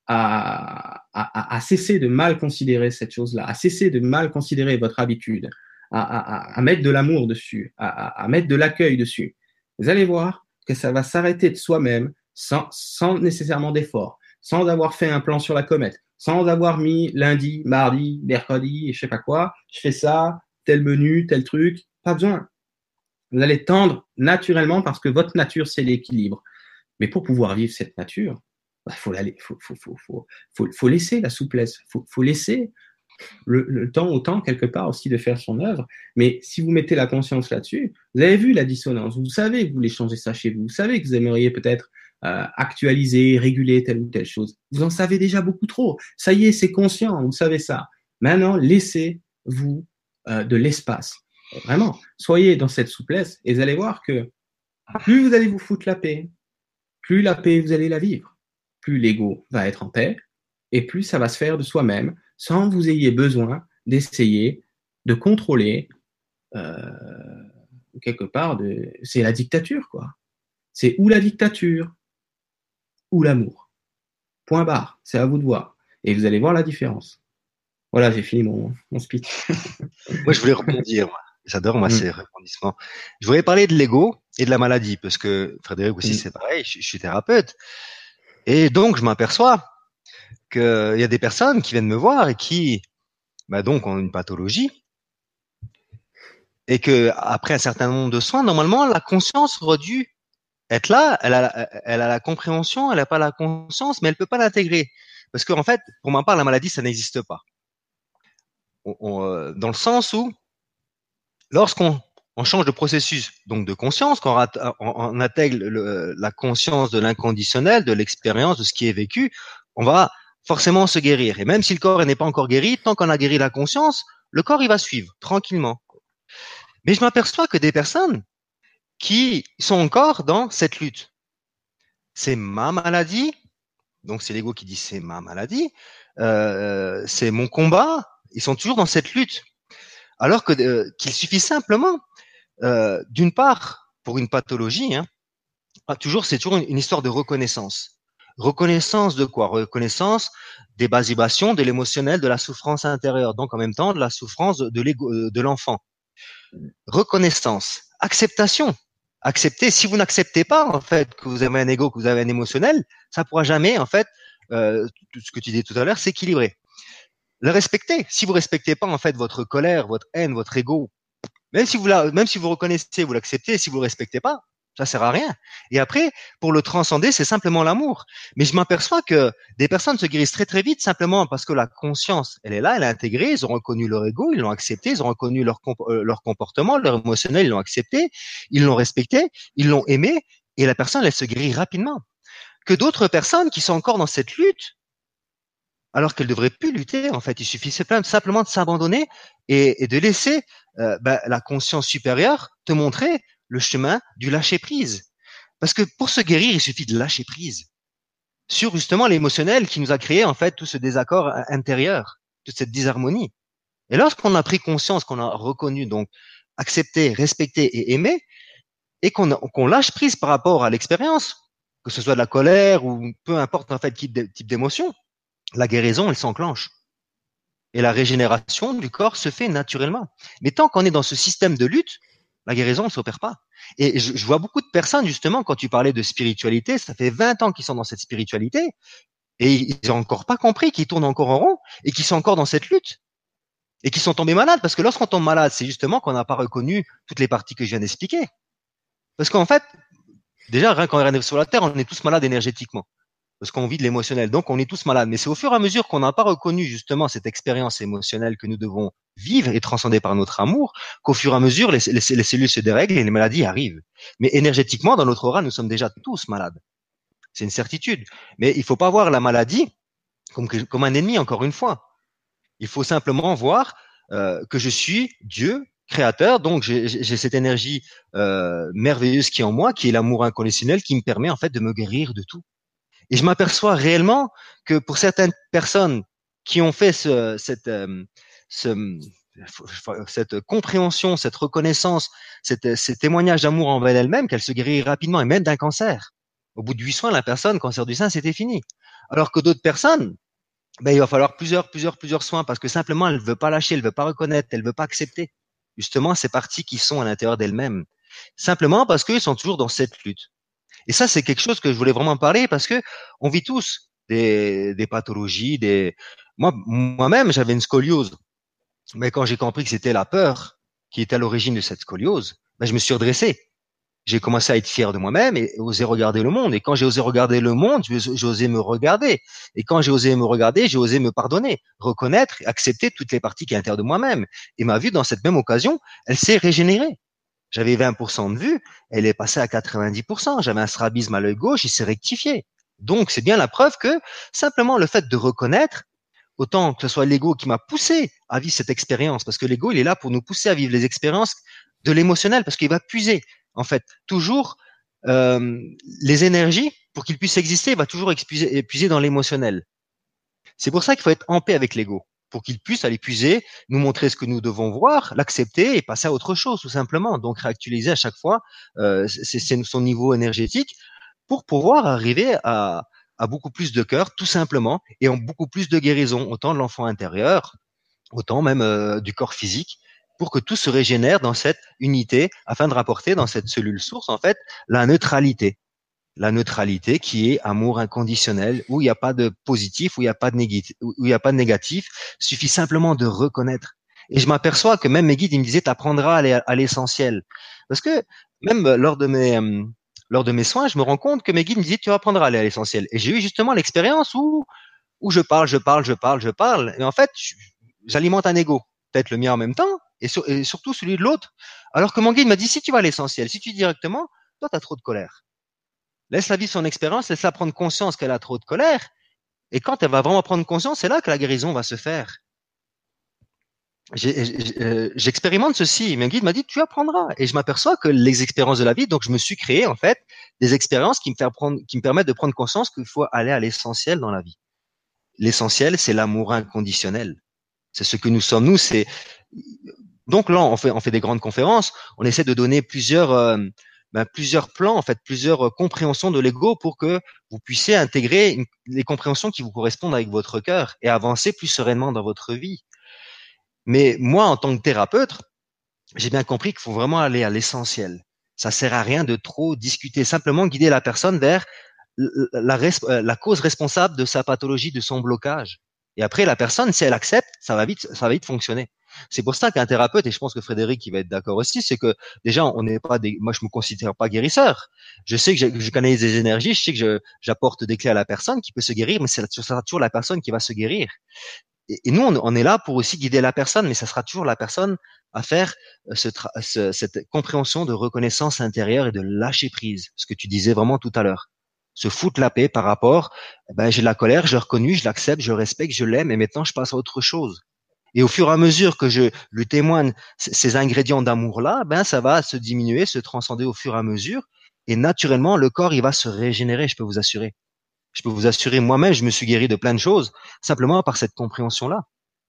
à, à, à cesser de mal considérer cette chose-là, à cesser de mal considérer votre habitude, à, à, à mettre de l'amour dessus, à, à, à mettre de l'accueil dessus, vous allez voir que ça va s'arrêter de soi-même sans, sans nécessairement d'effort, sans avoir fait un plan sur la comète, sans avoir mis lundi, mardi, mercredi, et je sais pas quoi, je fais ça, tel menu, tel truc, pas besoin. Vous allez tendre naturellement parce que votre nature, c'est l'équilibre. Mais pour pouvoir vivre cette nature, il bah, faut, faut, faut, faut, faut, faut, faut laisser la souplesse, il faut, faut laisser le, le temps au temps, quelque part aussi, de faire son œuvre. Mais si vous mettez la conscience là-dessus, vous avez vu la dissonance, vous savez que vous voulez changer ça chez vous, vous savez que vous aimeriez peut-être euh, actualiser, réguler telle ou telle chose. Vous en savez déjà beaucoup trop. Ça y est, c'est conscient, vous savez ça. Maintenant, laissez-vous euh, de l'espace. Vraiment, soyez dans cette souplesse et vous allez voir que plus vous allez vous foutre la paix, plus la paix, vous allez la vivre, plus l'ego va être en paix et plus ça va se faire de soi-même sans que vous ayez besoin d'essayer de contrôler euh, quelque part. De... C'est la dictature, quoi. C'est ou la dictature ou l'amour. Point barre, c'est à vous de voir. Et vous allez voir la différence. Voilà, j'ai fini mon, mon speech. Moi, je voulais rebondir. J'adore, moi, mmh. ces rebondissements. Je voulais parler de l'ego et de la maladie, parce que Frédéric aussi, mmh. c'est pareil, je, je suis thérapeute. Et donc, je m'aperçois qu'il y a des personnes qui viennent me voir et qui, bah, donc, ont une pathologie. Et que, après un certain nombre de soins, normalement, la conscience aurait dû être là. Elle a, elle a la compréhension, elle n'a pas la conscience, mais elle peut pas l'intégrer. Parce qu'en fait, pour ma part, la maladie, ça n'existe pas. On, on, dans le sens où, lorsqu'on on change de processus, donc de conscience, quand on, on intègre le, la conscience de l'inconditionnel, de l'expérience, de ce qui est vécu, on va forcément se guérir. Et même si le corps n'est pas encore guéri, tant qu'on a guéri la conscience, le corps, il va suivre tranquillement. Mais je m'aperçois que des personnes qui sont encore dans cette lutte. C'est ma maladie, donc c'est l'ego qui dit c'est ma maladie, euh, c'est mon combat, ils sont toujours dans cette lutte. Alors que euh, qu'il suffit simplement, euh, d'une part, pour une pathologie, hein, toujours c'est toujours une, une histoire de reconnaissance. Reconnaissance de quoi? Reconnaissance des bases vibrations, de l'émotionnel, de la souffrance intérieure, donc en même temps de la souffrance de, de l'ego, de l'enfant. Reconnaissance, acceptation. Accepter. Si vous n'acceptez pas en fait que vous avez un ego, que vous avez un émotionnel, ça pourra jamais en fait, euh, tout ce que tu disais tout à l'heure, s'équilibrer. Le respecter. Si vous respectez pas en fait votre colère, votre haine, votre ego, même si vous la, même si vous reconnaissez, vous l'acceptez, si vous le respectez pas, ça sert à rien. Et après, pour le transcender, c'est simplement l'amour. Mais je m'aperçois que des personnes se guérissent très très vite simplement parce que la conscience, elle est là, elle est intégrée, ils ont reconnu leur ego, ils l'ont accepté, ils ont reconnu leur, comp- euh, leur comportement, leur émotionnel, ils l'ont accepté, ils l'ont respecté, ils l'ont aimé, et la personne, elle se guérit rapidement. Que d'autres personnes qui sont encore dans cette lutte, alors qu'elles devraient plus lutter, en fait, il suffit simplement de s'abandonner et, et de laisser euh, bah, la conscience supérieure te montrer le chemin du lâcher prise. Parce que pour se guérir, il suffit de lâcher prise sur justement l'émotionnel qui nous a créé en fait tout ce désaccord intérieur, toute cette disharmonie. Et lorsqu'on a pris conscience, qu'on a reconnu, donc accepté, respecté et aimé, et qu'on, qu'on lâche prise par rapport à l'expérience, que ce soit de la colère ou peu importe en fait type, type d'émotion, la guérison, elle s'enclenche. Et la régénération du corps se fait naturellement. Mais tant qu'on est dans ce système de lutte, la guérison ne s'opère pas. Et je, je vois beaucoup de personnes, justement, quand tu parlais de spiritualité, ça fait vingt ans qu'ils sont dans cette spiritualité, et ils n'ont encore pas compris qu'ils tournent encore en rond, et qu'ils sont encore dans cette lutte, et qu'ils sont tombés malades. Parce que lorsqu'on tombe malade, c'est justement qu'on n'a pas reconnu toutes les parties que je viens d'expliquer. Parce qu'en fait, déjà, rien quand on arrive sur la Terre, on est tous malades énergétiquement. Parce qu'on vit de l'émotionnel. Donc, on est tous malades. Mais c'est au fur et à mesure qu'on n'a pas reconnu justement cette expérience émotionnelle que nous devons vivre et transcender par notre amour, qu'au fur et à mesure, les, les, les cellules se dérèglent et les maladies arrivent. Mais énergétiquement, dans notre aura, nous sommes déjà tous malades. C'est une certitude. Mais il faut pas voir la maladie comme, comme un ennemi, encore une fois. Il faut simplement voir euh, que je suis Dieu, créateur, donc j'ai, j'ai cette énergie euh, merveilleuse qui est en moi, qui est l'amour inconditionnel, qui me permet en fait de me guérir de tout. Et je m'aperçois réellement que pour certaines personnes qui ont fait ce, cette, euh, ce, cette compréhension, cette reconnaissance, cette, ces témoignages d'amour envers elles-mêmes, qu'elles se guérissent rapidement, et même d'un cancer. Au bout de huit soins, la personne, cancer du sein, c'était fini. Alors que d'autres personnes, ben, il va falloir plusieurs, plusieurs, plusieurs soins parce que simplement, elle ne veut pas lâcher, elle ne veut pas reconnaître, elle ne veut pas accepter. Justement, ces parties qui sont à l'intérieur d'elles-mêmes. Simplement parce qu'ils sont toujours dans cette lutte. Et ça, c'est quelque chose que je voulais vraiment parler parce que on vit tous des, des pathologies, des, moi, moi-même, j'avais une scoliose. Mais quand j'ai compris que c'était la peur qui était à l'origine de cette scoliose, ben, je me suis redressé. J'ai commencé à être fier de moi-même et oser regarder le monde. Et quand j'ai osé regarder le monde, j'ai osé me regarder. Et quand j'ai osé me regarder, j'ai osé me pardonner, reconnaître, accepter toutes les parties qui sont à l'intérieur de moi-même. Et ma vue, dans cette même occasion, elle s'est régénérée. J'avais vingt pour cent de vue, elle est passée à quatre-vingt-dix pour cent. J'avais un strabisme à l'œil gauche, il s'est rectifié. Donc, c'est bien la preuve que simplement le fait de reconnaître, autant que ce soit l'ego qui m'a poussé à vivre cette expérience, parce que l'ego, il est là pour nous pousser à vivre les expériences de l'émotionnel, parce qu'il va puiser, en fait, toujours euh, les énergies, pour qu'il puisse exister, il va toujours épuiser, épuiser dans l'émotionnel. C'est pour ça qu'il faut être en paix avec l'ego, pour qu'il puisse aller puiser, nous montrer ce que nous devons voir, l'accepter et passer à autre chose, tout simplement. Donc, réactualiser à chaque fois euh, c'est, c'est son niveau énergétique pour pouvoir arriver à, à beaucoup plus de cœur, tout simplement, et en beaucoup plus de guérison, autant de l'enfant intérieur, autant même euh, du corps physique, pour que tout se régénère dans cette unité, afin de rapporter dans cette cellule source, en fait, la neutralité. La neutralité qui est amour inconditionnel, où il n'y a pas de positif, où il n'y a pas de négatif, où il n'y a pas de négatif, suffit simplement de reconnaître. Et je m'aperçois que même mes guides, ils me disaient, t'apprendras à, aller à l'essentiel. Parce que même lors de mes, euh, lors de mes soins, je me rends compte que mes guides me disaient, tu apprendras à aller à l'essentiel. Et j'ai eu justement l'expérience où, où je parle, je parle, je parle, je parle. Et en fait, j'alimente un ego, peut-être le mien en même temps, et, sur, et surtout celui de l'autre. Alors que mon guide m'a dit, si tu vas à l'essentiel, si tu dis directement, toi, tu as trop de colère. Laisse-la vivre son expérience, laisse-la prendre conscience qu'elle a trop de colère. Et quand elle va vraiment prendre conscience, c'est là que la guérison va se faire. J'ai, j'ai, euh, j'expérimente ceci. Mon guide m'a dit, tu apprendras. Et je m'aperçois que les expériences de la vie, donc je me suis créé en fait des expériences qui me, faire prendre, qui me permettent de prendre conscience qu'il faut aller à l'essentiel dans la vie. L'essentiel, c'est l'amour inconditionnel. C'est ce que nous sommes. Nous, c'est donc là, on fait, on fait des grandes conférences. On essaie de donner plusieurs... Euh, Ben, plusieurs plans, en fait, plusieurs euh, compréhensions de l'ego pour que vous puissiez intégrer une, les compréhensions qui vous correspondent avec votre cœur et avancer plus sereinement dans votre vie. Mais moi, en tant que thérapeute, j'ai bien compris qu'il faut vraiment aller à l'essentiel. Ça sert à rien de trop discuter, simplement guider la personne vers la, la, la cause responsable de sa pathologie, de son blocage. Et après, la personne, si elle accepte, ça va vite, ça va vite fonctionner. C'est pour ça qu'un thérapeute, et je pense que Frédéric il va être d'accord aussi, c'est que déjà on n'est pas des, moi je me considère pas guérisseur. Je sais que je, je canalise des énergies, je sais que je, j'apporte des clés à la personne qui peut se guérir, mais c'est ce sera toujours la personne qui va se guérir. Et, et nous on, on est là pour aussi guider la personne, mais ça sera toujours la personne à faire ce, ce, cette compréhension de reconnaissance intérieure et de lâcher prise, ce que tu disais vraiment tout à l'heure. Se foutre la paix par rapport, ben j'ai de la colère, je l'ai reconnu, je l'accepte, je le respecte, je l'aime, et maintenant je passe à autre chose. Et au fur et à mesure que je lui témoigne ces ingrédients d'amour-là, ben ça va se diminuer, se transcender au fur et à mesure. Et naturellement, le corps, il va se régénérer, je peux vous assurer. Je peux vous assurer, moi-même, je me suis guéri de plein de choses, simplement par cette compréhension-là.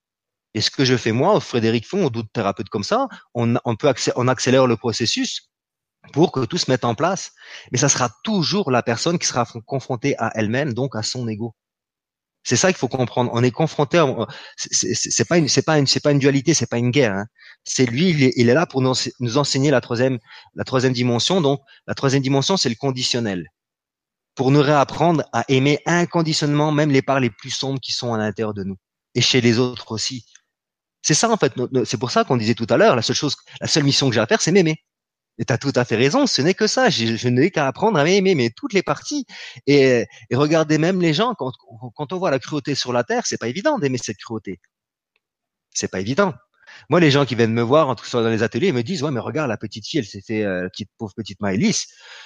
Et ce que je fais moi, au Frédéric Font, ou d'autres thérapeutes comme ça, on, on peut accé- on accélère le processus pour que tout se mette en place. Mais ça sera toujours la personne qui sera confrontée à elle-même, donc à son ego. C'est ça qu'il faut comprendre. On est confronté. À, c'est, c'est, c'est pas une, c'est pas une, c'est pas une dualité, c'est pas une guerre. Hein. C'est lui, il est, il est là pour nous, nous enseigner la troisième, la troisième dimension. Donc, la troisième dimension, c'est le conditionnel, pour nous réapprendre à aimer inconditionnellement même les parts les plus sombres qui sont à l'intérieur de nous et chez les autres aussi. C'est ça en fait. C'est pour ça qu'on disait tout à l'heure, la seule chose, la seule mission que j'ai à faire, c'est m'aimer. Et tu as tout à fait raison, ce n'est que ça. Je, je n'ai qu'à apprendre à m'aimer, mais toutes les parties. Et, et regardez même les gens, quand, quand on voit la cruauté sur la terre, c'est pas évident d'aimer cette cruauté. C'est pas évident. Moi, les gens qui viennent me voir, en tout cas dans les ateliers, ils me disent, ouais, mais regarde, la petite fille, elle s'est fait, euh, la petite, pauvre petite Maëlys.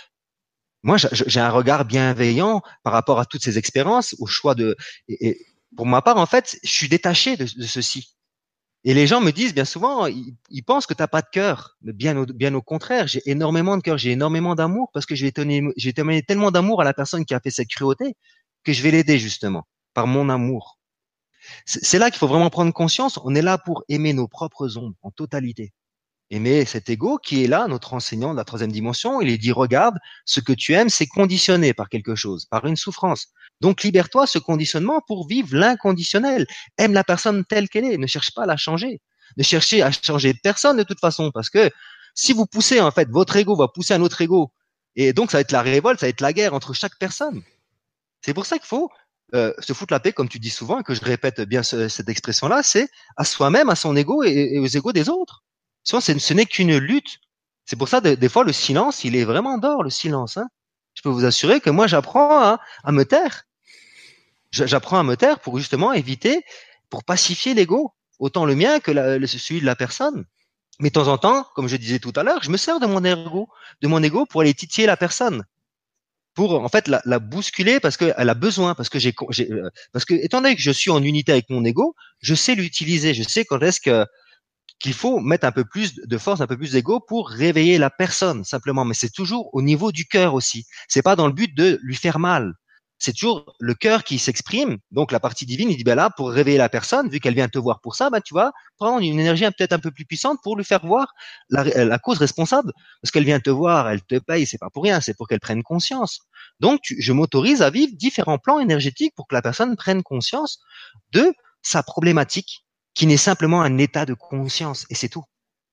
Moi, j'ai un regard bienveillant par rapport à toutes ces expériences, au choix de, et, et pour ma part, en fait, je suis détaché de, de ceci. Et les gens me disent bien souvent, ils, ils pensent que t'as pas de cœur, mais bien au, bien au contraire, j'ai énormément de cœur, j'ai énormément d'amour parce que je vais donner, j'ai donné tellement d'amour à la personne qui a fait cette cruauté que je vais l'aider justement par mon amour. C'est, c'est là qu'il faut vraiment prendre conscience. On est là pour aimer nos propres ombres en totalité. Aimer cet ego qui est là, notre enseignant de la troisième dimension. Il est dit, regarde, ce que tu aimes, c'est conditionné par quelque chose, par une souffrance. Donc, libère-toi ce conditionnement pour vivre l'inconditionnel. Aime la personne telle qu'elle est. Ne cherche pas à la changer. Ne cherchez à changer personne de toute façon, parce que si vous poussez, en fait, votre ego va pousser un autre ego. Et donc, ça va être la révolte, ça va être la guerre entre chaque personne. C'est pour ça qu'il faut euh, se foutre la paix, comme tu dis souvent, et que je répète bien ce, cette expression-là, c'est à soi-même, à son ego et, et aux égos des autres. Souvent, ce n'est qu'une lutte. C'est pour ça, de, des fois, le silence, il est vraiment d'or, le silence. Hein. Je peux vous assurer que moi, j'apprends à, à me taire. J'apprends à me taire pour justement éviter, pour pacifier l'ego, autant le mien que la, le, celui de la personne. Mais de temps en temps, comme je disais tout à l'heure, je me sers de mon ego, de mon ego pour aller titiller la personne, pour en fait la, la bousculer parce qu'elle a besoin, parce que j'ai, j'ai, parce que étant donné que je suis en unité avec mon ego, je sais l'utiliser, je sais quand est-ce que qu'il faut mettre un peu plus de force, un peu plus d'ego pour réveiller la personne simplement. Mais c'est toujours au niveau du cœur aussi. C'est pas dans le but de lui faire mal. C'est toujours le cœur qui s'exprime. Donc la partie divine, il dit ben là pour réveiller la personne, vu qu'elle vient te voir pour ça, ben tu vas prendre une énergie peut-être un peu plus puissante pour lui faire voir la, la cause responsable, parce qu'elle vient te voir, elle te paye, c'est pas pour rien, c'est pour qu'elle prenne conscience. Donc tu, je m'autorise à vivre différents plans énergétiques pour que la personne prenne conscience de sa problématique, qui n'est simplement un état de conscience, et c'est tout.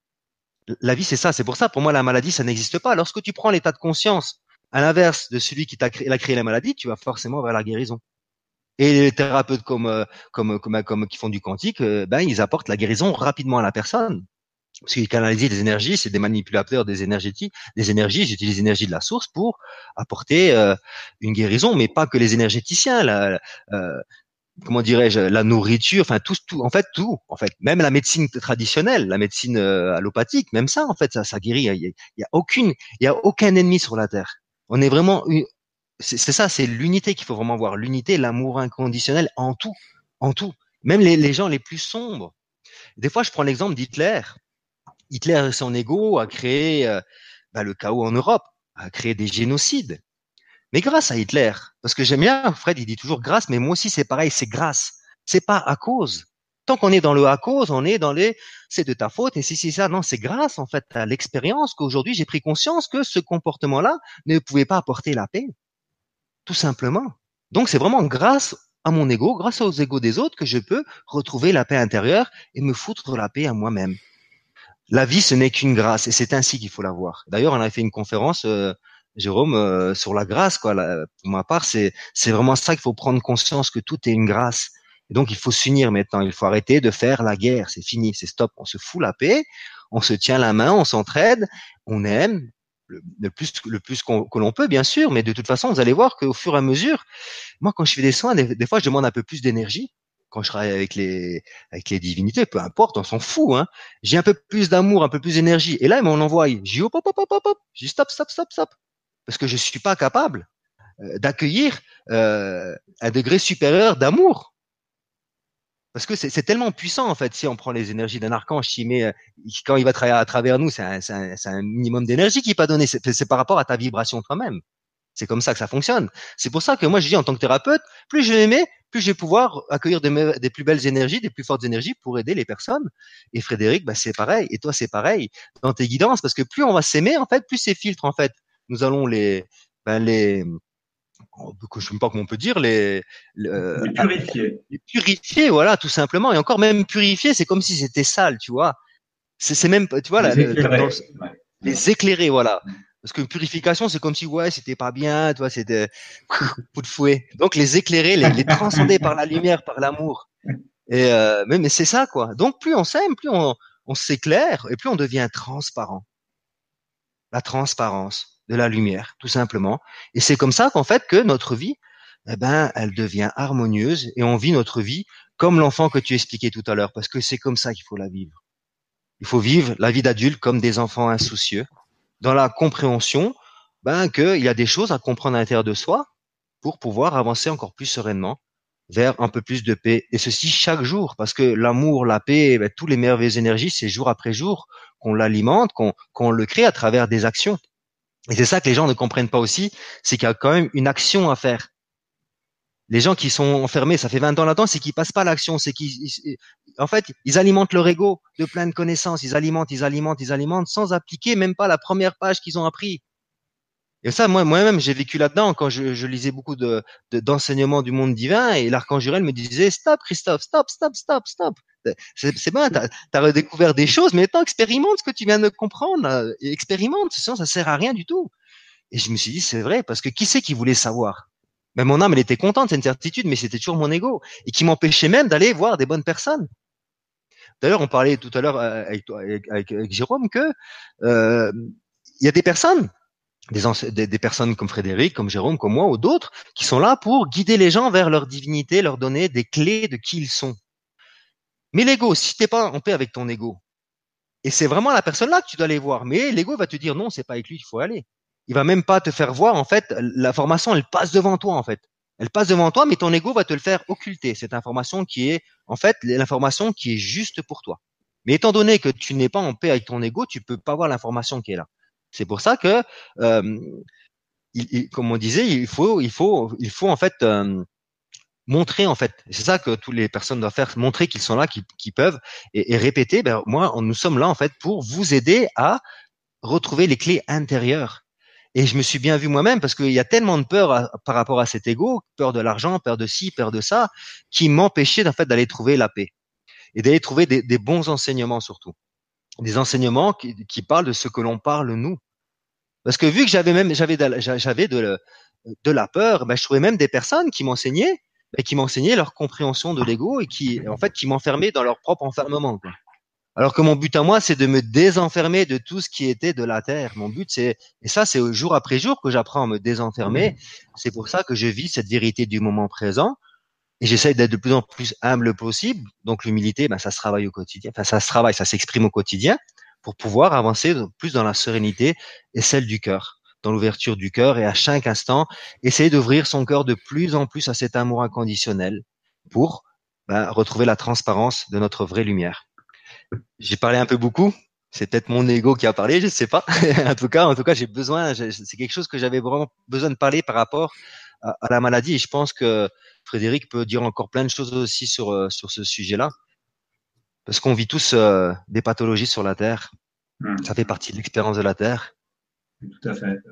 La vie, c'est ça. C'est pour ça, pour moi, la maladie, ça n'existe pas. Lorsque tu prends l'état de conscience, à l'inverse de celui qui t'a créé, a créé la maladie, tu vas forcément vers la guérison. Et les thérapeutes comme euh, comme comme comme qui font du quantique, euh, ben ils apportent la guérison rapidement à la personne. Parce qu'ils canalisent des énergies, c'est des manipulateurs des énergies, des énergies. Ils utilisent l'énergie de la source pour apporter euh, une guérison, mais pas que les énergéticiens. Là, euh, comment dirais-je, la nourriture, enfin tout, tout, en fait tout, en fait, même la médecine traditionnelle, la médecine euh, allopathique, même ça, en fait, ça, ça guérit. Il y a, il y a aucune, il y a aucun ennemi sur la terre. On est vraiment, c'est, c'est ça, c'est l'unité qu'il faut vraiment voir, l'unité, l'amour inconditionnel en tout, en tout. Même les, les gens les plus sombres. Des fois, je prends l'exemple d'Hitler. Hitler, son ego, a créé euh, bah, le chaos en Europe, a créé des génocides. Mais grâce à Hitler, parce que j'aime bien, Fred, il dit toujours grâce, mais moi aussi c'est pareil, c'est grâce. C'est pas à cause. Tant qu'on est dans le à cause, on est dans les c'est de ta faute et si c'est ça. Non, c'est grâce en fait à l'expérience qu'aujourd'hui j'ai pris conscience que ce comportement-là ne pouvait pas apporter la paix, tout simplement. Donc c'est vraiment grâce à mon ego, grâce aux égos des autres que je peux retrouver la paix intérieure et me foutre la paix à moi-même. La vie, ce n'est qu'une grâce et c'est ainsi qu'il faut la voir. D'ailleurs, on a fait une conférence. Euh, Jérôme, euh, sur la grâce, quoi. La, pour ma part, c'est c'est vraiment ça qu'il faut prendre conscience que tout est une grâce. Et donc, il faut s'unir maintenant. Il faut arrêter de faire la guerre. C'est fini, c'est stop. On se fout la paix, on se tient la main, on s'entraide, on aime le, le plus le plus qu'on, que l'on peut, bien sûr. Mais de toute façon, vous allez voir qu'au fur et à mesure, moi, quand je fais des soins, des, des fois, je demande un peu plus d'énergie. Quand je travaille avec les avec les divinités, peu importe, on s'en fout. Hein. J'ai un peu plus d'amour, un peu plus d'énergie. Et là, on envoie. J'ai dit hop, hop, hop, hop, hop. J'ai dit stop, stop, stop, stop. Parce que je suis pas capable euh, d'accueillir euh, un degré supérieur d'amour. Parce que c'est, c'est tellement puissant, en fait, si on prend les énergies d'un archange, si met, euh, quand il va travailler à travers nous, c'est un, c'est un, c'est un minimum d'énergie qu'il va donner. C'est, c'est par rapport à ta vibration toi-même. C'est comme ça que ça fonctionne. C'est pour ça que moi, je dis en tant que thérapeute, plus je vais aimer, plus je vais pouvoir accueillir des, me- des plus belles énergies, des plus fortes énergies pour aider les personnes. Et Frédéric, bah, c'est pareil. Et toi, c'est pareil dans tes guidances, parce que plus on va s'aimer, en fait, plus ces filtres, en fait, nous allons les, ben les, je ne sais pas comment on peut dire, les, euh, les purifier. Les purifier, voilà, tout simplement. Et encore même purifier, c'est comme si c'était sale, tu vois. C'est, c'est même, tu vois, les, là, éclairer. Dans, ouais. les éclairer, voilà. Parce que purification, c'est comme si, ouais, c'était pas bien, tu vois, c'était coup de fouet. Donc, les éclairer, les, les transcender par la lumière, par l'amour. Et, euh, mais, mais c'est ça, quoi. Donc, plus on s'aime, plus on, on s'éclaire, et plus on devient transparent. La transparence de la lumière, tout simplement. Et c'est comme ça qu'en fait, que notre vie, eh ben, elle devient harmonieuse et on vit notre vie comme l'enfant que tu expliquais tout à l'heure, parce que c'est comme ça qu'il faut la vivre. Il faut vivre la vie d'adulte comme des enfants insoucieux, dans la compréhension, ben, qu'il y a des choses à comprendre à l'intérieur de soi pour pouvoir avancer encore plus sereinement vers un peu plus de paix. Et ceci chaque jour, parce que l'amour, la paix, ben, tous les merveilleuses énergies, c'est jour après jour qu'on l'alimente, qu'on, qu'on le crée à travers des actions. Et c'est ça que les gens ne comprennent pas aussi, c'est qu'il y a quand même une action à faire. Les gens qui sont enfermés, ça fait vingt ans là-dedans, c'est qu'ils passent pas à l'action, c'est qu'ils, en fait, ils alimentent leur ego de plein de connaissances, ils alimentent, ils alimentent, ils alimentent, sans appliquer même pas la première page qu'ils ont appris. Et ça, moi, moi-même, j'ai vécu là-dedans quand je, je lisais beaucoup de, de- d'enseignements du monde divin et l'archange Uriel me disait, stop, Christophe, stop, stop, stop, stop. C'est, c'est bien, t'as, t'as redécouvert des choses, mais attends, expérimente ce que tu viens de comprendre, là, et expérimente, sinon ça sert à rien du tout. Et je me suis dit, c'est vrai, parce que qui c'est qui voulait savoir? Ben, mon âme, elle était contente, c'est une certitude, mais c'était toujours mon ego et qui m'empêchait même d'aller voir des bonnes personnes. D'ailleurs, on parlait tout à l'heure euh, avec, toi- avec, avec- avec Jérôme que euh, il y a des personnes, des, des, des personnes comme Frédéric, comme Jérôme, comme moi ou d'autres, qui sont là pour guider les gens vers leur divinité, leur donner des clés de qui ils sont. Mais l'ego, si t'es pas en paix avec ton ego, et c'est vraiment la personne là que tu dois aller voir, mais l'ego va te dire non, c'est pas avec lui qu'il faut aller. Il va même pas te faire voir, en fait, l'information, elle passe devant toi, en fait. Elle passe devant toi, mais ton ego va te le faire occulter. Cette information qui est, en fait, l'information qui est juste pour toi. Mais étant donné que tu n'es pas en paix avec ton ego, tu peux pas voir l'information qui est là. C'est pour ça que, euh, il, il, comme on disait, il faut, il faut, il faut en fait euh, montrer en fait. C'est ça que toutes les personnes doivent faire, montrer qu'ils sont là, qu'ils, qu'ils peuvent, et, et répéter. Ben moi, nous sommes là en fait pour vous aider à retrouver les clés intérieures. Et je me suis bien vu moi-même parce qu'il y a tellement de peur à, par rapport à cet ego, peur de l'argent, peur de ci, peur de ça, qui m'empêchait en fait d'aller trouver la paix et d'aller trouver des, des bons enseignements surtout, des enseignements qui, qui parlent de ce que l'on parle nous. Parce que vu que j'avais même j'avais de, j'avais de, de la peur, ben, je trouvais même des personnes qui m'enseignaient, ben, qui m'enseignaient leur compréhension de l'ego et qui en fait qui m'enfermaient dans leur propre enfermement, quoi. Alors que mon but à moi, c'est de me désenfermer de tout ce qui était de la terre. Mon but, c'est, et ça, c'est jour après jour que j'apprends à me désenfermer. C'est pour ça que je vis cette vérité du moment présent et j'essaye d'être de plus en plus humble possible. Donc, l'humilité, ben, ça se travaille au quotidien. Enfin, ça se travaille, ça s'exprime au quotidien pour pouvoir avancer plus dans la sérénité et celle du cœur, dans l'ouverture du cœur et à chaque instant, essayer d'ouvrir son cœur de plus en plus à cet amour inconditionnel pour ben, retrouver la transparence de notre vraie lumière. J'ai parlé un peu beaucoup. C'est peut-être mon ego qui a parlé, je sais pas. en tout cas, en tout cas, j'ai besoin. C'est quelque chose que j'avais vraiment besoin de parler par rapport à, à, la maladie. Et je pense que Frédéric peut dire encore plein de choses aussi sur euh, sur ce sujet-là, parce qu'on vit tous euh, des pathologies sur la Terre. Mmh. Ça fait partie de l'expérience de la Terre. Tout à fait.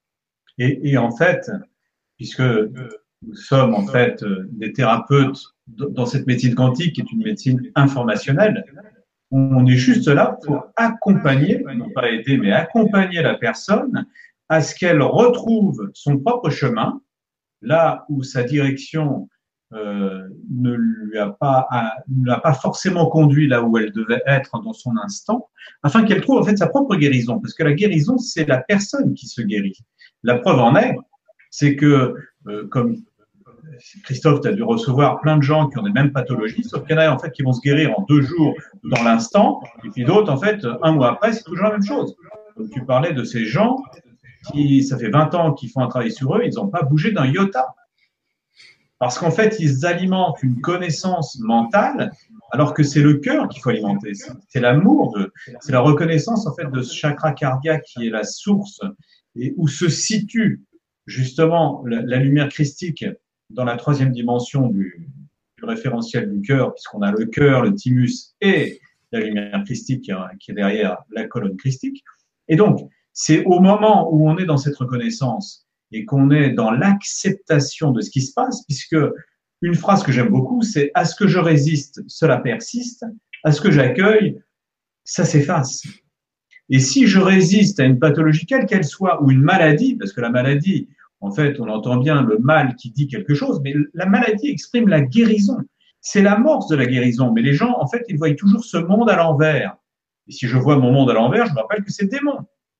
Et, et en fait, puisque nous sommes en fait des thérapeutes dans cette médecine quantique, qui est une médecine informationnelle, on est juste là pour accompagner, non pas aider, mais accompagner la personne à ce qu'elle retrouve son propre chemin, là où sa direction euh, ne lui a pas, à, ne l'a pas forcément conduit là où elle devait être dans son instant, afin qu'elle trouve en fait sa propre guérison, parce que la guérison, c'est la personne qui se guérit. La preuve en est, c'est que, euh, comme Christophe, tu as dû recevoir plein de gens qui ont des mêmes pathologies, sauf qu'il y en a en fait qui vont se guérir en deux jours dans l'instant, et puis d'autres, en fait, un mois après, c'est toujours la même chose. Donc, tu parlais de ces gens qui, ça fait vingt ans qu'ils font un travail sur eux, ils n'ont pas bougé d'un iota. Parce qu'en fait, ils alimentent une connaissance mentale, alors que c'est le cœur qu'il faut alimenter. C'est l'amour, de, c'est la reconnaissance en fait de ce chakra cardiaque qui est la source et où se situe justement la, la lumière christique dans la troisième dimension du, du référentiel du cœur, puisqu'on a le cœur, le thymus et la lumière christique qui est, qui est derrière la colonne christique. Et donc, c'est au moment où on est dans cette reconnaissance et qu'on est dans l'acceptation de ce qui se passe, puisque une phrase que j'aime beaucoup, c'est « à ce que je résiste, cela persiste, à ce que j'accueille, ça s'efface ». Et si je résiste à une pathologie, quelle qu'elle soit, ou une maladie, parce que la maladie, en fait, on entend bien le mal qui dit quelque chose, mais la maladie exprime la guérison. C'est l'amorce de la guérison. Mais les gens, en fait, ils voient toujours ce monde à l'envers. Et si je vois mon monde à l'envers, je me rappelle que c'est démon.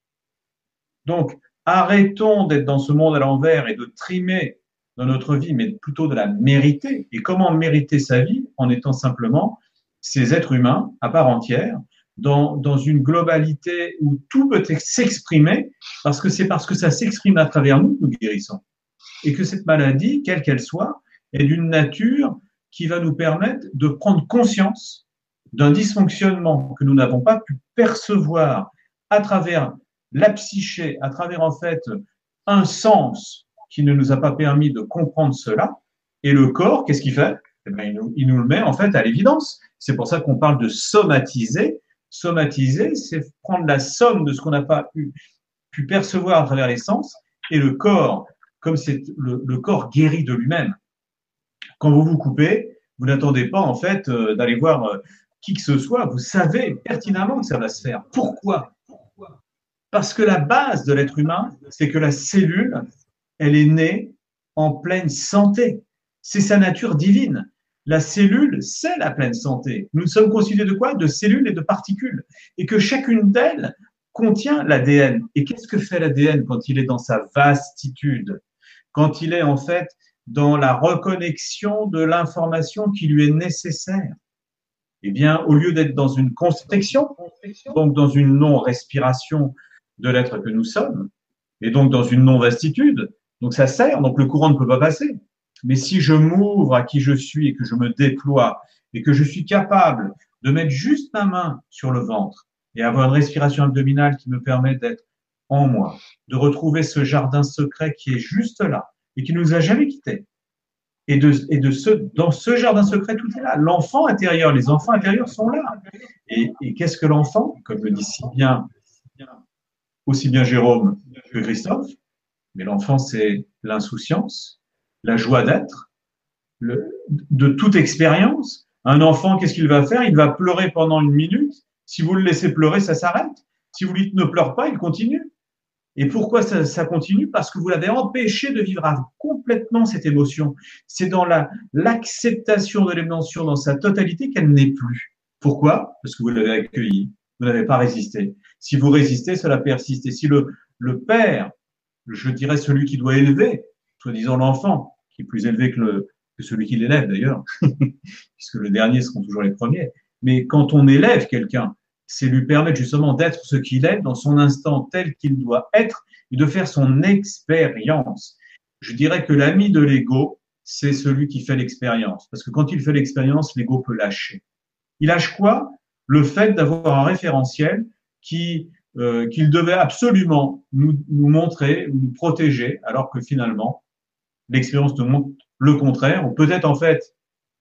Donc, arrêtons d'être dans ce monde à l'envers et de trimer dans notre vie, mais plutôt de la mériter. Et comment mériter sa vie? En étant simplement ces êtres humains à part entière, dans, dans une globalité où tout peut s'exprimer, parce que c'est parce que ça s'exprime à travers nous que nous guérissons. Et que cette maladie, quelle qu'elle soit, est d'une nature qui va nous permettre de prendre conscience d'un dysfonctionnement que nous n'avons pas pu percevoir à travers la psyché, à travers en fait un sens qui ne nous a pas permis de comprendre cela. Et le corps, qu'est-ce qu'il fait? Eh bien, il, nous, il nous le met en fait à l'évidence. C'est pour ça qu'on parle de somatiser. Somatiser, c'est prendre la somme de ce qu'on n'a pas pu, pu percevoir à travers les sens Et le corps, comme c'est le, le corps guérit de lui-même. Quand vous vous coupez, vous n'attendez pas en fait euh, d'aller voir euh, qui que ce soit. Vous savez pertinemment que ça va se faire. Pourquoi? Parce que la base de l'être humain, c'est que la cellule, elle est née en pleine santé. C'est sa nature divine. La cellule, c'est la pleine santé. Nous sommes constitués de quoi? De cellules et de particules. Et que chacune d'elles contient l'A D N. Et qu'est-ce que fait l'A D N quand il est dans sa vastitude? Quand il est en fait dans la reconnexion de l'information qui lui est nécessaire? Eh bien, au lieu d'être dans une constriction, donc dans une non-respiration de l'être que nous sommes, et donc dans une non-vastitude, donc ça sert, donc le courant ne peut pas passer. Mais si je m'ouvre à qui je suis et que je me déploie et que je suis capable de mettre juste ma main sur le ventre et avoir une respiration abdominale qui me permet d'être en moi, de retrouver ce jardin secret qui est juste là et qui ne nous a jamais quittés. Et, de, et de ce, dans ce jardin secret, tout est là. L'enfant intérieur, les enfants intérieurs sont là. Et, et qu'est-ce que l'enfant? Comme le dit si bien, aussi bien Jérôme que Christophe, mais l'enfant, c'est l'insouciance, la joie d'être, le, de toute expérience. Un enfant, qu'est-ce qu'il va faire? Il va pleurer pendant une minute. Si vous le laissez pleurer, ça s'arrête. Si vous lui dites ne pleure pas, il continue. Et pourquoi ça, ça continue? Parce que vous l'avez empêché de vivre complètement cette émotion. C'est dans la, l'acceptation de l'émotion dans sa totalité qu'elle n'est plus. Pourquoi? Parce que vous l'avez accueillie. Vous n'avez pas résisté. Si vous résistez, cela persiste. Et si le, le père, je dirais celui qui doit élever, soi-disant l'enfant, qui est plus élevé que, le, que celui qui l'élève d'ailleurs, puisque le dernier seront toujours les premiers. Mais quand on élève quelqu'un, c'est lui permettre justement d'être ce qu'il est dans son instant tel qu'il doit être et de faire son expérience. Je dirais que l'ami de l'ego, c'est celui qui fait l'expérience. Parce que quand il fait l'expérience, l'ego peut lâcher. Il lâche quoi? Le fait d'avoir un référentiel qui, euh, qu'il devait absolument nous, nous montrer, nous protéger, alors que finalement, l'expérience nous montre le contraire, ou peut-être en fait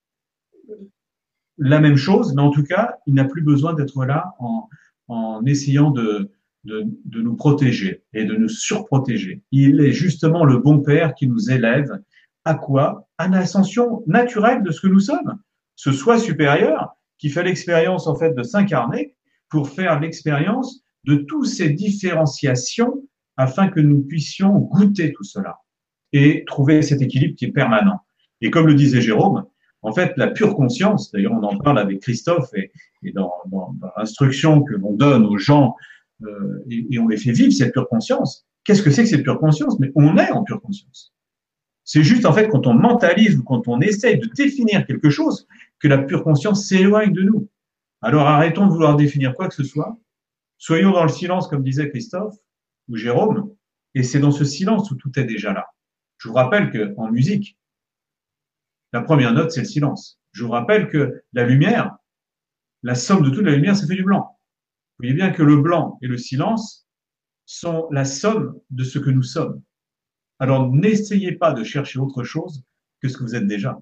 la même chose, mais en tout cas, il n'a plus besoin d'être là en, en essayant de, de, de nous protéger et de nous surprotéger. Il est justement le bon père qui nous élève à quoi? À l'ascension naturelle de ce que nous sommes. Ce soi supérieur qui fait l'expérience en fait de s'incarner pour faire l'expérience de toutes ces différenciations afin que nous puissions goûter tout cela et trouver cet équilibre qui est permanent. Et comme le disait Jérôme, en fait, la pure conscience, d'ailleurs on en parle avec Christophe et, et dans, dans, dans l'instruction que l'on donne aux gens euh, et, et on les fait vivre cette pure conscience. Qu'est-ce que c'est que cette pure conscience? Mais on est en pure conscience. C'est juste en fait quand on mentalise ou quand on essaye de définir quelque chose que la pure conscience s'éloigne de nous. Alors arrêtons de vouloir définir quoi que ce soit. Soyons dans le silence comme disait Christophe ou Jérôme et c'est dans ce silence où tout est déjà là. Je vous rappelle qu'en musique, la première note, c'est le silence. Je vous rappelle que la lumière, la somme de toute la lumière, ça fait du blanc. Vous voyez bien que le blanc et le silence sont la somme de ce que nous sommes. Alors, n'essayez pas de chercher autre chose que ce que vous êtes déjà.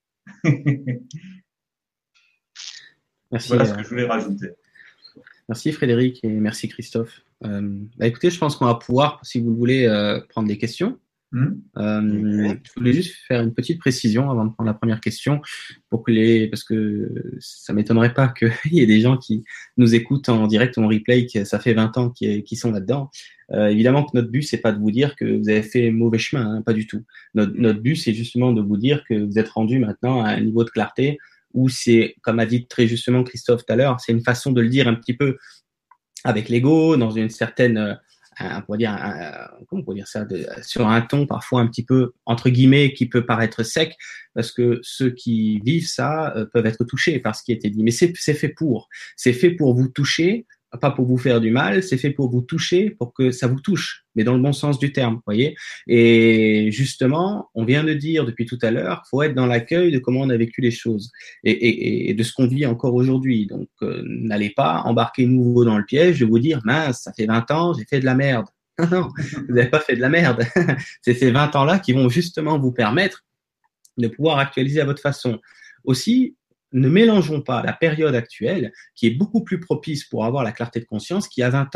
Merci. Voilà ce que je voulais rajouter. Merci Frédéric et merci Christophe. Euh, bah écoutez, je pense qu'on va pouvoir, si vous le voulez, euh, prendre des questions. Mmh. Euh, je voulais juste faire une petite précision avant de prendre la première question pour que les, parce que ça m'étonnerait pas qu'il y ait des gens qui nous écoutent en direct ou en replay, que ça fait vingt ans qui, qui sont là-dedans. Euh, évidemment que notre but c'est pas de vous dire que vous avez fait mauvais chemin, hein, pas du tout. Notre, notre but c'est justement de vous dire que vous êtes rendu maintenant à un niveau de clarté où c'est, comme a dit très justement Christophe tout à l'heure, c'est une façon de le dire un petit peu avec l'ego, dans une certaine un, on va dire, un, comment on peut dire ça, de, sur un ton parfois un petit peu, entre guillemets, qui peut paraître sec, parce que ceux qui vivent ça euh, peuvent être touchés par ce qui a été dit. Mais c'est, c'est fait pour. C'est fait pour vous toucher, pas pour vous faire du mal, c'est fait pour vous toucher, pour que ça vous touche, mais dans le bon sens du terme, vous voyez. Et justement, on vient de dire depuis tout à l'heure, faut être dans l'accueil de comment on a vécu les choses et, et, et de ce qu'on vit encore aujourd'hui. Donc, euh, n'allez pas embarquer nouveau dans le piège de vous dire, mince, ça fait vingt ans, j'ai fait de la merde. Non, vous n'avez pas fait de la merde. C'est ces vingt ans-là qui vont justement vous permettre de pouvoir actualiser à votre façon. Aussi, ne mélangeons pas la période actuelle, qui est beaucoup plus propice pour avoir la clarté de conscience, qu'il y a vingt ans.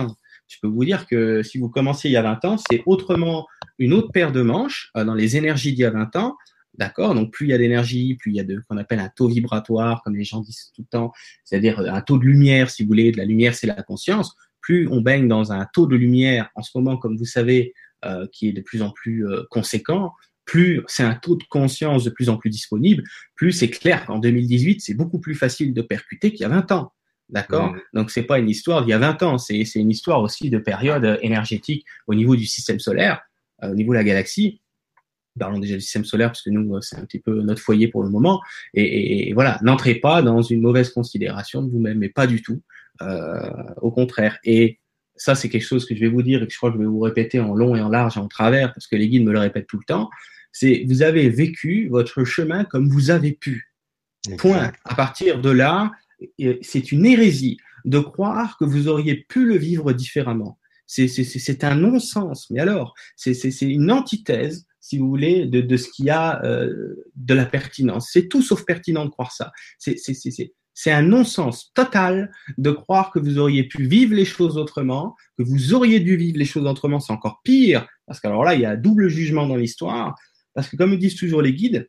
je peux vous dire que si vous commencez il y a vingt ans, c'est autrement une autre paire de manches euh, dans les énergies d'il y a vingt ans. D'accord? Donc, plus il y a d'énergie, plus il y a de, qu'on appelle un taux vibratoire, comme les gens disent tout le temps, c'est-à-dire un taux de lumière, si vous voulez. De la lumière, c'est la conscience. Plus on baigne dans un taux de lumière, en ce moment, comme vous savez, euh, qui est de plus en plus euh, conséquent, plus c'est un taux de conscience de plus en plus disponible, plus c'est clair qu'en deux mille dix-huit, c'est beaucoup plus facile de percuter qu'il y a vingt ans. D'accord? Mmh. Donc, c'est pas une histoire d'il y a vingt ans, c'est, c'est une histoire aussi de période énergétique au niveau du système solaire, euh, au niveau de la galaxie. Parlons déjà du système solaire, parce que nous, c'est un petit peu notre foyer pour le moment. Et, et, et voilà, n'entrez pas dans une mauvaise considération de vous-même, mais pas du tout. Euh, au contraire. Et ça, c'est quelque chose que je vais vous dire et que je crois que je vais vous répéter en long et en large et en travers, parce que les guides me le répètent tout le temps. C'est, vous avez vécu votre chemin comme vous avez pu. Exact. Point. À partir de là, c'est une hérésie de croire que vous auriez pu le vivre différemment. C'est, c'est, c'est, c'est un non-sens. Mais alors, c'est, c'est, c'est une antithèse, si vous voulez, de, de ce qu'il y a euh, de la pertinence. C'est tout sauf pertinent de croire ça. C'est, c'est, c'est, c'est, c'est un non-sens total de croire que vous auriez pu vivre les choses autrement, que vous auriez dû vivre les choses autrement. C'est encore pire, parce qu'alors là, il y a un double jugement dans l'histoire. Parce que comme me disent toujours les guides,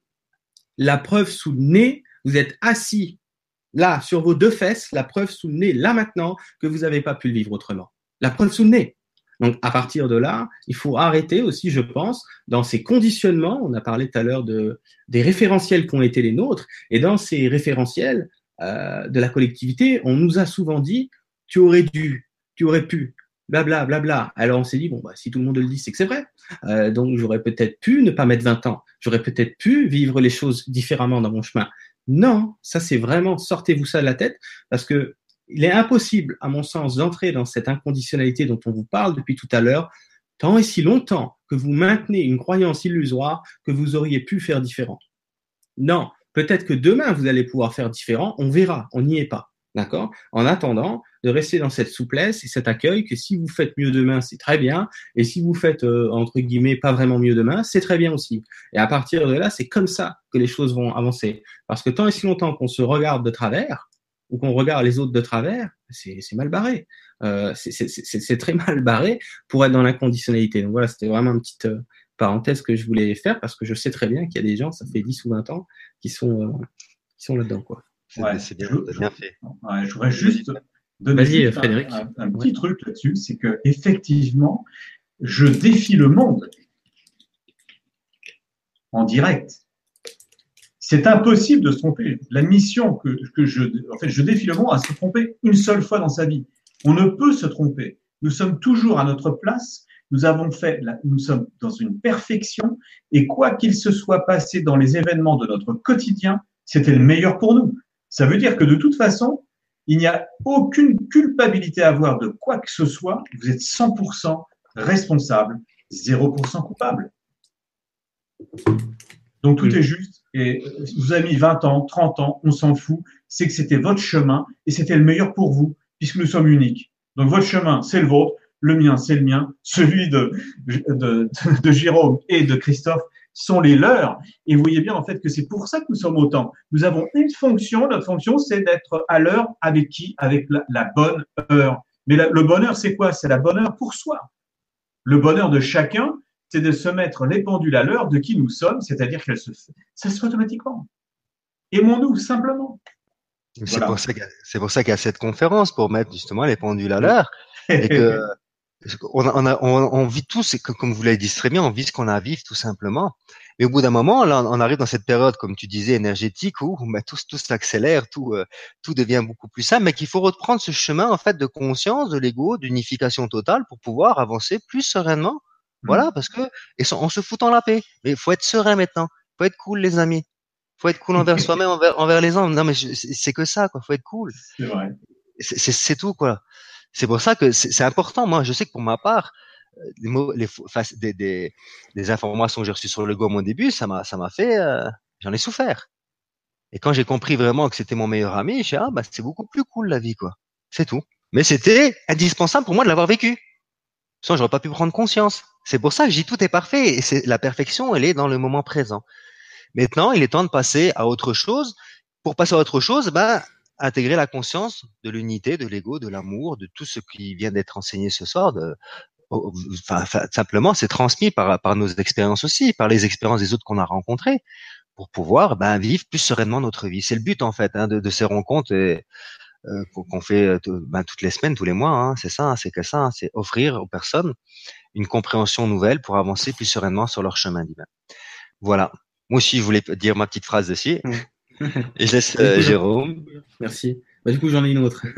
la preuve sous le nez, vous êtes assis là, sur vos deux fesses, la preuve sous le nez, là maintenant, que vous n'avez pas pu le vivre autrement. La preuve sous le nez. Donc, à partir de là, il faut arrêter aussi, je pense, dans ces conditionnements. On a parlé tout à l'heure de, des référentiels qui ont été les nôtres. Et dans ces référentiels euh, de la collectivité, on nous a souvent dit « tu aurais dû, tu aurais pu ». Blabla, blabla. Alors on s'est dit, bon, bah, si tout le monde le dit, c'est que c'est vrai. Euh, donc j'aurais peut-être pu ne pas mettre vingt ans. J'aurais peut-être pu vivre les choses différemment dans mon chemin. Non, ça c'est vraiment, sortez-vous ça de la tête, parce que il est impossible, à mon sens, d'entrer dans cette inconditionnalité dont on vous parle depuis tout à l'heure, tant et si longtemps que vous maintenez une croyance illusoire que vous auriez pu faire différent. Non, peut-être que demain vous allez pouvoir faire différent, on verra, on n'y est pas. D'accord? En attendant, de rester dans cette souplesse et cet accueil que si vous faites mieux demain, c'est très bien. Et si vous faites, euh, entre guillemets, pas vraiment mieux demain, c'est très bien aussi. Et à partir de là, c'est comme ça que les choses vont avancer. Parce que tant et si longtemps qu'on se regarde de travers, ou qu'on regarde les autres de travers, c'est, c'est mal barré. Euh, c'est, c'est, c'est, c'est très mal barré pour être dans l'inconditionnalité. Donc voilà, c'était vraiment une petite euh, parenthèse que je voulais faire parce que je sais très bien qu'il y a des gens, ça fait dix ou vingt ans, qui sont, euh, qui sont là-dedans, quoi. Ouais, c'est bien, je, bien fait. Ouais, je voudrais juste donner Vas-y, juste Frédéric. un, un, un petit ouais. truc là-dessus, c'est que effectivement, je défie le monde en direct. C'est impossible de se tromper. La mission que, que je, en fait, je défie le monde à se tromper une seule fois dans sa vie. On ne peut se tromper. Nous sommes toujours à notre place. Nous avons fait, nous sommes dans une perfection et quoi qu'il se soit passé dans les événements de notre quotidien, c'était le meilleur pour nous. Ça veut dire que de toute façon, il n'y a aucune culpabilité à avoir de quoi que ce soit. Vous êtes cent pour cent responsable, zéro pour cent coupable. Donc, tout est juste. Et vous avez mis vingt ans, trente ans, on s'en fout. C'est que c'était votre chemin et c'était le meilleur pour vous, puisque nous sommes uniques. Donc, votre chemin, c'est le vôtre. Le mien, c'est le mien. Celui de, de, de, de Jérôme et de Christophe sont les leurs. Et vous voyez bien, en fait, que c'est pour ça que nous sommes autant. Nous avons une fonction. Notre fonction, c'est d'être à l'heure avec qui? Avec la, la bonne heure. Mais la, le bonheur, c'est quoi? C'est la bonne heure pour soi. Le bonheur de chacun, c'est de se mettre les pendules à l'heure de qui nous sommes, c'est-à-dire qu'elle se fait. Ça se fait automatiquement. Aimons-nous, simplement. C'est, voilà. pour ça qu'il y a, c'est pour ça qu'il y a cette conférence, pour mettre justement les pendules à l'heure. Et que on, a, on, a, on, on vit tous, et que, comme vous l'avez dit très bien, on vit ce qu'on a à vivre tout simplement. Mais au bout d'un moment, là, on arrive dans cette période, comme tu disais, énergétique, où bah, tout, tout s'accélère, tout, euh, tout devient beaucoup plus simple, mais qu'il faut reprendre ce chemin en fait de conscience, de l'ego, d'unification totale pour pouvoir avancer plus sereinement. Voilà, parce que et on se fout en la paix. Mais il faut être serein maintenant. Faut être cool, les amis. Faut être cool envers soi-même, envers, envers les hommes. Non, mais je, c'est, c'est que ça, quoi. Faut être cool. C'est vrai. C'est, c'est, c'est tout, quoi. C'est pour ça que c'est, c'est important. Moi, je sais que pour ma part, les, mots, les des, des, des informations que j'ai reçues sur le gomme au début, ça m'a, ça m'a fait, euh, j'en ai souffert. Et quand j'ai compris vraiment que c'était mon meilleur ami, j'ai dit, ah, bah, c'est beaucoup plus cool, la vie, quoi. C'est tout. Mais c'était indispensable pour moi de l'avoir vécu. Sinon, j'aurais pas pu prendre conscience. C'est pour ça que je dis tout est parfait. Et c'est, la perfection, elle est dans le moment présent. Maintenant, il est temps de passer à autre chose. Pour passer à autre chose, ben, intégrer la conscience de l'unité, de l'ego, de l'amour, de tout ce qui vient d'être enseigné ce soir. De, enfin, simplement, c'est transmis par, par nos expériences aussi, par les expériences des autres qu'on a rencontrées, pour pouvoir ben, vivre plus sereinement notre vie. C'est le but en fait hein, de, de ces rencontres et, euh, qu'on fait ben, toutes les semaines, tous les mois. Hein, c'est ça, hein, c'est que ça, hein, c'est offrir aux personnes une compréhension nouvelle pour avancer plus sereinement sur leur chemin divin. Voilà. Moi aussi, je voulais dire ma petite phrase dessus. Et je laisse euh, Jérôme. Merci. Bah, du coup, j'en ai une autre.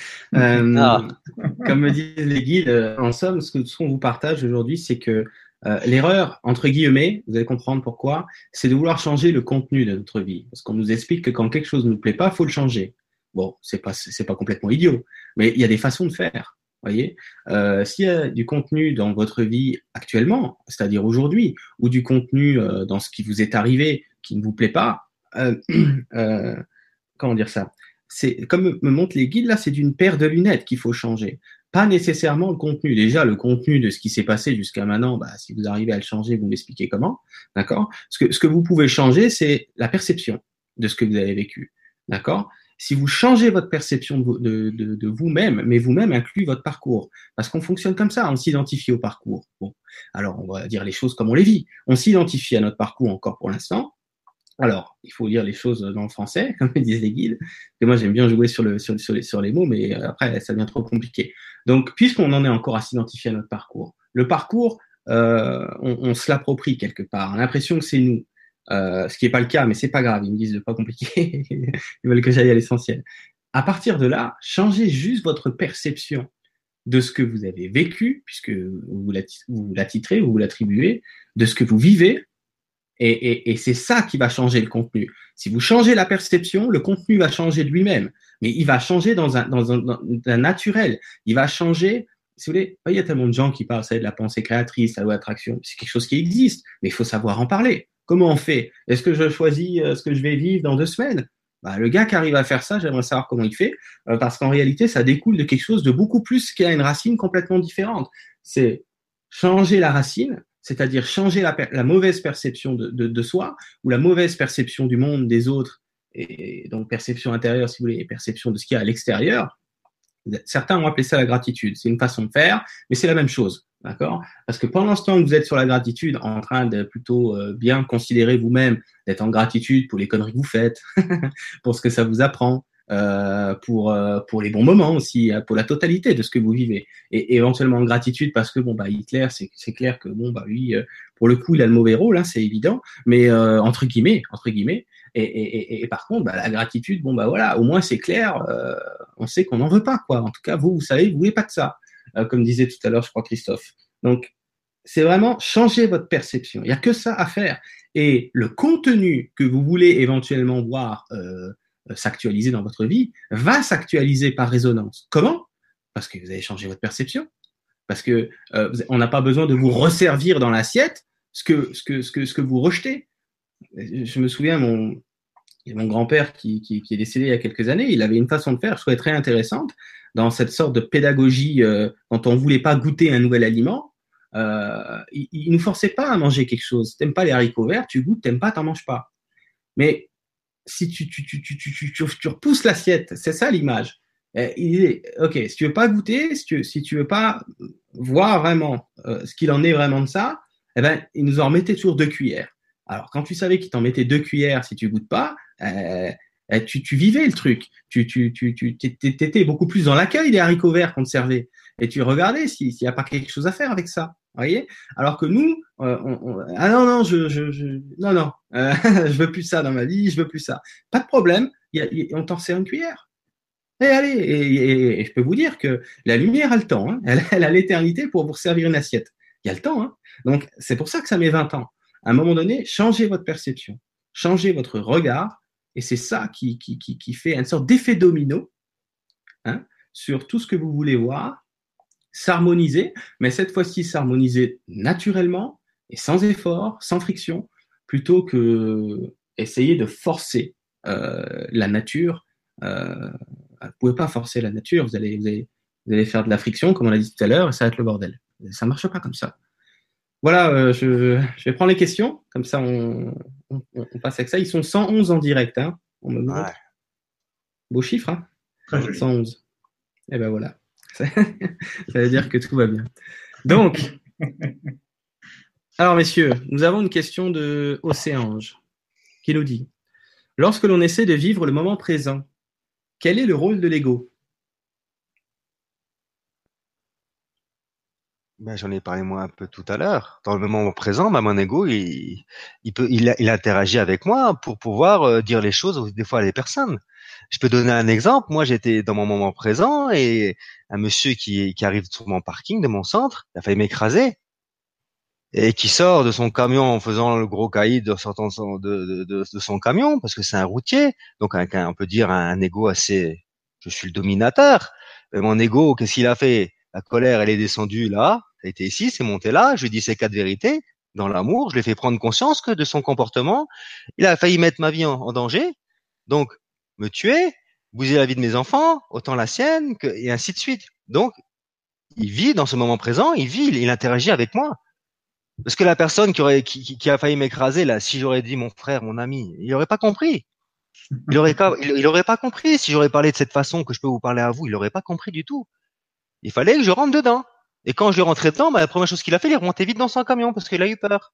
euh, ah. Comme me disent les guides, en somme, ce, que, ce qu'on vous partage aujourd'hui, c'est que euh, l'erreur, entre guillemets, vous allez comprendre pourquoi, c'est de vouloir changer le contenu de notre vie. Parce qu'on nous explique que quand quelque chose ne nous plaît pas, il faut le changer. Bon, c'est pas, c'est pas complètement idiot, mais il y a des façons de faire. Voyez, euh, s'il y a du contenu dans votre vie actuellement, c'est-à-dire aujourd'hui, ou du contenu euh, dans ce qui vous est arrivé qui ne vous plaît pas, euh, euh, comment dire ça? C'est comme me montrent les guides là, c'est d'une paire de lunettes qu'il faut changer, pas nécessairement le contenu. Déjà, le contenu de ce qui s'est passé jusqu'à maintenant, bah, si vous arrivez à le changer, vous m'expliquez comment, d'accord? Ce que ce que vous pouvez changer, c'est la perception de ce que vous avez vécu, d'accord? Si vous changez votre perception de, de, de, de vous-même, mais vous-même inclut votre parcours, parce qu'on fonctionne comme ça, on s'identifie au parcours. Bon, alors on va dire les choses comme on les vit. On s'identifie à notre parcours encore pour l'instant. Alors, il faut dire les choses dans le français, comme disent les guides. Et moi, j'aime bien jouer sur, le, sur, sur, les, sur les mots, mais après, ça devient trop compliqué. Donc, puisqu'on en est encore à s'identifier à notre parcours, le parcours, euh, on, on se l'approprie quelque part. On a l'impression que c'est nous. Euh, ce qui n'est pas le cas, mais c'est pas grave, ils me disent de pas compliquer, ils veulent que j'aille à l'essentiel. À partir de là, changez juste votre perception de ce que vous avez vécu, puisque vous l'attitrez, vous l'attribuez, de ce que vous vivez, et, et, et c'est ça qui va changer le contenu. Si vous changez la perception, le contenu va changer de lui-même, mais il va changer dans un, dans un, dans un naturel, il va changer. Si vous voulez, il y a tellement de gens qui parlent ça, de la pensée créatrice, la loi d'attraction, c'est quelque chose qui existe, mais il faut savoir en parler. Comment on fait? Est-ce que je choisis ce que je vais vivre dans deux semaines? Bah, le gars qui arrive à faire ça, j'aimerais savoir comment il fait, euh, parce qu'en réalité, ça découle de quelque chose de beaucoup plus qui a une racine complètement différente. C'est changer la racine, c'est-à-dire changer la, la mauvaise perception de, de, de soi, ou la mauvaise perception du monde, des autres, et donc perception intérieure, si vous voulez, et perception de ce qu'il y a à l'extérieur. Certains ont appelé ça la gratitude. C'est une façon de faire, mais c'est la même chose. D'accord? Parce que pendant ce temps que vous êtes sur la gratitude, en train de plutôt euh, bien considérer vous-même, d'être en gratitude pour les conneries que vous faites, pour ce que ça vous apprend, euh, pour euh, pour les bons moments aussi, pour la totalité de ce que vous vivez, et, et éventuellement en gratitude parce que bon bah Hitler, c'est c'est clair que bon bah lui, euh, pour le coup, il a le mauvais rôle, hein, c'est évident, mais euh, entre guillemets, entre guillemets. Et, et, et, et par contre, bah, la gratitude, bon bah voilà, au moins c'est clair, euh, on sait qu'on n'en veut pas, quoi. En tout cas, vous, vous savez, vous voulez pas de ça, euh, comme disait tout à l'heure, je crois, Christophe. Donc, c'est vraiment changer votre perception. Il n'y a que ça à faire. Et le contenu que vous voulez éventuellement voir euh, s'actualiser dans votre vie va s'actualiser par résonance. Comment? Parce que vous avez changé votre perception. Parce que euh, on n'a pas besoin de vous resservir dans l'assiette ce que, ce que, ce que, ce que vous rejetez. Je me souviens, mon, mon grand-père qui, qui, qui est décédé il y a quelques années, il avait une façon de faire, je trouvais très intéressante, dans cette sorte de pédagogie, euh, quand on ne voulait pas goûter un nouvel aliment, euh, il, il nous forçait pas à manger quelque chose. T'aimes pas les haricots verts, tu goûtes, t'aimes pas, t'en manges pas. Mais si tu, tu, tu, tu, tu, tu, tu repousses l'assiette, c'est ça l'image. Euh, il disait, ok, si tu veux pas goûter, si tu, si tu veux pas voir vraiment euh, ce qu'il en est vraiment de ça, eh ben, il nous en remettait toujours deux cuillères. Alors, quand tu savais qu'il t'en mettait deux cuillères si tu goûtes pas, euh, tu, tu vivais le truc. Tu, tu, tu, tu étais beaucoup plus dans l'accueil des haricots verts qu'on te servait. Et tu regardais s'il n'y a pas quelque chose à faire avec ça. Vous voyez? Alors que nous, euh, on, on, ah non, non, je, je, je non, non, euh, je veux plus ça dans ma vie, je veux plus ça. Pas de problème, y a, y, on t'en sert une cuillère. Et allez, et, et, et je peux vous dire que la lumière a le temps, hein, elle, elle a l'éternité pour vous servir une assiette. Il y a le temps, hein. Donc c'est pour ça que ça met vingt ans. À un moment donné, changez votre perception, changez votre regard, et c'est ça qui, qui, qui, qui fait une sorte d'effet domino, hein, sur tout ce que vous voulez voir, s'harmoniser, mais cette fois-ci s'harmoniser naturellement et sans effort, sans friction, plutôt que essayer de forcer euh, la nature. Euh, vous ne pouvez pas forcer la nature, vous allez, vous, allez, vous allez faire de la friction, comme on l'a dit tout à l'heure, et ça va être le bordel. Ça ne marche pas comme ça. Voilà, euh, je, je vais prendre les questions, comme ça on, on, on passe avec ça. Ils sont cent onze en direct. Hein, on me ouais. Beau chiffre, hein? Très joli. cent onze. Et ben voilà. Ça veut dire que tout va bien. Donc, alors messieurs, nous avons une question de Océange qui nous dit: lorsque l'on essaie de vivre le moment présent, quel est le rôle de l'ego? Ben, j'en ai parlé moi un peu tout à l'heure. Dans le moment présent, ben, mon ego, il, il peut, il, il interagit avec moi pour pouvoir euh, dire les choses des fois à les personnes. Je peux donner un exemple. Moi, j'étais dans mon moment présent et un monsieur qui, qui arrive sur mon parking de mon centre, il a failli m'écraser et qui sort de son camion en faisant le gros caïd en sortant de son, de, de, de, de son camion parce que c'est un routier. Donc, un, on peut dire un, un ego assez. Je suis le dominateur. Mais mon ego, qu'est-ce qu'il a fait? La colère, elle est descendue là. Elle était ici, c'est monté là. Je lui ai dit ces quatre vérités dans l'amour. Je lui ai fait prendre conscience que de son comportement, il a failli mettre ma vie en, en danger. Donc, me tuer, bousiller la vie de mes enfants, autant la sienne, que, et ainsi de suite. Donc, il vit dans ce moment présent, il vit, il, il interagit avec moi. Parce que la personne qui aurait, qui, qui a failli m'écraser là, si j'aurais dit mon frère, mon ami, il aurait pas compris. Il aurait pas, il, il aurait pas compris. Si j'aurais parlé de cette façon que je peux vous parler à vous, il aurait pas compris du tout. Il fallait que je rentre dedans. Et quand je lui rentrais dedans, bah, la première chose qu'il a fait, il est remonté vite dans son camion parce qu'il a eu peur.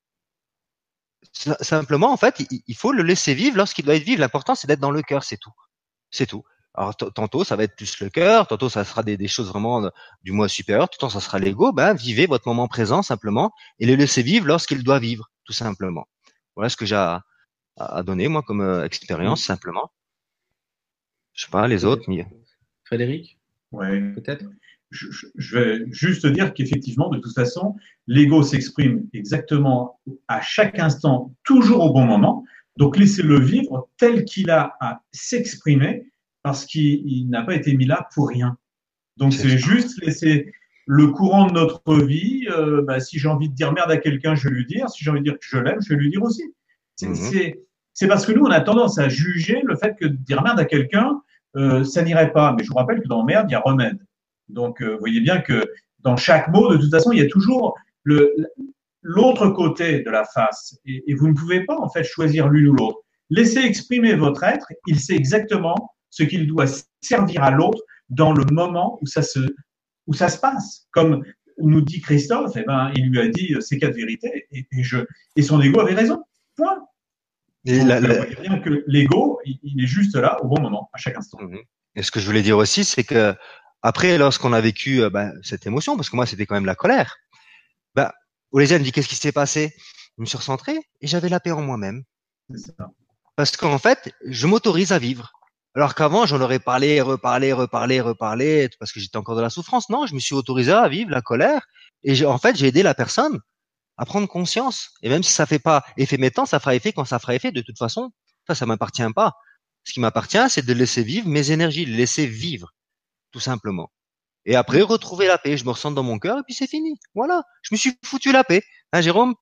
Simplement, en fait, il, il faut le laisser vivre lorsqu'il doit être vivre. L'important, c'est d'être dans le cœur, c'est tout. C'est tout. Alors, tantôt, ça va être plus le cœur, tantôt, ça sera des, des choses vraiment du moi supérieur, tantôt, ça sera l'ego. Ben, vivez votre moment présent, simplement, et le laissez vivre lorsqu'il doit vivre, tout simplement. Voilà ce que j'ai à, à donner, moi, comme euh, expérience, mmh. simplement. Je sais pas, les autres, mais... Frédéric? Ouais. Peut-être? Je, je, je vais juste dire qu'effectivement, de toute façon, l'ego s'exprime exactement à chaque instant, toujours au bon moment. Donc, laissez-le vivre tel qu'il a à s'exprimer parce qu'il n'a pas été mis là pour rien. Donc, c'est, c'est juste laisser le courant de notre vie. Euh, bah, si j'ai envie de dire merde à quelqu'un, je vais lui dire. Si j'ai envie de dire que je l'aime, je vais lui dire aussi. C'est, mmh. c'est, c'est parce que nous, on a tendance à juger le fait que dire merde à quelqu'un, euh, ça n'irait pas. Mais je vous rappelle que dans merde, il y a remède. Donc, euh, vous voyez bien que dans chaque mot, de toute façon, il y a toujours le, l'autre côté de la face. Et, et vous ne pouvez pas, en fait, choisir l'une ou l'autre. Laissez exprimer votre être. Il sait exactement ce qu'il doit servir à l'autre dans le moment où ça se, où ça se passe. Comme nous dit Christophe, eh ben, il lui a dit ces quatre vérités et, et, je, et son ego avait raison. Point. Et Donc, la, la... vous voyez bien que l'ego, il, il est juste là au bon moment, à chaque instant. Et ce que je voulais dire aussi, c'est que après, lorsqu'on a vécu euh, ben, cette émotion, parce que moi, c'était quand même la colère, ben, Olésia me dit qu'est-ce qui s'est passé? Je me suis recentré et j'avais la paix en moi-même. C'est ça. Parce qu'en fait, je m'autorise à vivre. Alors qu'avant, j'en aurais parlé, reparlé, reparlé, reparlé, parce que j'étais encore dans la souffrance. Non, je me suis autorisé à vivre la colère. Et j'ai, en fait, j'ai aidé la personne à prendre conscience. Et même si ça fait pas effet maintenant, ça fera effet quand ça fera effet. De toute façon, ça, ça m'appartient pas. Ce qui m'appartient, c'est de laisser vivre mes énergies, de laisser vivre. Tout simplement. Et après, retrouver la paix. Je me ressens dans mon cœur et puis c'est fini. Voilà. Je me suis foutu la paix. Hein, Jérôme?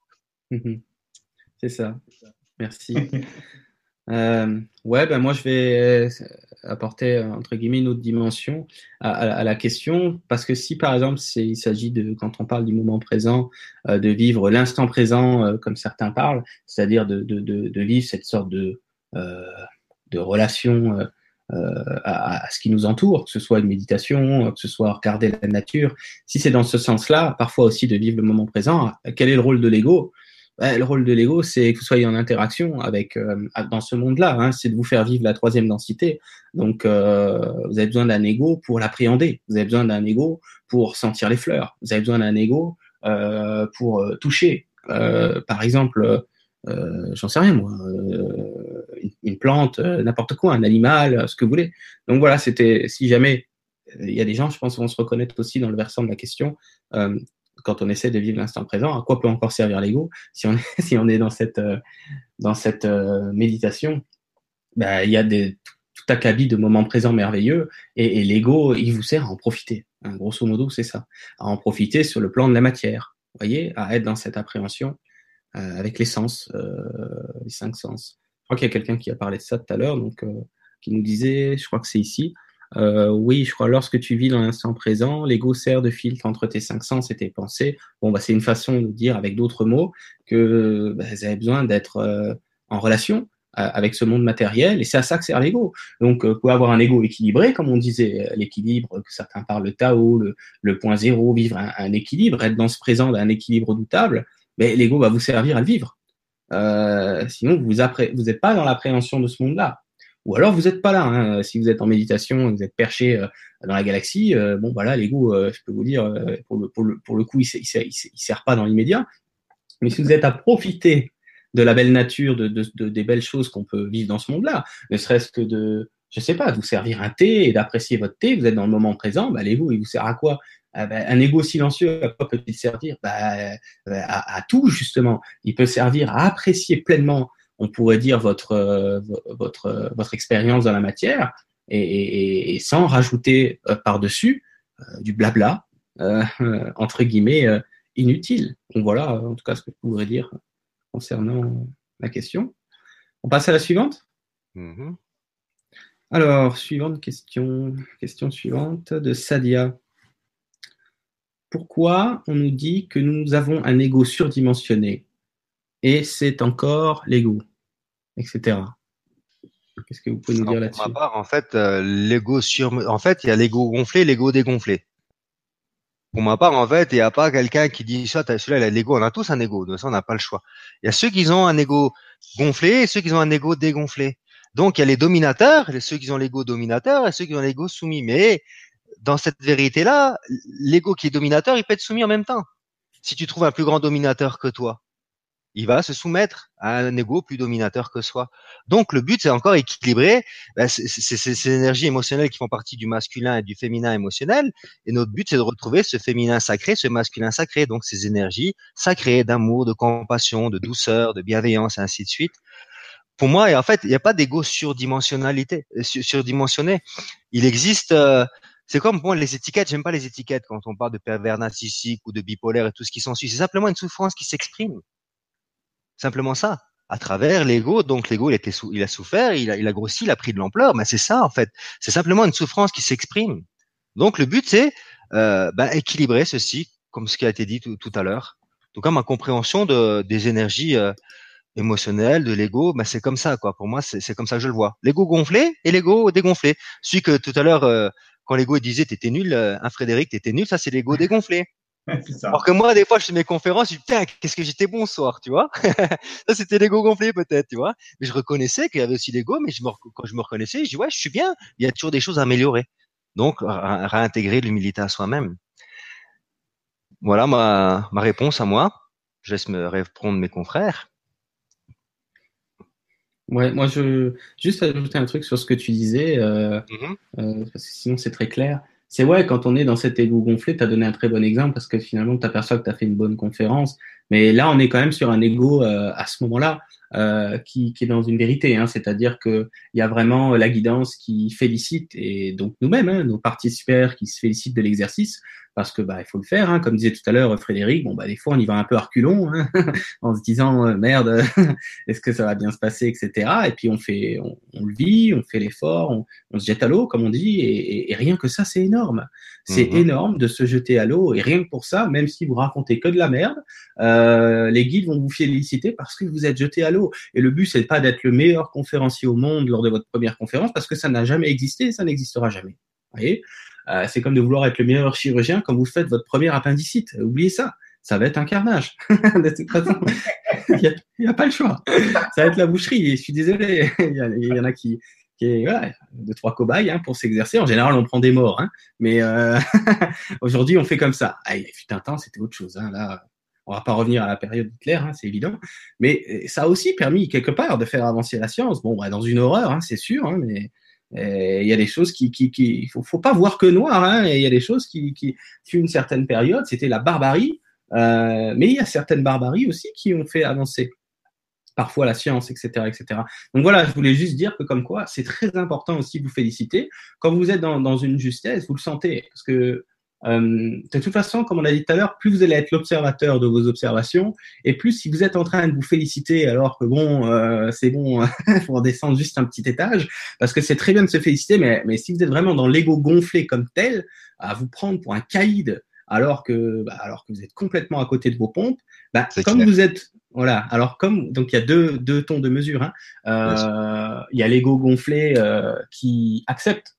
C'est ça. Merci. euh, ouais, ben moi, je vais apporter, entre guillemets, une autre dimension à, à, à la question. Parce que si, par exemple, c'est, il s'agit de, quand on parle du moment présent, euh, de vivre l'instant présent, euh, comme certains parlent, c'est-à-dire de, de, de, de vivre cette sorte de, euh, de relation euh, Euh, à, à ce qui nous entoure, que ce soit une méditation, que ce soit regarder la nature. Si c'est dans ce sens-là, parfois aussi de vivre le moment présent, quel est le rôle de l'ego? Ben, le rôle de l'ego, c'est que vous soyez en interaction avec euh, dans ce monde-là, hein, c'est de vous faire vivre la troisième densité. Donc, euh, vous avez besoin d'un ego pour l'appréhender. Vous avez besoin d'un ego pour sentir les fleurs. Vous avez besoin d'un ego euh, pour euh, toucher. Euh, par exemple, euh, j'en sais rien moi. Euh, une plante, euh, n'importe quoi, un animal, ce que vous voulez. Donc voilà, c'était, si jamais, il euh, y a des gens, je pense, qui vont se reconnaître aussi dans le versant de la question, euh, quand on essaie de vivre l'instant présent, à quoi peut encore servir l'ego si on est, si on est dans cette, euh, dans cette euh, méditation? Ben, il y a des, tout acabit de moments présents merveilleux et, et l'ego, il vous sert à en profiter. Hein, grosso modo, c'est ça. À en profiter sur le plan de la matière. Vous voyez, à être dans cette appréhension euh, avec les sens, euh, les cinq sens. Je crois qu'il y a quelqu'un qui a parlé de ça tout à l'heure, donc euh, qui nous disait, je crois que c'est ici, euh, oui, je crois, lorsque tu vis dans l'instant présent, l'ego sert de filtre entre tes cinq sens et tes pensées. Bon, bah, c'est une façon de dire, avec d'autres mots, que bah, vous avez besoin d'être euh, en relation avec ce monde matériel, et c'est à ça que sert l'ego. Donc, vous pouvez avoir un ego équilibré, comme on disait, l'équilibre, que certains parlent le Tao, le, le point zéro, vivre un, un équilibre, être dans ce présent d'un équilibre redoutable, mais l'ego va vous servir à le vivre. Euh, sinon, vous vous n'êtes pas dans l'appréhension de ce monde-là. Ou alors, vous n'êtes pas là. Hein. Si vous êtes en méditation, vous êtes perché euh, dans la galaxie, euh, bon, voilà, l'ego, euh, je peux vous dire, euh, pour, le, pour, le, pour le coup, il ne sert pas dans l'immédiat. Mais si vous êtes à profiter de la belle nature, de, de, de, des belles choses qu'on peut vivre dans ce monde-là, ne serait-ce que de, je sais pas, de vous servir un thé et d'apprécier votre thé, vous êtes dans le moment présent, bah, l'ego, il vous sert à quoi? Ah ben, un ego silencieux, à quoi peut-il servir? Bah, à, à tout, justement. Il peut servir à apprécier pleinement, on pourrait dire, votre, euh, votre, votre expérience dans la matière, et, et, et sans rajouter euh, par-dessus euh, du blabla, euh, entre guillemets, euh, inutile. Donc voilà, en tout cas, ce que je pourrais dire concernant la question. On passe à la suivante. Mm-hmm. Alors, suivante question. Question suivante de Sadia. Pourquoi on nous dit que nous avons un ego surdimensionné et c'est encore l'ego, et cetera. Qu'est-ce que vous pouvez nous dire là-dessus? Pour ma part, en fait, euh, l'ego sur, en fait, il y a l'ego gonflé, l'ego dégonflé. Pour ma part, en fait, il n'y a pas quelqu'un qui dit ça, celui-là, il a l'ego. On a tous un ego, de ça, on n'a pas le choix. Il y a ceux qui ont un ego gonflé et ceux qui ont un ego dégonflé. Donc, il y a les dominateurs, ceux qui ont l'ego dominateur et ceux qui ont l'ego soumis. Mais dans cette vérité-là, l'ego qui est dominateur, il peut être soumis en même temps. Si tu trouves un plus grand dominateur que toi, il va se soumettre à un ego plus dominateur que soi. Donc, le but, c'est encore équilibrer ben, c'est, c'est, c'est ces énergies émotionnelles qui font partie du masculin et du féminin émotionnel. Et notre but, c'est de retrouver ce féminin sacré, ce masculin sacré. Donc, ces énergies sacrées d'amour, de compassion, de douceur, de bienveillance, et ainsi de suite. Pour moi, et en fait, il n'y a pas d'ego surdimensionnalité, surdimensionné. Il existe... Euh, c'est comme moi, les étiquettes, j'aime pas les étiquettes quand on parle de pervers narcissique ou de bipolaire et tout ce qui s'ensuit. C'est simplement une souffrance qui s'exprime. Simplement ça, à travers l'ego. Donc l'ego, il, était sou- il a souffert, il a, il a grossi, il a pris de l'ampleur. Mais c'est ça en fait. C'est simplement une souffrance qui s'exprime. Donc le but, c'est euh, ben, équilibrer ceci, comme ce qui a été dit tout, tout à l'heure. En tout cas, ma compréhension de, des énergies euh, émotionnelles de l'ego, ben, c'est comme ça quoi. Pour moi, c'est, c'est comme ça que je le vois. L'ego gonflé et l'ego dégonflé. Celui que tout à l'heure, euh, quand l'ego disait t'étais nul, euh, hein, Frédéric, t'étais nul, ça c'est l'ego dégonflé. C'est ça. Alors que moi, des fois, je fais mes conférences, je dis, putain, qu'est-ce que j'étais bon ce soir, tu vois. Ça, c'était l'ego gonflé, peut-être, tu vois. Mais je reconnaissais qu'il y avait aussi l'ego, mais je me, quand je me reconnaissais, je dis, ouais, je suis bien. Il y a toujours des choses à améliorer. Donc, ré- réintégrer l'humilité à soi-même. Voilà ma, ma réponse à moi. Je laisse me répondre mes confrères. Ouais, moi, je juste ajouter un truc sur ce que tu disais, euh, Mm-hmm. euh, parce que sinon c'est très clair. C'est ouais, quand on est dans cet ego gonflé, tu as donné un très bon exemple parce que finalement, tu aperçois que tu as fait une bonne conférence. Mais là, on est quand même sur un ego euh, à ce moment-là euh, qui, qui est dans une vérité. Hein, c'est-à-dire que il y a vraiment la guidance qui félicite et donc nous-mêmes, hein, nos participants qui se félicitent de l'exercice parce que bah il faut le faire. Hein, comme disait tout à l'heure Frédéric, bon bah des fois on y va un peu à reculons hein, en se disant euh, merde, est-ce que ça va bien se passer, et cetera. Et puis on fait, on, on le vit, on fait l'effort, on, on se jette à l'eau comme on dit et, et, et rien que ça c'est énorme. C'est Mm-hmm. énorme de se jeter à l'eau et rien que pour ça, même si vous racontez que de la merde, euh, les guides vont vous féliciter parce que vous êtes jeté à l'eau. Et le but c'est pas d'être le meilleur conférencier au monde lors de votre première conférence parce que ça n'a jamais existé et ça n'existera jamais. Vous voyez, euh, c'est comme de vouloir être le meilleur chirurgien quand vous faites votre première appendicite. Oubliez ça, ça va être un carnage. De toute façon, il n'y a, a pas le choix. Ça va être la boucherie. Je suis désolé. Il y, a, il y en a qui, qui voilà, deux trois cobayes hein, pour s'exercer. En général, on prend des morts, hein. Mais euh, aujourd'hui, on fait comme ça. Ah, il fut un temps, c'était autre chose. Hein. Là, on va pas revenir à la période d'Hitler, hein, c'est évident. Mais ça a aussi permis quelque part de faire avancer la science. Bon, bah, dans une horreur, hein, c'est sûr, hein, mais il y a des choses qui, qui, qui, faut, faut pas voir que noir. Hein, et il y a des choses qui, qui, fut une certaine période, c'était la barbarie. Euh, mais il y a certaines barbaries aussi qui ont fait avancer parfois la science, et cetera, et cetera. Donc voilà, je voulais juste dire que comme quoi, c'est très important aussi de vous féliciter. Quand vous êtes dans, dans une justesse, vous le sentez. Parce que euh, de toute façon, comme on a dit tout à l'heure, plus vous allez être l'observateur de vos observations, et plus si vous êtes en train de vous féliciter alors que bon, euh, c'est bon, il faut redescendre juste un petit étage, parce que c'est très bien de se féliciter, mais, mais si vous êtes vraiment dans l'ego gonflé comme tel, à vous prendre pour un caïd, alors que, bah, alors que vous êtes complètement à côté de vos pompes, bah, C'est comme clair. vous êtes Voilà. Alors comme donc il y a deux deux tons de mesure. Hein. Euh, il y a l'ego gonflé euh, qui accepte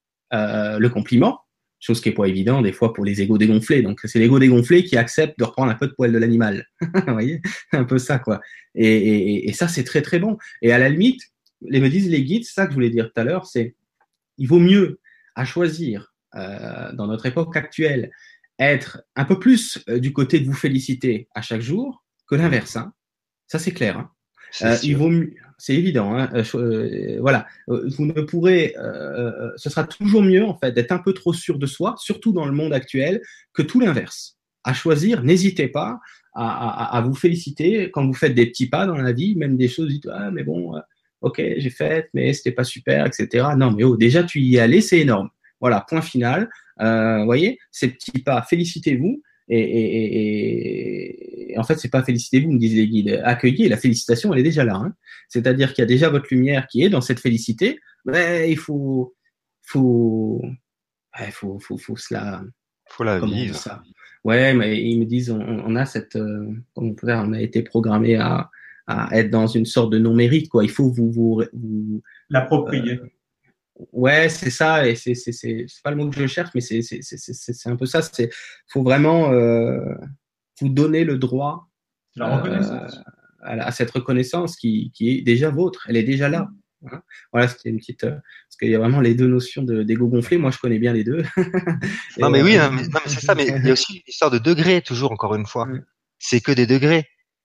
euh, le compliment, chose qui est pas évident des fois pour les égos dégonflés. Donc c'est l'ego dégonflé qui accepte de reprendre un peu de poil de l'animal. Vous voyez, un peu ça quoi. Et, et, et ça c'est très très bon. Et à la limite, les me disent les guides, c'est ça que je voulais dire tout à l'heure, c'est il vaut mieux à choisir euh, dans notre époque actuelle être un peu plus euh, du côté de vous féliciter à chaque jour que l'inverse. Hein. Ça, c'est clair. Hein. Euh, il vaut mieux, c'est évident. Hein. Euh, voilà, vous ne pourrez, euh, ce sera toujours mieux en fait d'être un peu trop sûr de soi, surtout dans le monde actuel, que tout l'inverse. À choisir, n'hésitez pas à, à, à vous féliciter quand vous faites des petits pas dans la vie, même des choses. Dites ah mais bon, euh, ok, j'ai fait, mais c'était pas super, et cetera. Non mais oh, déjà tu y es allé, c'est énorme. Voilà, point final. Euh, voyez, ces petits pas, félicitez-vous. Et, et, et, et en fait, c'est pas félicitez-vous, me disent les guides. Accueillez, la félicitation, elle est déjà là. Hein. C'est-à-dire qu'il y a déjà votre lumière qui est dans cette félicité. Mais il faut, faut, il faut, faut, faut se la, faut la vivre. Ça ouais, mais ils me disent, on, on a cette, euh, comment on peut dire, on a été programmé à, à être dans une sorte de non-mérite, quoi. Il faut vous, vous, vous l'approprier. Euh, Ouais, c'est ça, et c'est c'est c'est c'est pas le mot que je cherche, mais c'est c'est c'est c'est c'est un peu ça. C'est faut vraiment euh, vous donner le droit la reconnaissance. Euh, à, à cette reconnaissance qui qui est déjà vôtre. Elle est déjà là. Hein. Voilà, c'était une petite euh, parce qu'il y a vraiment les deux notions de d'ego gonflé. Moi, je connais bien les deux. non, mais euh, oui, non, mais, non, mais c'est ça. Mais il y a aussi une histoire de degrés, toujours encore une fois. Ouais. C'est que des degrés.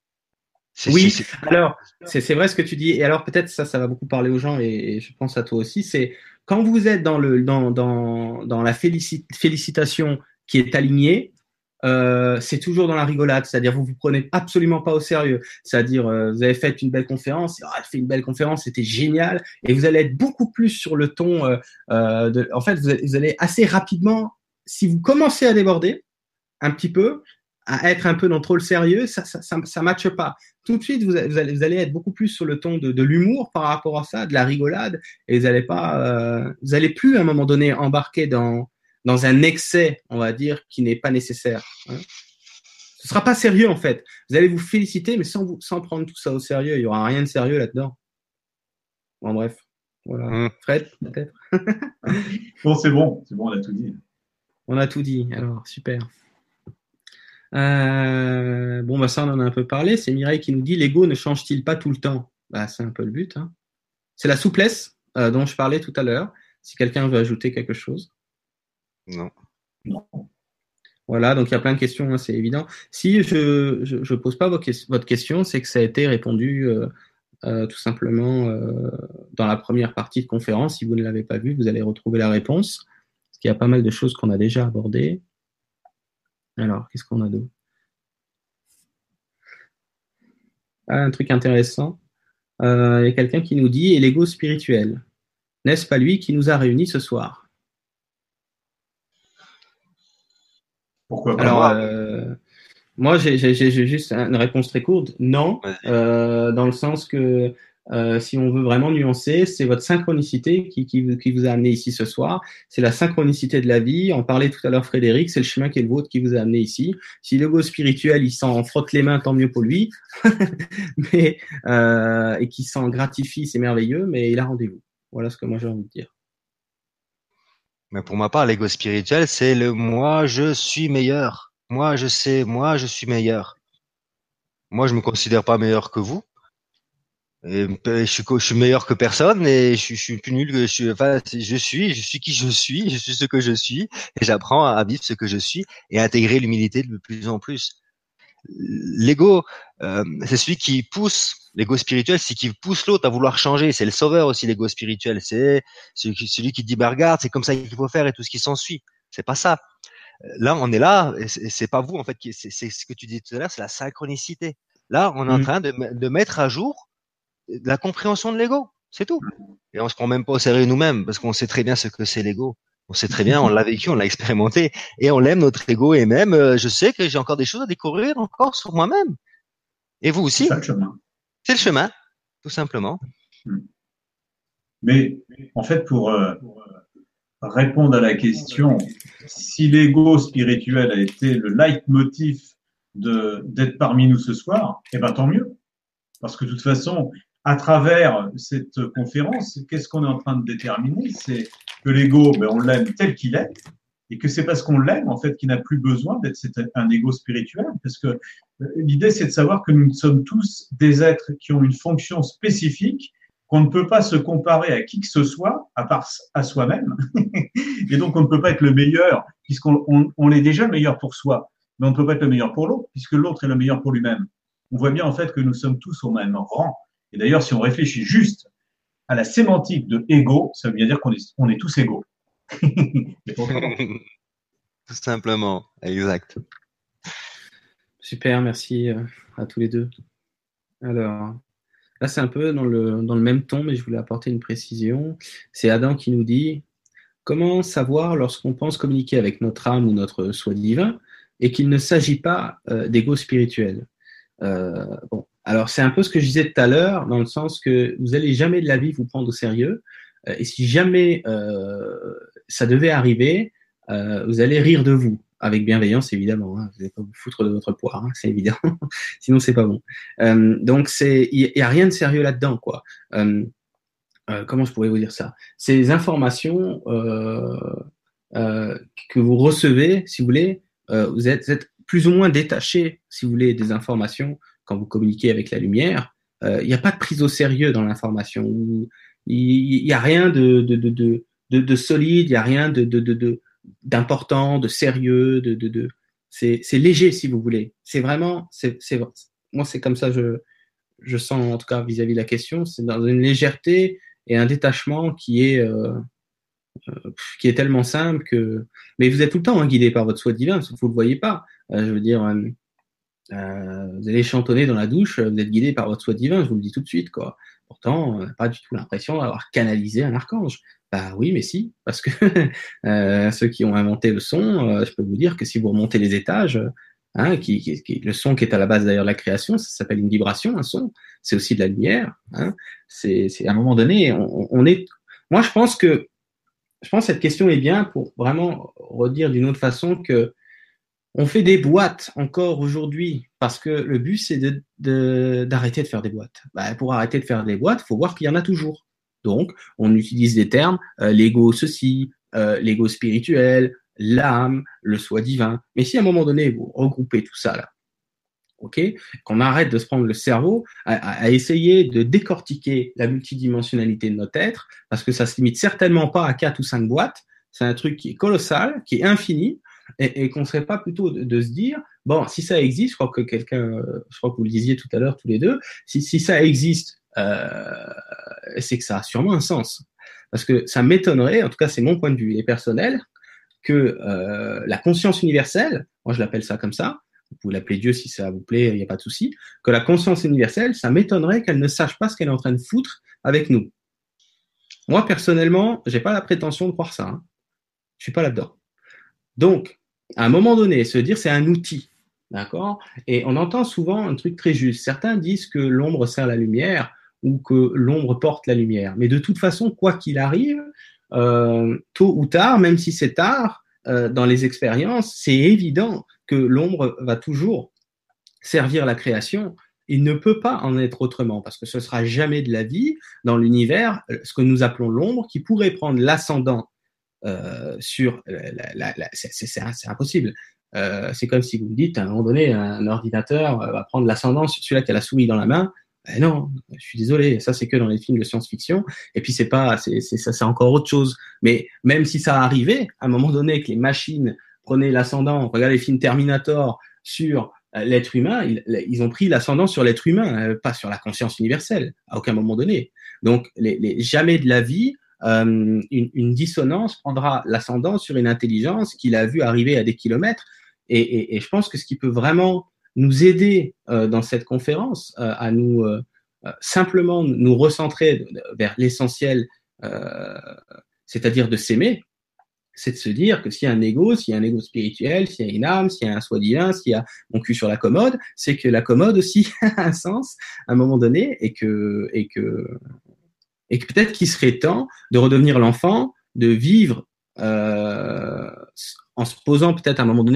C'est, oui, c'est, c'est... alors c'est, c'est vrai ce que tu dis. Et alors peut-être ça, ça va beaucoup parler aux gens et, et je pense à toi aussi. C'est quand vous êtes dans le dans dans dans la félicit, félicitation qui est alignée, euh, c'est toujours dans la rigolade. C'est-à-dire vous vous prenez absolument pas au sérieux. C'est-à-dire euh, vous avez fait une belle conférence, oh, elle fait une belle conférence, c'était génial, et vous allez être beaucoup plus sur le ton. Euh, euh, de, en fait, vous allez, vous allez assez rapidement, si vous commencez à déborder un petit peu, à être un peu dans trop le sérieux, ça ça ça, ça matche pas. Tout de suite, vous allez, vous allez être beaucoup plus sur le ton de, de l'humour par rapport à ça, de la rigolade, et vous allez pas, euh, vous allez plus à un moment donné embarquer dans dans un excès, on va dire, qui n'est pas nécessaire. Hein. Ce sera pas sérieux en fait. Vous allez vous féliciter, mais sans vous, sans prendre tout ça au sérieux. Il y aura rien de sérieux là-dedans. Bon bref, voilà. Mmh. Fred, peut-être. Bon, c'est bon, c'est bon, on a tout dit. On a tout dit. Alors super. Euh, bon, bah ça, on en a un peu parlé. C'est Mireille qui nous dit l'ego ne change-t-il pas tout le temps? Bah, c'est un peu le but. Hein. C'est la souplesse euh, dont je parlais tout à l'heure. Si quelqu'un veut ajouter quelque chose. Non. Non. Voilà, donc il y a plein de questions, hein, c'est évident. Si je je, je pose pas votre question, c'est que ça a été répondu euh, euh, tout simplement euh, dans la première partie de conférence. Si vous ne l'avez pas vu, vous allez retrouver la réponse. Parce qu'il y a pas mal de choses qu'on a déjà abordées. Alors, qu'est-ce qu'on a d'autre? Ah, un truc intéressant. Euh, il y a quelqu'un qui nous dit « Et l'ego spirituel, n'est-ce pas lui qui nous a réunis ce soir ?» Pourquoi pas? Alors, euh, moi, j'ai, j'ai, j'ai juste une réponse très courte. Non, euh, dans le sens que Euh, si on veut vraiment nuancer, c'est votre synchronicité qui, qui, qui vous a amené ici ce soir. C'est la synchronicité de la vie. En parlait tout à l'heure Frédéric, c'est le chemin qui est le vôtre qui vous a amené ici. Si l'ego spirituel, il s'en frotte les mains, tant mieux pour lui. mais euh, et qui s'en gratifie, c'est merveilleux, mais il a rendez-vous. Voilà ce que moi j'ai envie de dire. Mais pour ma part, l'ego spirituel, c'est le moi, je suis meilleur. Moi, je sais, moi, je suis meilleur. Moi, je me considère pas meilleur que vous. Et je suis, je suis meilleur que personne et je, je suis plus nul que je suis. Enfin, je suis, je suis qui je suis, je suis ce que je suis et j'apprends à vivre ce que je suis et à intégrer l'humilité de plus en plus. L'ego, euh, c'est celui qui pousse. L'ego spirituel, c'est qui pousse l'autre à vouloir changer. C'est le sauveur aussi, l'ego spirituel. C'est celui qui, celui qui dit, bah regarde, c'est comme ça qu'il faut faire et tout ce qui s'ensuit. C'est pas ça. Là, on est là. Et c'est, c'est pas vous en fait. C'est, c'est ce que tu disais tout à l'heure, c'est la synchronicité. Là, on est mmh. en train de, de mettre à jour la compréhension de l'ego, c'est tout. Et on se prend même pas au sérieux nous-mêmes parce qu'on sait très bien ce que c'est l'ego. On sait très bien, on l'a vécu, on l'a expérimenté et on l'aime notre ego. Et même, euh, je sais que j'ai encore des choses à découvrir encore sur moi-même. Et vous aussi. C'est le chemin. C'est le chemin, tout simplement. Mais en fait, pour euh, répondre à la question, si l'ego spirituel a été le leitmotiv de, d'être parmi nous ce soir, eh ben, tant mieux. Parce que de toute façon, à travers cette conférence, qu'est-ce qu'on est en train de déterminer? C'est que l'ego, ben, on l'aime tel qu'il est, et que c'est parce qu'on l'aime, en fait, qu'il n'a plus besoin d'être un ego spirituel. Parce que l'idée, c'est de savoir que nous sommes tous des êtres qui ont une fonction spécifique, qu'on ne peut pas se comparer à qui que ce soit, à part à soi-même. Et donc, on ne peut pas être le meilleur, puisqu'on on, on est déjà le meilleur pour soi, mais on ne peut pas être le meilleur pour l'autre, puisque l'autre est le meilleur pour lui-même. On voit bien, en fait, que nous sommes tous au même rang. Et d'ailleurs, si on réfléchit juste à la sémantique de ego, ça veut bien dire qu'on est, on est tous égaux. Tout simplement, exact. Super, merci à tous les deux. Alors, là, c'est un peu dans le, dans le même ton, mais je voulais apporter une précision. C'est Adam qui nous dit « Comment savoir lorsqu'on pense communiquer avec notre âme ou notre soi divin et qu'il ne s'agit pas euh, d'ego spirituel ?» euh, bon. Alors, c'est un peu ce que je disais tout à l'heure, dans le sens que vous n'allez jamais de la vie vous prendre au sérieux. Euh, et si jamais euh, ça devait arriver, euh, vous allez rire de vous. Avec bienveillance, évidemment. Hein. Vous n'allez pas vous foutre de votre poire, hein, c'est évident. Sinon, c'est pas bon. Euh, donc, c'est, il y a rien de sérieux là-dedans, quoi. Euh, euh, comment je pourrais vous dire ça? Ces informations euh, euh, que vous recevez, si vous voulez, euh, vous, êtes, vous êtes plus ou moins détaché, si vous voulez, des informations quand vous communiquez avec la lumière. Euh, il n'y a pas de prise au sérieux dans l'information. Il n'y a rien de, de, de, de, de, de solide, il n'y a rien de, de, de, de d'important, de sérieux, de, de, de c'est, c'est léger si vous voulez. C'est vraiment, c'est, c'est, moi c'est comme ça je, je sens en tout cas vis-à-vis de la question, c'est dans une légèreté et un détachement qui est, euh, euh, qui est tellement simple que, mais vous êtes tout le temps hein, guidé par votre soi divin, sauf que vous le voyez pas. Euh, je veux dire, euh, euh, vous allez chantonner dans la douche, vous êtes guidé par votre soi divin, je vous le dis tout de suite quoi. Pourtant, on n'a pas du tout l'impression d'avoir canalisé un archange. Bah oui, mais si, parce que euh, ceux qui ont inventé le son, euh, je peux vous dire que si vous remontez les étages, hein, qui, qui, qui, le son qui est à la base d'ailleurs de la création, ça s'appelle une vibration, un son, c'est aussi de la lumière. Hein, c'est, c'est à un moment donné, on, on est. Moi, je pense que, je pense que cette question est bien pour vraiment redire d'une autre façon que on fait des boîtes encore aujourd'hui parce que le but c'est de, de, d'arrêter de faire des boîtes. Bah, pour arrêter de faire des boîtes, il faut voir qu'il y en a toujours. Donc, on utilise des termes, euh, l'ego ceci, euh, l'ego spirituel, l'âme, le soi divin. Mais si à un moment donné, vous regroupez tout ça là, ok, qu'on arrête de se prendre le cerveau à, à essayer de décortiquer la multidimensionnalité de notre être, parce que ça se limite certainement pas à quatre ou cinq boîtes, c'est un truc qui est colossal, qui est infini, et, et qu'on serait pas plutôt de, de se dire, bon, si ça existe, je crois que quelqu'un, je crois que vous le disiez tout à l'heure tous les deux, si, si ça existe, euh, c'est que ça a sûrement un sens. Parce que ça m'étonnerait, en tout cas c'est mon point de vue et personnel, que euh, la conscience universelle, moi je l'appelle ça comme ça, vous pouvez l'appeler Dieu si ça vous plaît, il n'y a pas de souci, que la conscience universelle, ça m'étonnerait qu'elle ne sache pas ce qu'elle est en train de foutre avec nous. Moi personnellement, j'ai pas la prétention de croire ça. Hein. Je suis pas là-dedans. Donc, à un moment donné, se dire c'est un outil, d'accord? Et on entend souvent un truc très juste. Certains disent que l'ombre sert la lumière ou que l'ombre porte la lumière. Mais de toute façon, quoi qu'il arrive, euh, tôt ou tard, même si c'est tard, euh, dans les expériences, c'est évident que l'ombre va toujours servir la création. Il ne peut pas en être autrement, parce que ce sera jamais de la vie dans l'univers, ce que nous appelons l'ombre, qui pourrait prendre l'ascendant Euh, sur la, la, la, c'est, c'est, c'est impossible. Euh, c'est comme si vous me dites à un moment donné un ordinateur va prendre l'ascendant sur celui-là qui a la souris dans la main. Ben non, je suis désolé, ça c'est que dans les films de science-fiction. Et puis c'est pas, c'est, c'est ça, c'est encore autre chose. Mais même si ça arrivait, à un moment donné que les machines prenaient l'ascendant, regardez les films Terminator sur l'être humain, ils, ils ont pris l'ascendant sur l'être humain, pas sur la conscience universelle, à aucun moment donné. Donc les, les, jamais de la vie. Euh, une, une dissonance prendra l'ascendant sur une intelligence qu'il a vu arriver à des kilomètres. Et, et, et je pense que ce qui peut vraiment nous aider euh, dans cette conférence euh, à nous euh, simplement nous recentrer vers l'essentiel, euh, c'est-à-dire de s'aimer, c'est de se dire que s'il y a un ego, s'il y a un ego spirituel, s'il y a une âme, s'il y a un soi divin, s'il y a mon cul sur la commode, c'est que la commode aussi a un sens à un moment donné et que, et que et que peut-être qu'il serait temps de redevenir l'enfant, de vivre euh, en se posant peut-être à un moment donné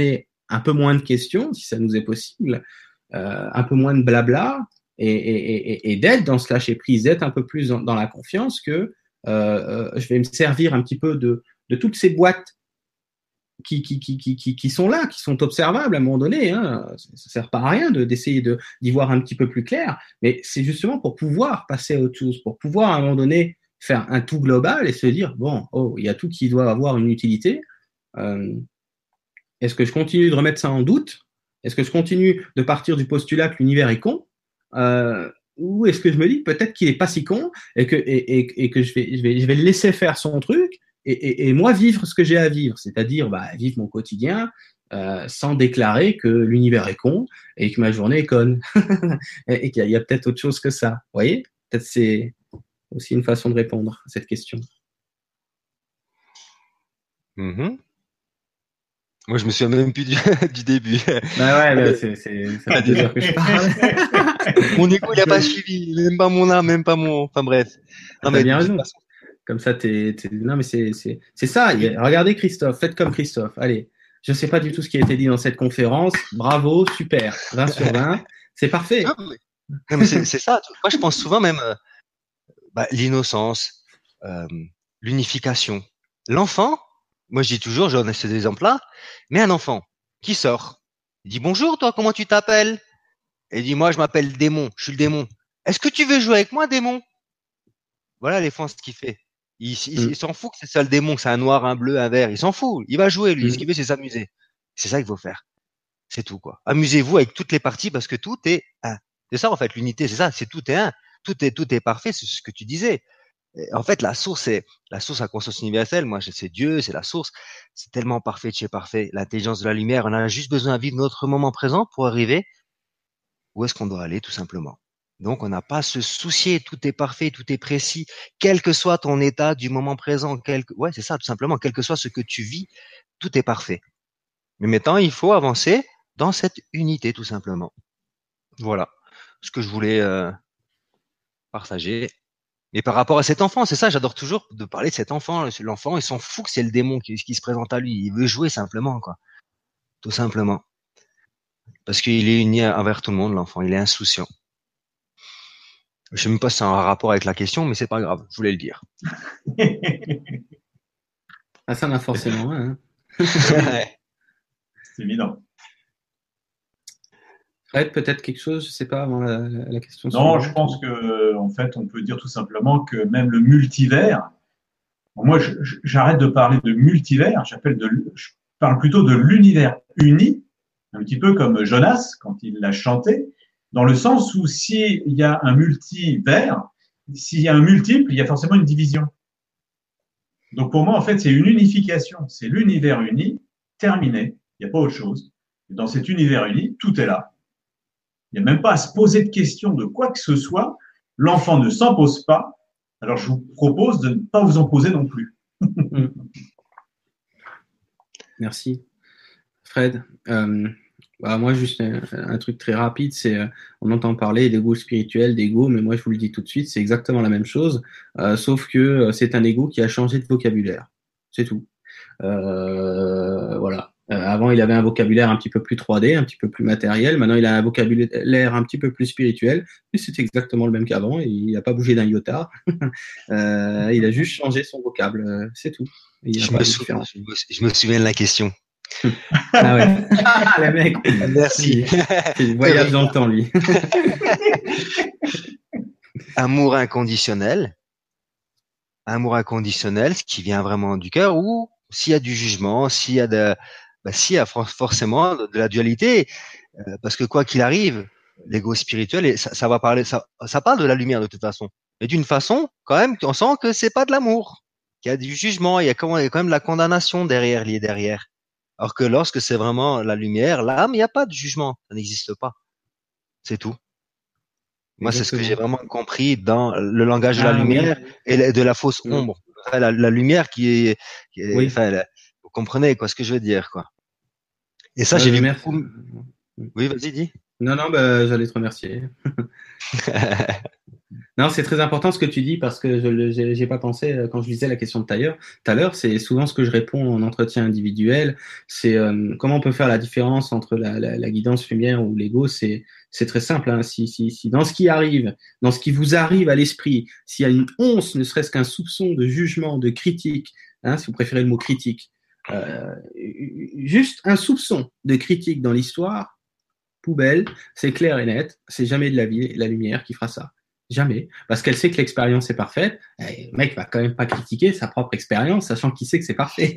un peu moins de questions, si ça nous est possible, euh, un peu moins de blabla, et, et, et, et d'être dans ce lâcher prise, d'être un peu plus dans, dans la confiance que euh, je vais me servir un petit peu de, de toutes ces boîtes qui, qui, qui, qui, qui sont là, qui sont observables à un moment donné. Hein. Ça ne sert pas à rien de, d'essayer de, d'y voir un petit peu plus clair, mais c'est justement pour pouvoir passer à autre chose, pour pouvoir à un moment donné faire un tout global et se dire, bon, oh, il y a tout qui doit avoir une utilité. Euh, est-ce que je continue de remettre ça en doute? Est-ce que je continue de partir du postulat que l'univers est con? Euh, ou est-ce que je me dis peut-être qu'il est pas si con et que, et, et, et que je, vais, je, vais, je vais le laisser faire son truc et, et, et moi vivre ce que j'ai à vivre, c'est-à-dire bah, vivre mon quotidien euh, sans déclarer que l'univers est con et que ma journée est conne et, et qu'il y a, y a peut-être autre chose que ça. Vous voyez? Peut-être c'est aussi une façon de répondre à cette question. Mm-hmm. Moi, je me souviens même plus du, du début. Bah ouais, là, c'est, c'est, ça fait deux heures que je parle. Mon égo, il n'a pas suivi, même pas mon âme, même pas mon. Enfin bref. Non, mais bien raison. Façon... Comme ça, t'es, t'es... non, mais c'est, c'est, c'est ça. Regardez Christophe, faites comme Christophe. Allez, je ne sais pas du tout ce qui a été dit dans cette conférence. Bravo, super, vingt sur vingt, c'est parfait. Non, mais, non, mais c'est, c'est ça. Moi, je pense souvent même euh, bah, l'innocence, euh, l'unification. L'enfant. Moi, je dis toujours, j'en ai ces exemples-là, mais un enfant qui sort, il dit bonjour, toi, comment tu t'appelles? Et il dit, moi, je m'appelle Démon, je suis le démon. Est-ce que tu veux jouer avec moi, démon? Voilà l'enfant, ce qu'il fait. Il, il, mm. il s'en fout que c'est ça le démon, que c'est un noir, un bleu, un vert. Il s'en fout. Il va jouer, lui. Mm. Ce qu'il veut, c'est s'amuser. C'est ça qu'il faut faire. C'est tout, quoi. Amusez-vous avec toutes les parties parce que tout est un. C'est ça, en fait, l'unité, c'est ça. C'est tout est un. Tout est, tout est parfait, c'est ce que tu disais. En fait, la source, c'est la source à conscience universelle. Moi, c'est Dieu, c'est la source. C'est tellement parfait de chez parfait. L'intelligence de la lumière, on a juste besoin de vivre notre moment présent pour arriver où est-ce qu'on doit aller, tout simplement. Donc, on n'a pas à se soucier. Tout est parfait, tout est précis. Quel que soit ton état du moment présent, quel que... ouais, c'est ça, tout simplement. Quel que soit ce que tu vis, tout est parfait. Mais maintenant, il faut avancer dans cette unité, tout simplement. Voilà ce que je voulais euh, partager. Et par rapport à cet enfant, c'est ça, j'adore toujours de parler de cet enfant. L'enfant, il s'en fout que c'est le démon qui, qui se présente à lui. Il veut jouer simplement, quoi. Tout simplement. Parce qu'il est uni envers tout le monde, l'enfant. Il est insouciant. Je sais même pas si c'est un rapport avec la question, mais c'est pas grave. Je voulais le dire. Ah, ça en a forcément un. Hein. C'est évident. Fred, peut-être quelque chose, je sais pas, avant la, la question suivante. Non, je pense que, en fait, on peut dire tout simplement que même le multivers, moi, je, je, j'arrête de parler de multivers, j'appelle de, je parle plutôt de l'univers uni, un petit peu comme Jonas quand il l'a chanté, dans le sens où s'il y a un multivers, s'il y a un multiple, il y a forcément une division. Donc pour moi, en fait, c'est une unification, c'est l'univers uni, terminé, il n'y a pas autre chose. Et dans cet univers uni, tout est là. Il n'y a même pas à se poser de questions de quoi que ce soit. L'enfant ne s'en pose pas. Alors, je vous propose de ne pas vous en poser non plus. Merci. Fred, euh, bah moi, juste un, un truc très rapide, c'est euh, on entend parler d'ego spirituel, d'ego, mais moi, je vous le dis tout de suite, c'est exactement la même chose, euh, sauf que euh, c'est un ego qui a changé de vocabulaire. C'est tout. Euh, voilà. Euh, avant, il avait un vocabulaire un petit peu plus trois D, un petit peu plus matériel. Maintenant, il a un vocabulaire un petit peu plus spirituel. Mais c'est exactement le même qu'avant. Il n'a pas bougé d'un iota. euh, il a juste changé son vocable. C'est tout. Il je, me souviens, je, me, je me souviens de la question. Ah ouais. Ah, le mec. Merci. C'est le voyage dans le temps, lui. Amour inconditionnel. Amour inconditionnel, ce qui vient vraiment du cœur, ou s'il y a du jugement, s'il y a de... Bah, si, il y a forcément de la dualité, euh, parce que quoi qu'il arrive, l'ego spirituel, et ça, ça va parler, ça, ça parle de la lumière de toute façon, mais d'une façon, quand même, on sent que c'est pas de l'amour, qu'il y a du jugement, il y a quand même, il y a quand même de la condamnation derrière, liée derrière. Alors que lorsque c'est vraiment la lumière, l'âme, il n'y a pas de jugement, ça n'existe pas. C'est tout. Moi, c'est ce que j'ai vraiment compris dans le langage de la ah, lumière oui. et de la fausse oui. ombre. Enfin, la, la lumière qui est, qui est oui. enfin, la, vous comprenez quoi ce que je veux dire, quoi. Et ça, ouais, j'ai vu beaucoup. Oui, vas-y, dis. Non, non, bah, j'allais te remercier. Non, c'est très important ce que tu dis parce que je le- j'ai pas pensé euh, quand je lisais la question de tailleur tout à l'heure. C'est souvent ce que je réponds en entretien individuel. C'est euh, comment on peut faire la différence entre la, la, la guidance lumière ou l'ego. C'est c'est très simple. Hein. Si, si, si dans ce qui arrive, dans ce qui vous arrive à l'esprit, s'il y a une once, ne serait-ce qu'un soupçon de jugement, de critique, hein, si vous préférez le mot critique, euh, juste un soupçon de critique dans l'histoire, poubelle, c'est clair et net. C'est jamais de la vie, la lumière qui fera ça. Jamais. Parce qu'elle sait que l'expérience est parfaite. Et le mec va quand même pas critiquer sa propre expérience, sachant qu'il sait que c'est parfait.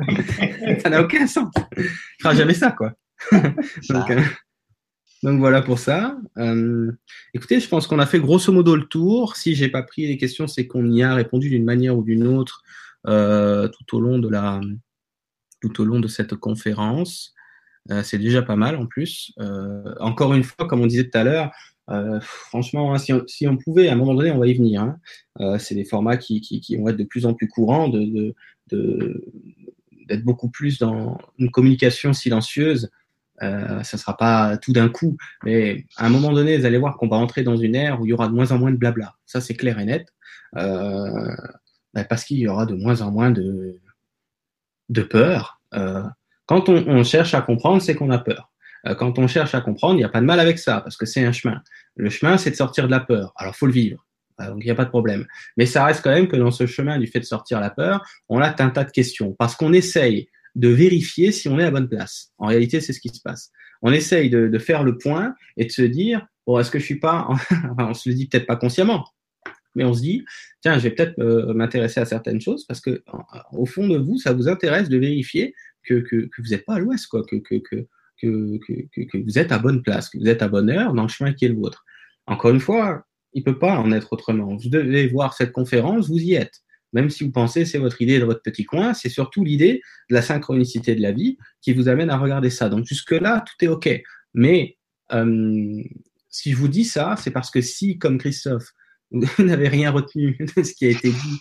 Ça n'a aucun sens. Il fera jamais ça, quoi. donc, euh, donc voilà pour ça. Euh, écoutez, je pense qu'on a fait grosso modo le tour. Si j'ai pas pris les questions, c'est qu'on y a répondu d'une manière ou d'une autre euh, tout au long de la, tout au long de cette conférence. Euh, c'est déjà pas mal en plus. Euh, encore une fois, comme on disait tout à l'heure, euh, franchement, hein, si, on, si on pouvait, à un moment donné, on va y venir. Hein. Euh, c'est des formats qui, qui, qui vont être de plus en plus courants, de, de, de, d'être beaucoup plus dans une communication silencieuse. Euh, ça sera pas tout d'un coup, mais à un moment donné, vous allez voir qu'on va entrer dans une ère où il y aura de moins en moins de blabla. Ça, c'est clair et net. Euh, bah, parce qu'il y aura de moins en moins de, de peur. Euh, quand on, on cherche à comprendre, c'est qu'on a peur. Euh, quand on cherche à comprendre, il n'y a pas de mal avec ça, parce que c'est un chemin. Le chemin, c'est de sortir de la peur. Alors, faut le vivre. Euh, donc, il n'y a pas de problème. Mais ça reste quand même que dans ce chemin du fait de sortir la peur, on a un tas de questions, parce qu'on essaye de vérifier si on est à la bonne place. En réalité, c'est ce qui se passe. On essaye de, de faire le point et de se dire, bon, est-ce que je suis pas, en... enfin, on se le dit peut-être pas consciemment, mais on se dit, tiens, je vais peut-être euh, m'intéresser à certaines choses parce que au fond de vous, ça vous intéresse de vérifier que, que, que vous n'êtes pas à l'ouest, quoi, que, que, que, que, que, que vous êtes à bonne place, que vous êtes à bonne heure dans le chemin qui est le vôtre. Encore une fois, il ne peut pas en être autrement. Vous devez voir cette conférence, vous y êtes. Même si vous pensez c'est votre idée de votre petit coin, c'est surtout l'idée de la synchronicité de la vie qui vous amène à regarder ça. Donc jusque-là, tout est OK. Mais euh, si je vous dis ça, c'est parce que si, comme Christophe, vous n'avez rien retenu de ce qui a été dit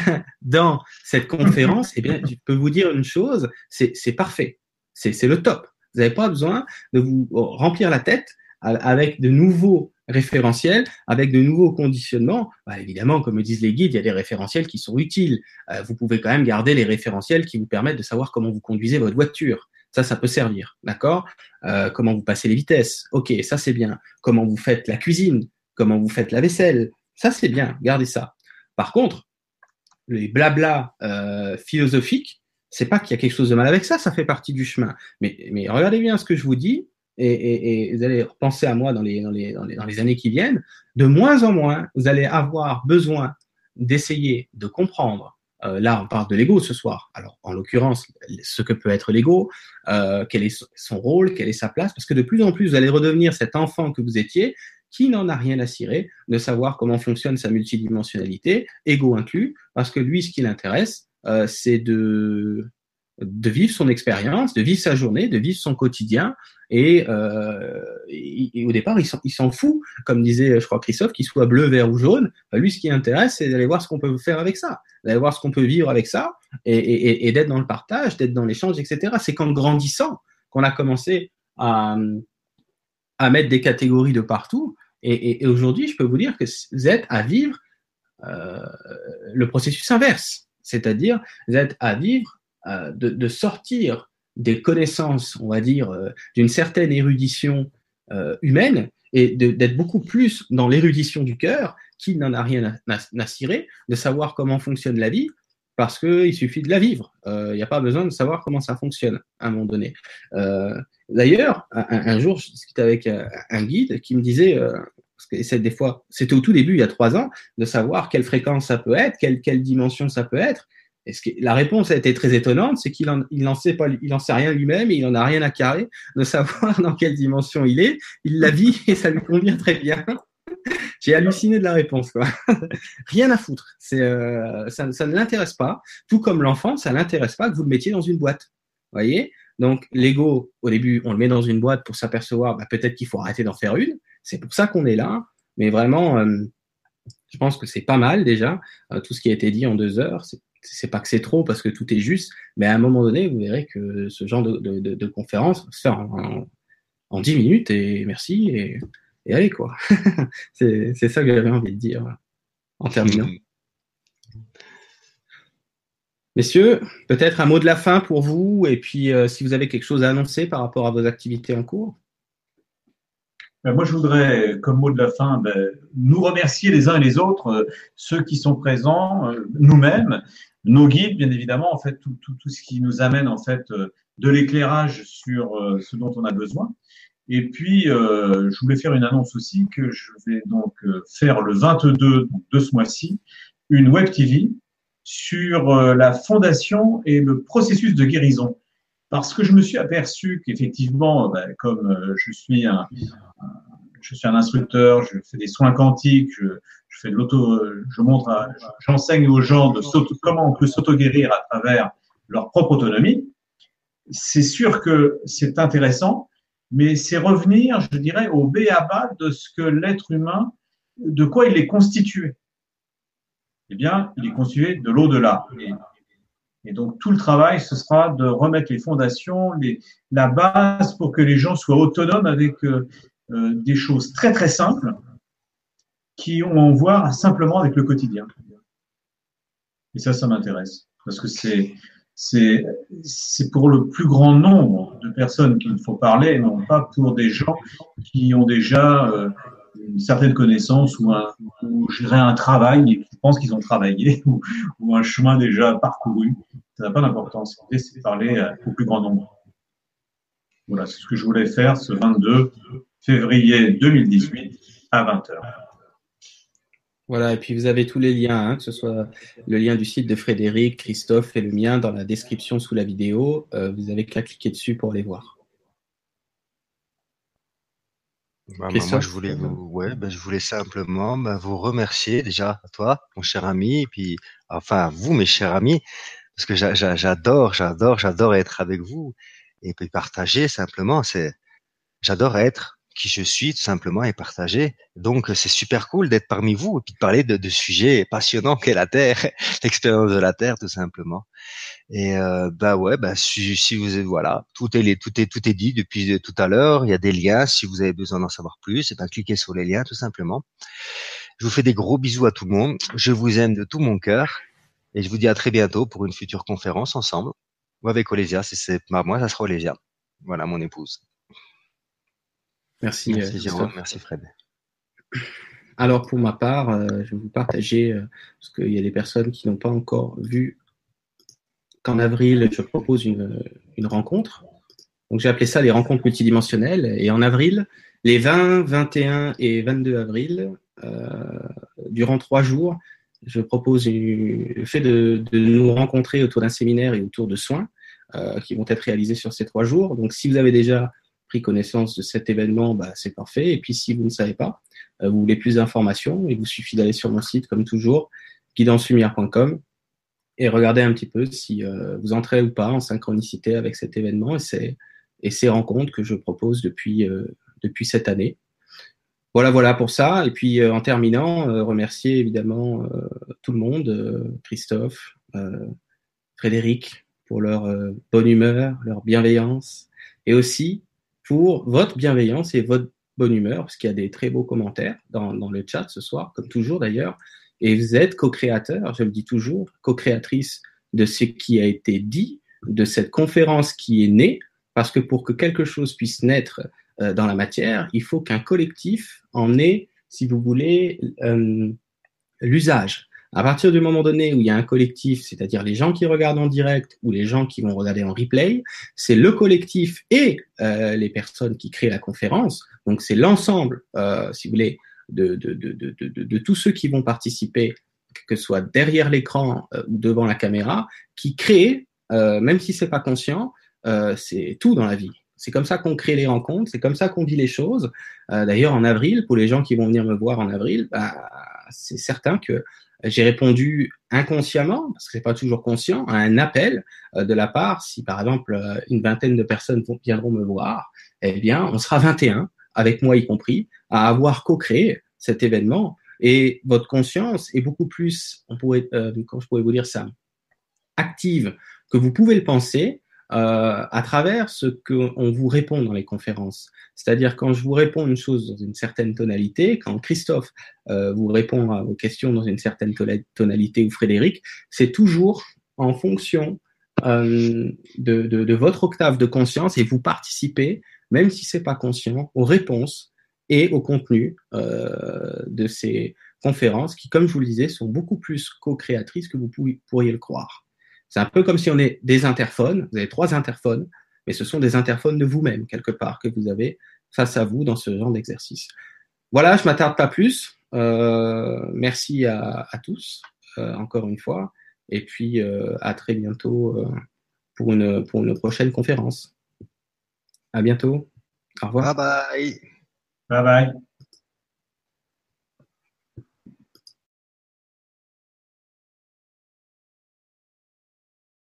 dans cette conférence, eh bien, je peux vous dire une chose, c'est, c'est parfait. C'est, c'est le top. Vous n'avez pas besoin de vous remplir la tête avec de nouveaux référentiels, avec de nouveaux conditionnements. Bah, évidemment, comme me disent les guides, il y a des référentiels qui sont utiles. Euh, vous pouvez quand même garder les référentiels qui vous permettent de savoir comment vous conduisez votre voiture. Ça, ça peut servir, d'accord ? euh, Comment vous passez les vitesses. Ok, ça c'est bien. Comment vous faites la cuisine, comment vous faites la vaisselle. Ça, c'est bien, gardez ça. Par contre, les blabla euh, philosophiques, c'est pas qu'il y a quelque chose de mal avec ça, ça fait partie du chemin. Mais, mais regardez bien ce que je vous dis, et, et, et vous allez penser à moi dans les, dans, les, dans, les, dans les années qui viennent. De moins en moins, vous allez avoir besoin d'essayer de comprendre. Euh, là, on parle de l'ego ce soir. Alors, en l'occurrence, ce que peut être l'ego, euh, quel est son rôle, quelle est sa place, parce que de plus en plus, vous allez redevenir cet enfant que vous étiez, qui n'en a rien à cirer de savoir comment fonctionne sa multidimensionnalité, ego inclus, parce que lui, ce qui l'intéresse, euh, c'est de, de vivre son expérience, de vivre sa journée, de vivre son quotidien, et, euh, et, et au départ, il s'en, il s'en fout, comme disait, je crois, Christophe, qu'il soit bleu, vert ou jaune. Enfin, lui, ce qui l'intéresse, c'est d'aller voir ce qu'on peut faire avec ça, d'aller voir ce qu'on peut vivre avec ça, et, et, et d'être dans le partage, d'être dans l'échange, et cetera. C'est qu'en grandissant qu'on a commencé à, à mettre des catégories de partout. Et, et, et aujourd'hui, je peux vous dire que vous êtes à vivre euh, le processus inverse, c'est-à-dire vous êtes à vivre euh, de, de sortir des connaissances, on va dire, euh, d'une certaine érudition euh, humaine et de, d'être beaucoup plus dans l'érudition du cœur, qui n'en a rien à, à, à cirer, de savoir comment fonctionne la vie, parce qu'il suffit de la vivre. Il euh, n'y a pas besoin de savoir comment ça fonctionne à un moment donné. Euh, d'ailleurs, un, un jour, je discutais avec un, un guide qui me disait, euh, parce que c'est des fois, c'était au tout début, il y a trois ans, de savoir quelle fréquence ça peut être, quelle, quelle dimension ça peut être. Et ce qui, la réponse a été très étonnante, c'est qu'il en, il n'en sait pas, il en sait rien lui-même et il en a rien à carrer de savoir dans quelle dimension il est. Il la vit et ça lui convient très bien. J'ai halluciné de la réponse, quoi. Rien à foutre. C'est, euh, ça, ça ne l'intéresse pas. Tout comme l'enfant, ça ne l'intéresse pas que vous le mettiez dans une boîte. Vous voyez ? Donc, l'ego, au début, on le met dans une boîte pour s'apercevoir, bah, peut-être qu'il faut arrêter d'en faire une. C'est pour ça qu'on est là. Mais vraiment, euh, je pense que c'est pas mal déjà. Euh, tout ce qui a été dit en deux heures, c'est, c'est pas que c'est trop parce que tout est juste. Mais à un moment donné, vous verrez que ce genre de, de, de, de conférence va se faire en, en, en dix minutes et merci. Et, Et allez, quoi. c'est, c'est ça que j'avais envie de dire. en terminant. Messieurs, peut-être un mot de la fin pour vous, et puis euh, si vous avez quelque chose à annoncer par rapport à vos activités en cours. Ben, moi, je voudrais, comme mot de la fin, ben, nous remercier les uns et les autres, euh, ceux qui sont présents, euh, nous-mêmes, nos guides, bien évidemment, en fait, tout, tout, tout ce qui nous amène en fait euh, de l'éclairage sur euh, ce dont on a besoin. Et puis, euh, je voulais faire une annonce aussi que je vais donc euh, faire le vingt-deux de ce mois-ci une web T V sur euh, la fondation et le processus de guérison. Parce que je me suis aperçu qu'effectivement, ben, comme euh, je suis un, un, je suis un instructeur, je fais des soins quantiques, je, je fais de l'auto, je montre, à, j'enseigne aux gens de comment on peut s'auto-guérir à travers leur propre autonomie. C'est sûr que c'est intéressant, mais c'est revenir, je dirais, au b.a.-ba de ce que l'être humain, de quoi il est constitué. Eh bien, il est constitué de l'au-delà. Et, et donc, tout le travail, ce sera de remettre les fondations, les, la base pour que les gens soient autonomes avec euh, euh, des choses très, très simples qui ont à voir simplement avec le quotidien. Et ça, ça m'intéresse. Parce que c'est, c'est, c'est pour le plus grand nombre de personnes qu'il faut parler, non pas pour des gens qui ont déjà euh, une certaine connaissance ou un, ou je dirais un travail et qui pensent qu'ils ont travaillé ou, ou un chemin déjà parcouru. Ça n'a pas d'importance. L'idée, c'est de parler au plus grand nombre. Voilà, c'est ce que je voulais faire ce vingt-deux février deux mille dix-huit à vingt heures. Voilà, et puis vous avez tous les liens, hein, que ce soit le lien du site de Frédéric, Christophe et le mien dans la description sous la vidéo. Euh, vous avez qu'à cliquer dessus pour les voir. Bah, bah, moi, je voulais vous, ouais, bah, je voulais simplement bah, vous remercier déjà à toi, mon cher ami, et puis enfin vous, mes chers amis, parce que j'a, j'a, j'adore, j'adore, j'adore être avec vous et puis partager simplement. C'est, j'adore être qui je suis tout simplement et partager. Donc c'est super cool d'être parmi vous et puis de parler de, de sujets passionnants qu'est la Terre, l'expérience de la Terre tout simplement. Et euh, bah ouais, bah si, si vous êtes, voilà, tout est tout est tout est dit depuis tout à l'heure. Il y a des liens si vous avez besoin d'en savoir plus. Et ben cliquez sur les liens tout simplement. Je vous fais des gros bisous à tout le monde. Je vous aime de tout mon cœur et je vous dis à très bientôt pour une future conférence ensemble ou avec Olésia. Si c'est pas moi, ça sera Olésia. Voilà mon épouse. Merci, merci euh, Jérôme, merci Fred. Alors pour ma part, euh, je vais vous partager, euh, parce qu'il y a des personnes qui n'ont pas encore vu qu'en avril, je propose une, une rencontre. Donc j'ai appelé ça les rencontres multidimensionnelles. Et en avril, les vingt, vingt et un et vingt-deux avril, euh, durant trois jours, je propose une, le fait de, de nous rencontrer autour d'un séminaire et autour de soins euh, qui vont être réalisés sur ces trois jours. Donc si vous avez déjà pris connaissance de cet événement, bah, c'est parfait. Et puis si vous ne savez pas, euh, vous voulez plus d'informations, il vous suffit d'aller sur mon site, comme toujours, guidancelumière point com, et regardez un petit peu si euh, vous entrez ou pas en synchronicité avec cet événement et ces, et ces rencontres que je propose depuis, euh, depuis cette année. Voilà, voilà pour ça. Et puis euh, en terminant, euh, remercier évidemment euh, tout le monde, euh, Christophe, euh, Frédéric, pour leur euh, bonne humeur, leur bienveillance, et aussi pour votre bienveillance et votre bonne humeur, parce qu'il y a des très beaux commentaires dans, dans le chat ce soir, comme toujours d'ailleurs. Et vous êtes co-créateur, je le dis toujours, co-créatrice de ce qui a été dit, de cette conférence qui est née, parce que pour que quelque chose puisse naître euh, dans la matière, il faut qu'un collectif en ait, si vous voulez, euh, l'usage. À partir du moment donné où il y a un collectif, c'est-à-dire les gens qui regardent en direct ou les gens qui vont regarder en replay, c'est le collectif et euh, les personnes qui créent la conférence, donc c'est l'ensemble, euh, si vous voulez, De, de, de, de, de, de tous ceux qui vont participer, que ce soit derrière l'écran euh, ou devant la caméra, qui créent, euh, même si c'est pas conscient, euh, c'est tout dans la vie. C'est comme ça qu'on crée les rencontres, c'est comme ça qu'on vit les choses. Euh, d'ailleurs, en avril, pour les gens qui vont venir me voir en avril, bah, c'est certain que j'ai répondu inconsciemment, parce que c'est pas toujours conscient, à un appel euh, de la part, si par exemple une vingtaine de personnes viendront me voir, eh bien, on sera vingt et un, avec moi y compris, à avoir co-créé cet événement. Et votre conscience est beaucoup plus, on pourrait, euh, comment je pourrais vous dire ça, active que vous pouvez le penser. euh, à travers ce qu'on vous répond dans les conférences. C'est-à-dire quand je vous réponds une chose dans une certaine tonalité, quand Christophe euh, vous répond à vos questions dans une certaine tonalité ou Frédéric, c'est toujours en fonction euh, de, de, de votre octave de conscience et vous participez, même si c'est pas conscient, aux réponses et au contenu euh, de ces conférences qui, comme je vous le disais, sont beaucoup plus co-créatrices que vous pourriez le croire. C'est un peu comme si on est des interphones, vous avez trois interphones, mais ce sont des interphones de vous-même, quelque part, que vous avez face à vous dans ce genre d'exercice. Voilà, je m'attarde pas plus. Euh, merci à, à tous, euh, encore une fois, et puis euh, à très bientôt euh, pour, une, pour une prochaine conférence. À bientôt. Au revoir. Bye bye. Bye bye.